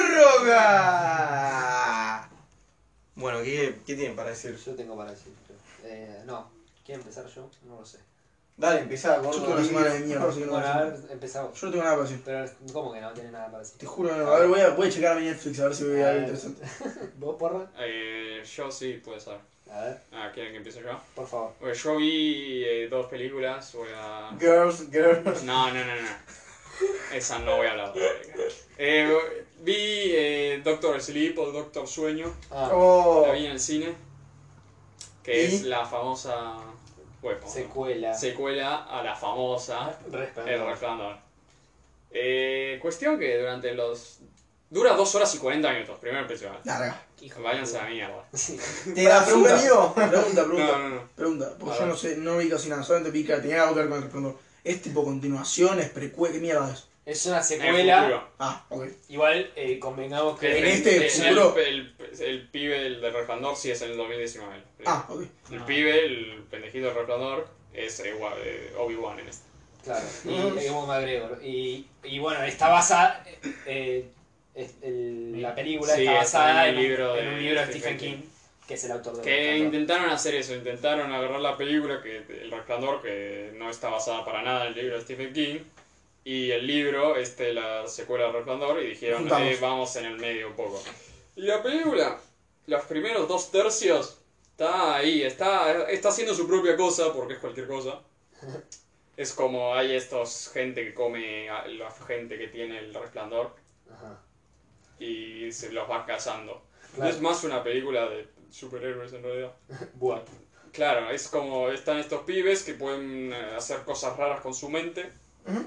B: ¡Prórroga! Bueno, ¿qué, qué tienen para decir?
A: Yo tengo para decir. Eh, no, ¿quiero empezar yo? No lo sé.
B: Dale, empezá, gordo.
C: Yo tuve una semana de mierda, así que no
A: Bueno,
C: voy
A: a
C: a
A: ver,
C: decir.
A: empezamos.
C: Yo no tengo nada para decir.
A: Pero, ¿cómo que no tiene nada para decir?
C: Te juro que no. A ver, voy a, voy a checar mi Netflix a ver si veo
A: A
C: algo
A: ver.
C: interesante.
A: ¿Vos, porra?
E: Eh, yo sí, puede ser.
A: A ver,
E: Ah, ¿quieren que empiece yo?
A: por favor.
E: Bueno, yo vi eh, dos películas, voy a...
B: Girls, girls.
E: No, no, no, no. Esa no voy a hablar. Eh, vi eh, Doctor Sleep o Doctor Sueño,
A: Ah,
B: Oh.
E: la vi en el cine, que
B: ¿Y?
E: es la famosa bueno,
A: secuela.
E: secuela a la famosa
A: Resplandor.
E: El Resplandor. Eh, cuestión que durante los... Dura dos horas y cuarenta minutos, primero principal.
C: Larga.
A: Hijo de
E: Váyanse a
A: puta.
E: la mierda.
A: Sí.
B: ¿Te la
C: Pregunta.
B: suspendió?
C: Pregunta,
E: No,
C: pregunta.
E: no, no.
C: Pregunta, porque
E: A
C: yo
E: ver.
C: no sé, no vi casi nada, solamente vi que tenía algo que ver con el resplandor. ¿Es tipo continuación? ¿Es precuela? ¿Qué mierda es?
A: Es una
E: En el
A: secuela.
E: futuro.
C: Ah, ok.
A: Igual, eh, convengamos que.
C: En este
E: el,
C: futuro.
E: el, el, el pibe del, del Resplandor sí es en el dos mil diecinueve.
C: Ah, ok.
E: El
A: Ah.
E: pibe, el pendejito del Resplandor, es eh, Wa- eh, Obi-Wan en este.
A: Claro, y Ewan McGregor. Y, y bueno, está basada. Eh, es- el- la película
E: Sí,
A: está
E: está
A: basada
E: en
A: en,
E: el libro
A: en
E: de
A: un libro de
E: Stephen
A: Stephen King, que es el autor de
E: Que
A: Resplandor.
E: intentaron hacer eso, intentaron agarrar la película, que El Resplandor, que no está basada para nada en el libro de Stephen King, y el libro, este, la secuela del Resplandor, y dijeron,
C: Juntamos.
E: eh, vamos en el medio un poco. Y la película, los primeros dos tercios, está ahí, está, está haciendo su propia cosa, porque es cualquier cosa. Es como hay estos gente que come, a la gente que tiene el Resplandor,
A: Ajá.
E: y se los va cazando.
A: Claro.
E: Es más una película de superhéroes en realidad.
A: Buah.
E: Claro, es como están estos pibes que pueden eh, hacer cosas raras con su mente
B: Ujú.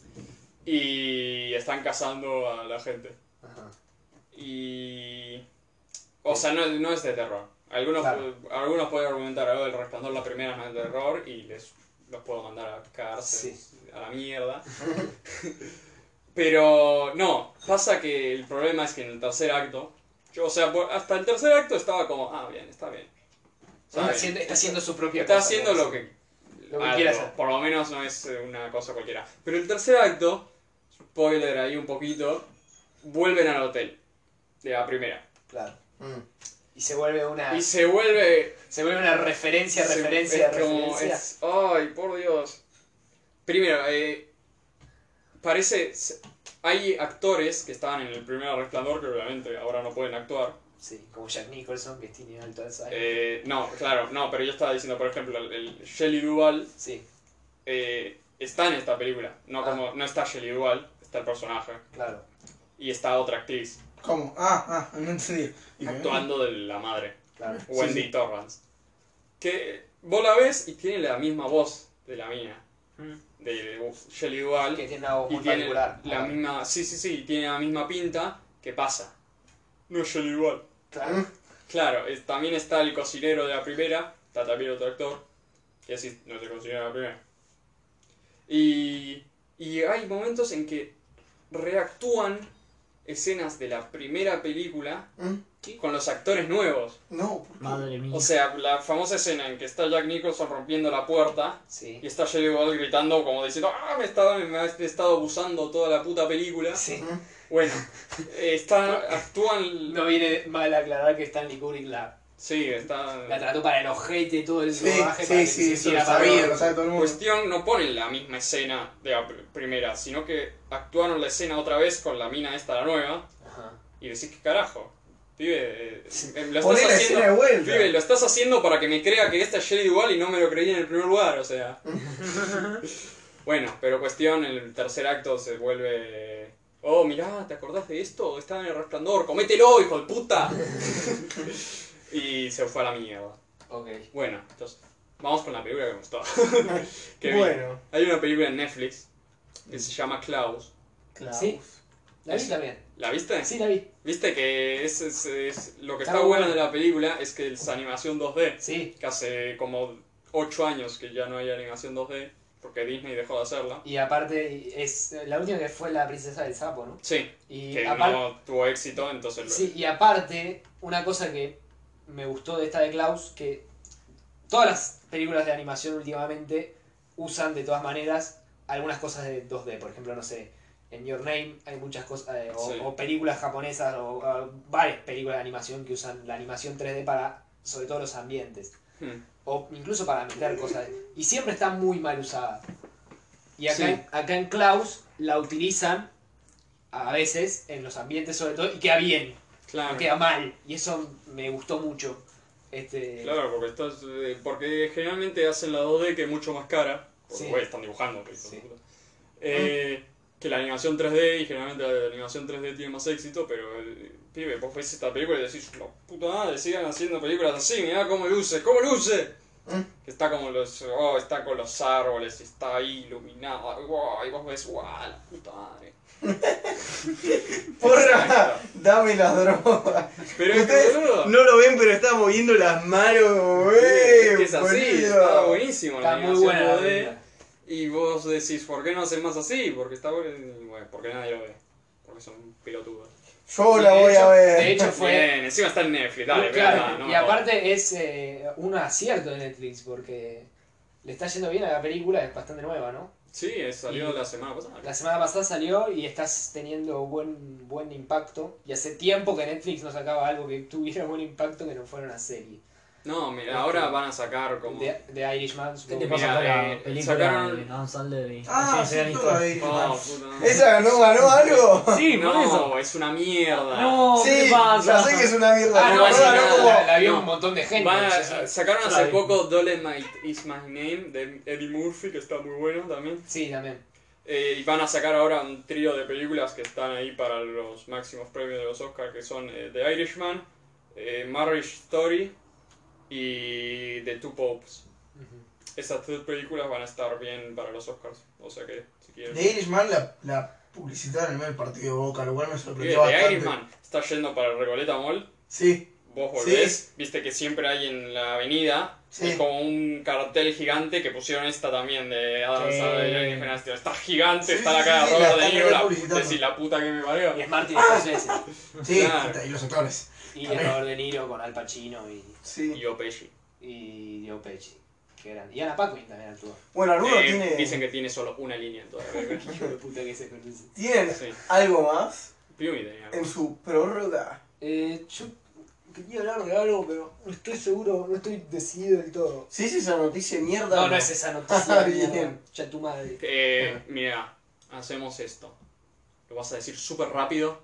E: y están cazando a la gente.
A: Ajá.
E: Y... O sea, no, no es de terror. Algunos,
A: Claro.
E: pu- algunos pueden argumentar, oh, el Resplandor la primera no es de terror y les los puedo mandar a cárcel, a la mierda. Pero no, pasa que el problema es que en el tercer acto, yo, o sea, por- hasta el tercer acto estaba como, ah, bien, está bien.
A: Está
E: bien.
A: haciendo, está haciendo su propia
E: Está
A: cosa.
E: haciendo
A: ¿no?
E: lo que,
A: Lo que
E: algo,
A: quiere hacer.
E: por lo menos no es eh, una cosa cualquiera. Pero el tercer acto, spoiler ahí un poquito, vuelven al hotel de la primera.
A: Claro.
B: Mm.
A: Y se vuelve una.
E: Y se vuelve...
A: Se vuelve una referencia,
E: se-
A: referencia,
E: es como,
A: referencia.
E: es- ay, por Dios. Primero, eh, parece... se- Hay actores que estaban en el primer Resplandor que obviamente ahora no pueden actuar.
A: Sí, como Jack Nicholson, que tiene alto Alzheimer.
E: Eh, no, claro, no, pero yo estaba diciendo, por ejemplo, el, el Shelley Duvall
A: Sí,
E: eh, está en esta película. No,
A: Ah.
E: como, no está Shelley Duvall, está el personaje.
A: claro.
E: Y está otra actriz
C: ¿Cómo? Ah, ah, no entendí. Dije,
E: actuando de la madre,
A: Claro.
E: Wendy
C: sí.
E: Torrance. Que vos la ves y tiene la misma voz de la mía,
A: Mm.
E: de Shelley Duvall.
A: Que tiene una voz
E: Y
A: muy
E: tiene
A: particular.
E: la misma, sí, sí, sí, tiene la misma pinta. ¿Qué pasa? No es Shelley Duvall.
A: Claro.
E: Claro, es- también está el cocinero de la primera, está también otro actor, que así no es el cocinero de la primera. Y, y hay momentos en que reactúan escenas de la primera película
B: ¿Mm?
E: con los actores nuevos.
B: No, ¿por qué?
D: Madre mía.
E: O sea, la famosa escena en que está Jack Nicholson rompiendo la puerta
A: Sí.
E: y está Shelley Duvall gritando como diciendo ¡ah, me, estaba, me has estado abusando toda la puta película!
A: Sí.
E: Bueno, eh, están, actúan...
A: No viene mal aclarar que Stanley Kubrick la
E: Sí, está...
A: La trató para el ojete y todo el
C: Sí,
A: rodaje para
C: sí,
A: que
C: sí,
A: se
C: eso
A: sintiera
C: lo sabía,
A: parado.
C: lo sabe todo el mundo.
E: Cuestión, no ponen la misma escena de la pr- primera, sino que actuaron la escena otra vez con la mina esta, la nueva,
A: Ajá.
E: y decís, ¿qué carajo? Pibe, eh, eh, lo
B: Poné
E: estás
B: la
E: haciendo...
B: escena de vuelta.
E: Pibe, lo estás haciendo para que me crea que esta es Shelley Duvall y no me lo creí en el primer lugar, o sea... Bueno, pero cuestión, el tercer acto se vuelve... Oh, mirá, ¿te acordás de esto? Estaba en El Resplandor, comételo, hijo de puta. Y se fue a la mierda.
A: Ok.
E: Bueno, entonces, vamos con la película que me gustó. Que vi.
B: Bueno.
E: Hay una película en Netflix que se llama Klaus.
B: Klaus.
A: Sí. La vi
E: Es-
A: también.
E: ¿La viste?
A: Sí, la vi.
E: Viste que es, es- es- lo que
A: Está
E: está bueno
A: bueno.
E: de la película es que es animación dos D.
A: Sí.
E: Que hace como ocho años que ya no hay animación dos D, porque Disney dejó de hacerla.
A: Y aparte, es la última que fue la princesa del sapo, ¿no?
E: Sí,
A: Y
E: que
A: aparte,
E: no tuvo éxito, entonces lo-
A: sí, y aparte, una cosa que me gustó de esta de Klaus, que todas las películas de animación últimamente usan de todas maneras algunas cosas de dos D. Por ejemplo, no sé, en Your Name hay muchas cosas, eh, o,
E: Sí.
A: o películas japonesas, o, o varias películas de animación que usan la animación tres D para, sobre todo, los ambientes.
E: Hmm.
A: O incluso para meter cosas. Y siempre está muy mal usada. Y acá,
E: Sí.
A: en, acá en Klaus la utilizan a veces en los ambientes sobre todo y queda bien,
E: Claro.
A: no queda mal. Y eso me gustó mucho. Este,
E: Claro, porque estás, eh, porque generalmente hacen la dos D que es mucho más cara, porque
A: Sí.
E: güey, están dibujando, que, hijo de
A: Sí.
E: puta. Eh, que la animación tres D, y generalmente la animación tres D tiene más éxito, pero eh, pibe, vos ves esta película y decís, la puta madre, sigan haciendo películas así, mirá cómo luce, cómo luce.
B: ¿Mm?
E: Que está como los, oh, está con los árboles, y está ahí iluminado, wow, y vos ves, wow, la puta madre.
B: Porra, dame las drogas.
E: Pero es
B: Ustedes
E: que, boludo,
B: no lo ven, pero está moviendo las manos,
E: es
B: güey.
E: que es así,
B: boludo.
E: está buenísimo la
A: está muy
E: animación
A: buena la
E: dos D.
A: película.
E: Y vos decís, ¿por qué no hacen más así? Porque está bueno, y bueno, porque nadie lo ve. Porque son pelotudos.
B: Yo
A: Y
B: la
A: de
B: voy
A: hecho-
B: a ver.
A: De hecho fue...
E: Bien, encima está en Netflix, dale,
A: claro,
E: véanla, no
A: y
E: me jodas.
A: aparte es eh, un acierto de Netflix porque le está yendo bien a la película, es bastante nueva, ¿no?
E: Sí, es- salió
A: y-
E: la semana pasada.
A: La semana pasada salió y estás teniendo buen buen impacto. Y hace tiempo que Netflix no sacaba algo que tuviera buen impacto que no fuera una serie.
E: No, mira, ahora van a sacar como...
A: De, de Irishman,
D: ¿Qué
A: supongo
D: te
A: que-
D: pasa
E: Mira,
D: con la
E: eh,
D: película
E: sacaron-
D: de Adam Sandler y
B: Ah,
D: Ese
B: sí,
D: gran
B: toda
D: historia?
E: Oh,
B: Irishman.
E: puta madre.
B: ¿Esa ganó, ganó algo?
D: Sí, por eso.
E: No, es una mierda.
D: No, ¿qué
B: Sí,
D: te pasa?
B: ya sé que es una mierda.
A: Ah,
B: pero
A: no,
E: pasa
A: sí,
B: ganó
E: nada.
B: como-
A: la, la vio
E: No.
A: un montón de gente.
E: Van a-
A: no sé.
E: sacaron
D: La
E: hace
D: vi.
E: poco Dolemite is My Name de Eddie Murphy, que está muy bueno también.
A: Sí, también.
E: Eh, y van a sacar ahora un trío de películas que están ahí para los máximos premios de los Oscars, que son eh, The Irishman, eh, Marriage Story y The Two Popes. Esas tres películas van a estar bien para los Oscars, o sea que si quieren...
C: De Irishman la, la publicitaron en el medio del partido de Boca, lo cual me
E: Bien,
C: sorprendió
E: The
C: bastante.
E: Irishman está yendo para el Recoleta Mall,
C: Sí,
E: vos volvés, viste que siempre hay en la avenida,
C: Sí.
E: es como un cartel gigante que pusieron esta también de Adam
D: Sí.
E: Sandler y Jennifer Aniston. Está gigante,
C: Sí,
E: está
C: sí,
E: la cara
C: sí,
E: de
C: sí, la
E: Robert De
C: están
E: Niro, la,
C: publicitando.
E: decís, la puta que me parió.
A: Y es Martin
B: Ah.
A: Scorsese.
C: sí,
E: Claro.
C: y los actores.
A: Y Robert De Niro con Al Pacino y,
B: Sí.
E: Y Joe Pesci.
A: y Joe Pesci. Que eran. Y Anna Paquin también actuó.
B: Bueno, alguno
E: Eh,
B: tiene.
E: Dicen que tiene solo una línea en toda la película.
A: Hijo de puta que se conoce.
B: ¿Tienen
E: Sí.
B: algo más
E: Piumi tenía.
B: en su prórroga?
A: Eh, yo quería hablar de algo, pero no estoy seguro, no estoy decidido del todo.
B: Si es esa noticia de mierda.
A: No, no es esa noticia.
B: Bien.
A: mierda. Ya tu madre.
E: Eh, mira, hacemos esto. Lo vas a decir súper rápido.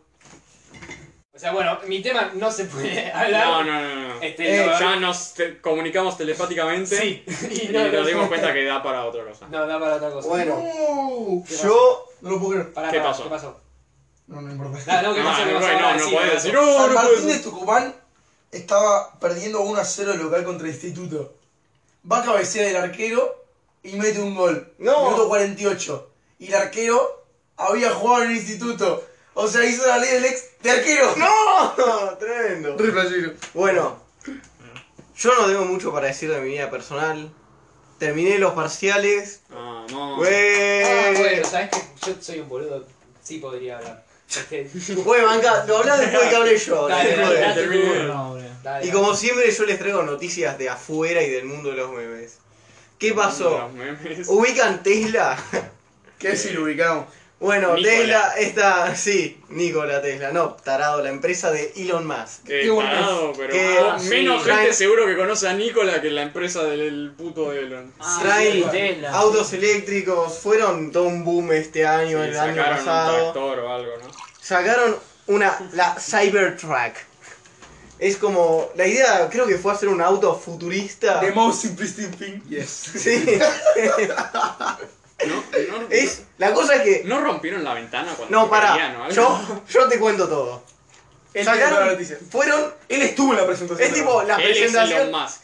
A: O sea, bueno, mi tema no se puede hablar.
E: No, no, no, no.
A: Este,
B: Eh,
A: no,
E: Ya nos te- comunicamos telepáticamente
A: Sí.
E: y
A: Y no,
E: nos
A: no,
E: dimos
A: no.
E: cuenta que da para otra cosa.
A: No, da para otra cosa.
B: Bueno,
C: Uh,
A: ¿Qué
B: yo.
C: no lo puedo creer.
A: Pará,
E: ¿Qué
A: pará,
E: pasó?
A: ¿Qué pasó?
C: No, no importa.
A: No, no, ¿qué
E: No,
A: pasó? ¿Qué
E: no,
A: pasó?
E: no,
A: Ahora
E: no
A: sí,
E: podés
A: ahora
E: decir,
A: sí.
E: no,
C: San
E: no
C: Martín
E: puedes.
C: de Tucumán estaba perdiendo uno a cero local contra el Instituto. Va a cabecear el arquero y mete un gol.
B: No.
C: Minuto cuarenta y ocho. Y el arquero había jugado en el Instituto. O sea, hizo la ley del ex de arquero.
B: ¡No! Tremendo.
C: Re flashero.
B: Bueno, yo no tengo mucho para decir de mi vida personal. Terminé los parciales.
E: Ah, no.
B: Güey.
A: Ah, bueno, ¿sabes qué? Yo soy un boludo. Sí podría hablar. Este,
B: Güey, banca, lo hablás después de que hablé yo. ahora,
A: Dale,
B: después
A: dale,
B: de-
A: dale.
E: terminé.
D: No, hombre.
A: dale,
B: Y
A: dale.
B: como siempre yo les traigo noticias de afuera y del mundo de los memes. ¿Qué pasó?
E: Los memes.
B: ¿Ubican Tesla?
C: ¿Qué si lo ubicamos?
B: Bueno,
E: Nikola.
B: Tesla, esta, sí, Nikola Tesla, no, tarado, la empresa de Elon Musk.
E: Qué
C: Qué bueno.
E: tarado, pero
B: Que-
E: ah, menos
B: sí,
E: gente
B: traen-
E: seguro que conoce a Nikola que la empresa del puto Elon.
D: Ah,
B: Traen
D: sí, Tesla.
B: autos eléctricos, fueron todo un boom este año,
E: Sí,
B: el año
E: sacaron un
B: pasado.
E: tractor o algo, ¿no?
B: Sacaron una, la Cybertruck. Es como, la idea creo que fue hacer un auto futurista.
C: The most simplistic thing, yes.
B: Sí,
E: No, no,
B: es, la cosa es que,
E: no rompieron la ventana cuando
B: no,
E: se
B: pará,
E: caían o algo.
B: yo, yo te cuento todo.
C: Él tiene toda la
B: Sacaron,
C: noticia.
B: fueron,
C: Él estuvo en la presentación.
B: es tipo la
E: Él es Elon
B: presentación.
E: Musk.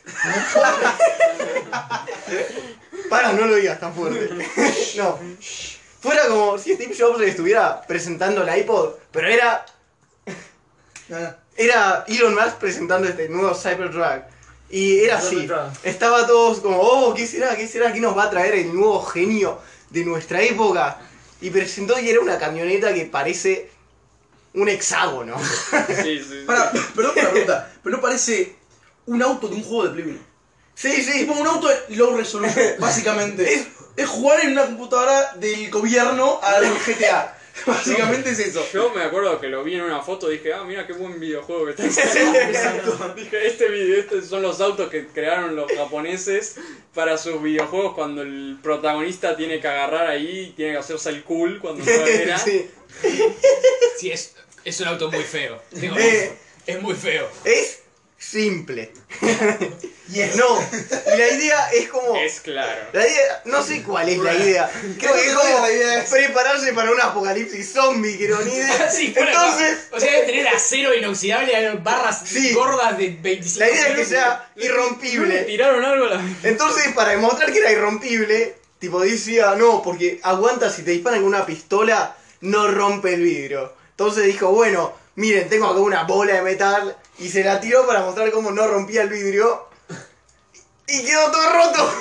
B: Para, no lo digas tan fuerte. No. Fuera como si Steve Jobs estuviera presentando la iPod, pero era.
C: Ah,
B: Era Elon Musk presentando este nuevo Cybertruck. Y era así.
D: Cybertruck.
B: Estaba todos como, oh, ¿qué será? ¿Qué será? ¿Qué nos va a traer el nuevo genio de nuestra época? Y presentó y era una camioneta que parece un hexágono.
E: Sí, sí, sí.
C: Para, perdón por la pregunta, pero no parece un auto de un juego de Play uno.
B: Sí, sí.
C: Tipo un auto de low resolution, básicamente.
B: Es-
C: Es jugar en una computadora del gobierno al G T A. Básicamente es eso.
E: Yo me acuerdo que lo vi en una foto y dije, ah, mira qué buen videojuego que está haciendo. Dije, este video, estos son los autos que crearon los japoneses para sus videojuegos cuando el protagonista tiene que agarrar ahí y tiene que hacerse el cool cuando no era.
B: Sí.
A: Sí, es, es un auto muy feo. Digo,
B: Eh.
A: es muy feo.
B: Es simple. No. Y la idea es como.
E: Es claro.
B: La idea, no sé cuál es la idea. Creo que es
C: No sé
B: como
C: la idea es-
B: prepararse para un apocalipsis zombie, que no ni idea.
A: Sí, fuera-
B: Entonces,
A: o sea, debe tener acero inoxidable y barras
B: Sí.
A: gordas de veinticinco
B: la idea es que
A: kilos.
B: sea
E: ¿No le
B: irrompible.
E: tiraron algo a la...
B: Entonces, para demostrar que era irrompible, tipo decía, no, porque aguanta si te disparan con una pistola, no rompe el vidrio. Entonces dijo, bueno, miren, tengo acá una bola de metal y se la tiró para mostrar cómo no rompía el vidrio. Y quedó todo roto.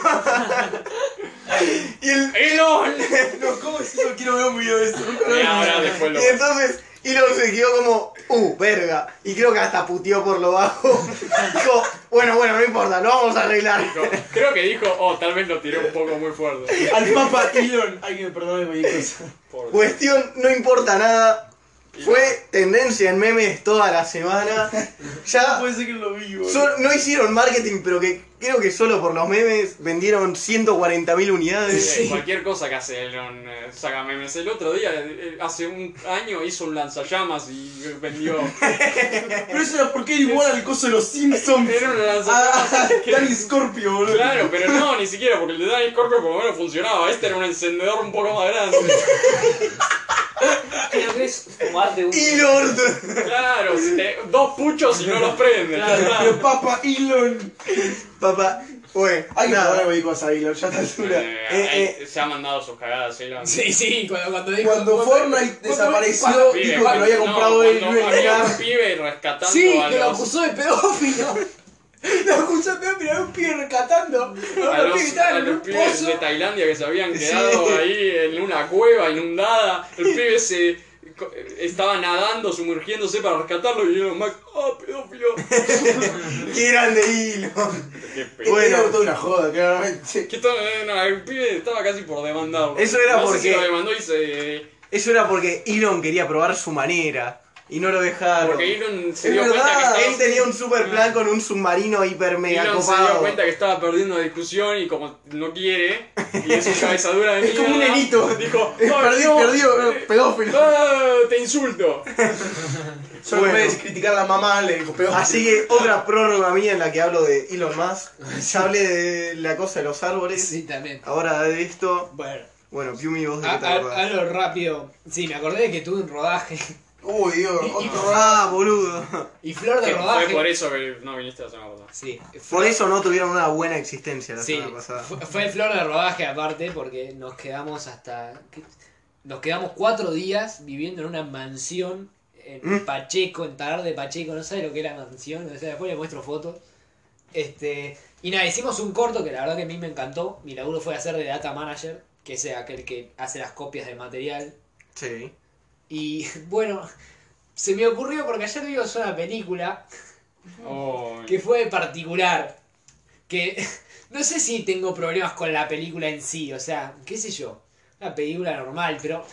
B: Y el,
E: ¡Elon!
C: No, ¿cómo es eso? Quiero ver un video de esto. Nunca lo
E: Y
C: vi.
E: ahora después lo...
B: Y entonces Elon se quedó como, uh, verga. Y creo que hasta puteó por lo bajo. Dijo, bueno, bueno, no importa, lo vamos a arreglar.
E: Dijo- Creo que dijo, oh, tal vez lo tiré un poco muy fuerte.
C: Al Papa Elon. Ay, que me perdone cualquier cosa.
E: Por-
B: Cuestión, no importa nada. Fue tendencia en memes toda la semana. Ya
C: Puede ser que lo vi, boludo.
B: so- no hicieron marketing, pero que creo que solo por los memes vendieron ciento cuarenta mil unidades.
E: Eh, Cualquier cosa que hace Elon eh, saca memes. El otro día, eh, hace un año, hizo un lanzallamas y vendió.
C: Pero eso era porque era igual al coso de los Simpsons.
E: Era un lanzallamas.
C: Ah, Danny Scorpio, boludo.
E: Claro, pero no, ni siquiera, porque el de Danny Scorpio por lo menos funcionaba. Este era un encendedor un poco más grande.
D: Creo que es fumarte un...
B: Elon.
E: Claro, si te- dos puchos y no los prendes.
C: Pero Papa Elon.
B: Papá, bueno,
C: Hay que
B: nada.
C: poner cualquier cosa a Elon, ya a esta altura.
E: Eh,
B: Eh,
E: ahí se ha mandado sus cagadas, Elon.
A: Sí, sí, cuando, cuando dijo...
C: Cuando Fortnite desapareció,
E: Pibe,
C: dijo que lo había
E: no,
C: comprado él y
E: cuando
C: no
E: había
C: era
E: un pibe rescatando
A: Sí,
E: a
A: que lo
E: los...
A: acusó de pedófilo. Lo acusó de pedófilo, era un pibe rescatando.
E: A
A: Los
E: los,
A: pibes que estaban
E: a
A: en
E: los
A: un
E: pibes
A: pozo.
E: de Tailandia que se habían
B: Sí.
E: quedado ahí en una cueva inundada. El pibe se co- estaba nadando, sumergiéndose para rescatarlo y Elon Musk, ¡ah, pedófilo!
B: Qué grande Elon.
E: Qué pe-
B: Bueno.
C: Era toda una joda, claramente.
E: Que to- eh, no, el pibe estaba casi por demandarlo.
B: Eso era
E: no sé
B: porque-
E: si lo demandó y se...
B: Eso era porque Elon quería probar su manera y no lo dejaron.
E: Porque Elon se
B: Es
E: dio cuenta que
B: verdad,
E: estaba...
B: él tenía un super plan con un submarino hiper mega
E: Elon se dio
B: copado.
E: cuenta que estaba perdiendo la discusión y como no quiere, y es un cabeza dura de
C: Es como un
E: mierda,
C: nenito.
E: dijo,
C: Eh,
E: "Ay,
C: Perdió,
E: no,
C: perdió,
E: eh,
C: pedófilo.
E: ah, te insulto.
C: Solo
B: Bueno.
C: en vez de criticar a la mamá, le dijo pedófilo.
B: Así que otra prórroga mía en la que hablo de Elon Musk. Ya hablé de la cosa de los árboles.
A: Sí, también.
B: Ahora de esto.
A: Bueno,
B: Bueno, Piumi, vos de
A: a-
B: qué te
A: a-
B: acordás.
A: algo rápido. Sí, me acordé de que tuve un rodaje.
C: Uy, Dios,
A: Y- y-
C: otro
B: Ah, boludo.
A: Y flor de
E: Que
A: rodaje.
E: fue por eso que no viniste la semana pasada.
A: Sí,
B: Por
A: flor-
B: eso no tuvieron una buena existencia la
A: Sí,
B: semana pasada.
A: fue, fue el flor de rodaje aparte porque nos quedamos hasta... ¿qué? Nos quedamos cuatro días viviendo en una mansión en
B: Mm.
A: Pacheco, en Talar de Pacheco, no sabe lo que era mansión, o sea, después le muestro fotos. Este, y nada, hicimos un corto que la verdad que a mí me encantó. Mi laburo fue hacer de data manager, que es aquel que hace las copias del material.
B: Sí.
A: Y bueno, se me ocurrió porque ayer vimos una película
E: Oh,
A: que fue particular. Que no sé si tengo problemas con la película en sí, o sea, qué sé yo, una película normal, pero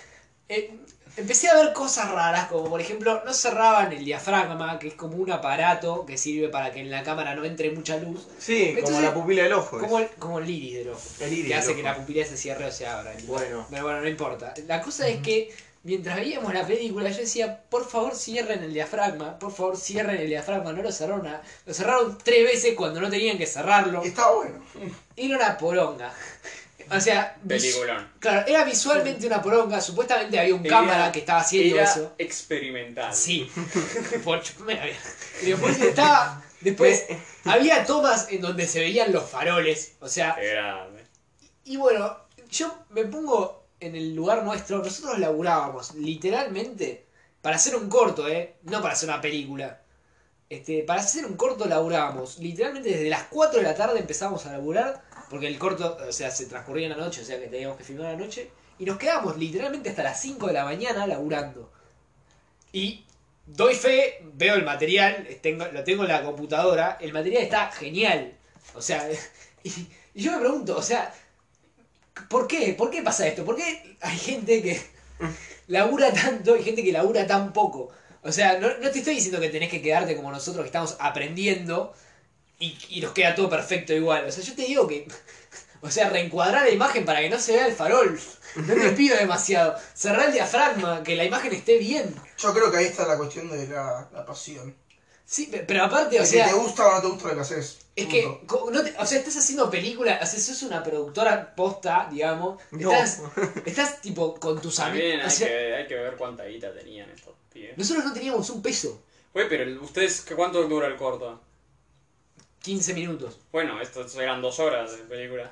A: eh, empecé a ver cosas raras, como por ejemplo, no cerraban el diafragma, que es como un aparato que sirve para que en la cámara no entre mucha luz.
B: Sí,
A: Entonces,
B: como la pupila del ojo.
A: Como
B: es.
A: el, como el iris del ojo.
B: El iris
A: que hace
B: del
A: que
B: ojo.
A: la pupila se cierre o se abra.
B: Bueno.
A: Pero bueno, no importa. La cosa es que mientras veíamos la película yo decía, por favor cierren el diafragma, por favor cierren el diafragma, no lo cerraron a- lo cerraron tres veces cuando no tenían que cerrarlo.
C: Y estaba bueno.
A: Era una poronga. O sea, vis-
E: Peliculón.
A: claro, era visualmente una poronga, supuestamente había un
E: Era-
A: cámara que estaba haciendo
E: Era
A: eso.
E: experimental.
A: Sí. Por- y después estaba. Después había tomas en donde se veían los faroles. O sea.
E: Qué grande.
A: Y bueno, yo me pongo en el lugar nuestro. Nosotros laburábamos literalmente para hacer un corto, ¿eh? No para hacer una película. Este, para hacer un corto laburábamos. Literalmente desde las cuatro de la tarde empezamos a laburar. Porque el corto, o sea, se transcurría en la noche. O sea que teníamos que filmar la noche. Y nos quedábamos literalmente hasta las cinco de la mañana laburando. Y doy fe, veo el material, tengo, lo tengo en la computadora. El material está genial. O sea, y, y yo me pregunto, o sea, ¿por qué? ¿Por qué pasa esto? ¿Por qué hay gente que labura tanto y gente que labura tan poco? O sea, no, no te estoy diciendo que tenés que quedarte como nosotros que estamos aprendiendo y, y nos queda todo perfecto igual. O sea, yo te digo que, o sea, reencuadrar la imagen para que no se vea el farol. No te pido demasiado. Cerrar el diafragma, que la imagen esté bien.
C: Yo creo que ahí está la cuestión de la, la pasión.
A: Sí, pe- pero aparte, o
C: De
A: sea,
C: que te gusta o no te gusta lo que haces.
A: es que,
C: Punto.
A: co- no te- o sea, estás haciendo película, o sea, sos una productora posta, digamos.
B: No.
A: Estás, estás tipo con tus
E: También
A: amigos. O
E: hay,
A: sea,
E: que, hay que ver cuánta guita tenían estos pibes.
A: nosotros no teníamos un peso.
E: Güey, pero el- ustedes, ¿qué- ¿cuánto dura el corto?
A: quince minutos.
E: Bueno, estos eran dos horas de película.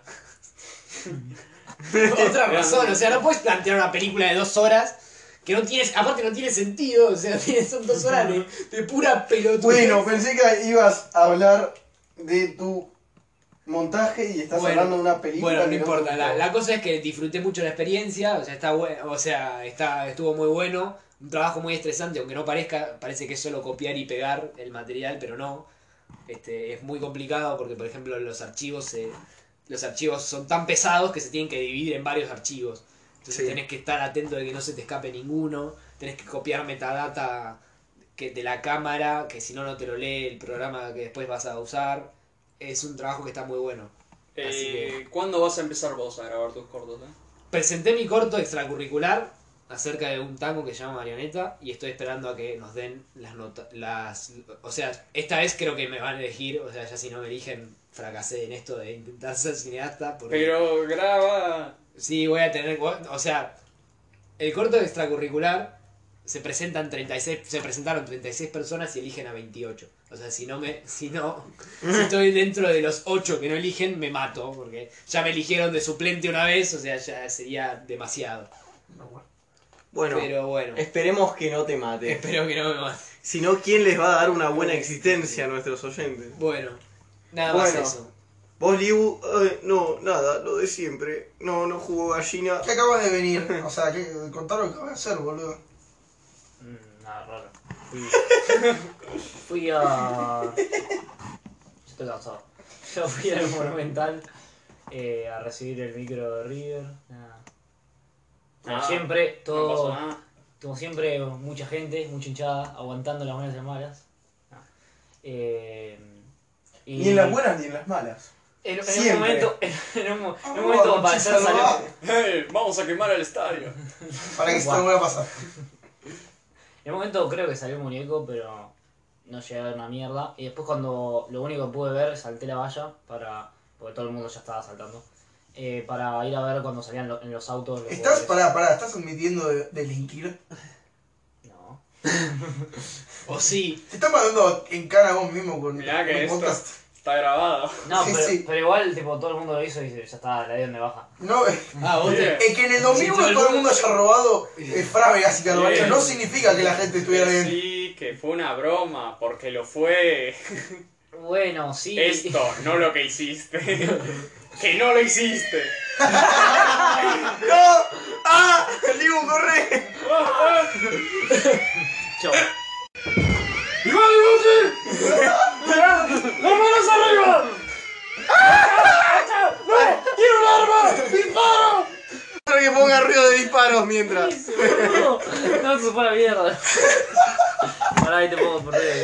A: Otra razón, o sea, no puedes plantear una película de dos horas que no tienes, aparte no tiene sentido, o sea, tiene- son dos horas de, de pura pelotudez.
B: Bueno, pensé que ibas a hablar de tu montaje y estás
A: Bueno,
B: hablando de una película.
A: Bueno, no
B: que
A: importa,
B: te
A: la,
B: gustó.
A: la cosa es que disfruté mucho la experiencia, o sea, está bueno, o sea, está, estuvo muy bueno, un trabajo muy estresante, aunque no parezca, parece que es solo copiar y pegar el material, pero no. Este, es muy complicado porque, por ejemplo, los archivos se, los archivos son tan pesados que se tienen que dividir en varios archivos. Entonces
B: Sí.
A: tenés que estar atento de que no se te escape ninguno, tenés que copiar metadata que de la cámara, que si no no te lo lee el programa que después vas a usar. Es un trabajo que está muy bueno. Así
E: Eh, ¿Cuándo vas a empezar vos a grabar tus cortos? Eh?
A: Presenté mi corto extracurricular acerca de un tango que se llama Marioneta y estoy esperando a que nos den las notas, las, o sea, esta vez creo que me van a elegir, o sea, ya si no me eligen fracasé en esto de intentar ser cineasta. Porque
E: Pero graba...
A: sí, voy a tener, o sea, el corto extracurricular se presentan treinta y seis, se presentaron treinta y seis personas y eligen a veintiocho. O sea, si no me, si no, si estoy dentro de los ocho que no eligen, me mato, porque ya me eligieron de suplente una vez, o sea, ya sería demasiado.
C: No, bueno.
B: Bueno,
A: Pero bueno,
B: esperemos que no te mate.
A: espero que no me mate.
B: Si no, ¿quién les va a dar una buena existencia a nuestros oyentes?
A: Bueno, nada
B: Bueno.
A: más eso.
B: Vos, Liu, ay, no, nada, lo de siempre. No, no jugó gallina.
C: ¿Qué acaba de venir? O sea, ¿qué, contar lo que acabas de hacer, boludo.
D: Mm, nada raro. Fui, fui a. Yo estoy cansado. Yo fui al Monumental eh, a recibir el micro de River. Nada. Como
E: Ah,
D: siempre,
E: No pasó
D: todo.
E: nada.
D: Como siempre, mucha gente, mucha hinchada, aguantando las buenas y las malas. Ah. Eh, y
B: Ni en las buenas ni en las malas.
D: En, en un
B: Siempre.
D: momento, en, un, mo- en un
C: Ah,
D: momento
C: un
D: al parecer
C: chiste
D: salió.
C: salvaje.
E: Hey, vamos a quemar el estadio.
C: Para que esto
D: Guau.
C: no vuelva a pasar.
D: En un momento creo que salió un muñeco, pero no llegué a ver una mierda. Y después cuando lo único que pude ver, salté la valla para. Porque todo el mundo ya estaba saltando. Eh, para ir a ver cuando salían lo- en los autos los
C: ¿Estás,
D: jugadores.
C: pará, pará, estás admitiendo de- delinquir?
D: No.
A: O sí,
C: Te estás mandando en cara a vos mismo con
E: Mirá
C: con
E: que
C: el
E: esto
C: podcast.
E: está grabado.
D: No,
C: Sí,
D: pero,
C: sí.
D: pero igual tipo todo el mundo lo hizo y ya está, la dieron de baja.
C: No, es
A: ah, vos te-
E: Bien.
C: que en el dos mil uno
A: Sí, todo el
C: todo el
A: mundo-
C: mundo haya robado eh, Fravegas y Carvalho.
E: Bien.
C: No significa que la gente estuviera bien.
E: Sí, que fue una broma, porque lo fue
D: Bueno, sí.
E: esto, no lo que hiciste. Que no lo hiciste.
B: ¡No! ¡Ah! ¡Liu, corre!
D: Chau.
E: ¡Las manos arriba!
B: ¡Quiero que ponga los ruidos de disparos mientras.
D: No, no se fue a la mierda. Pará, ahí te puedo poner.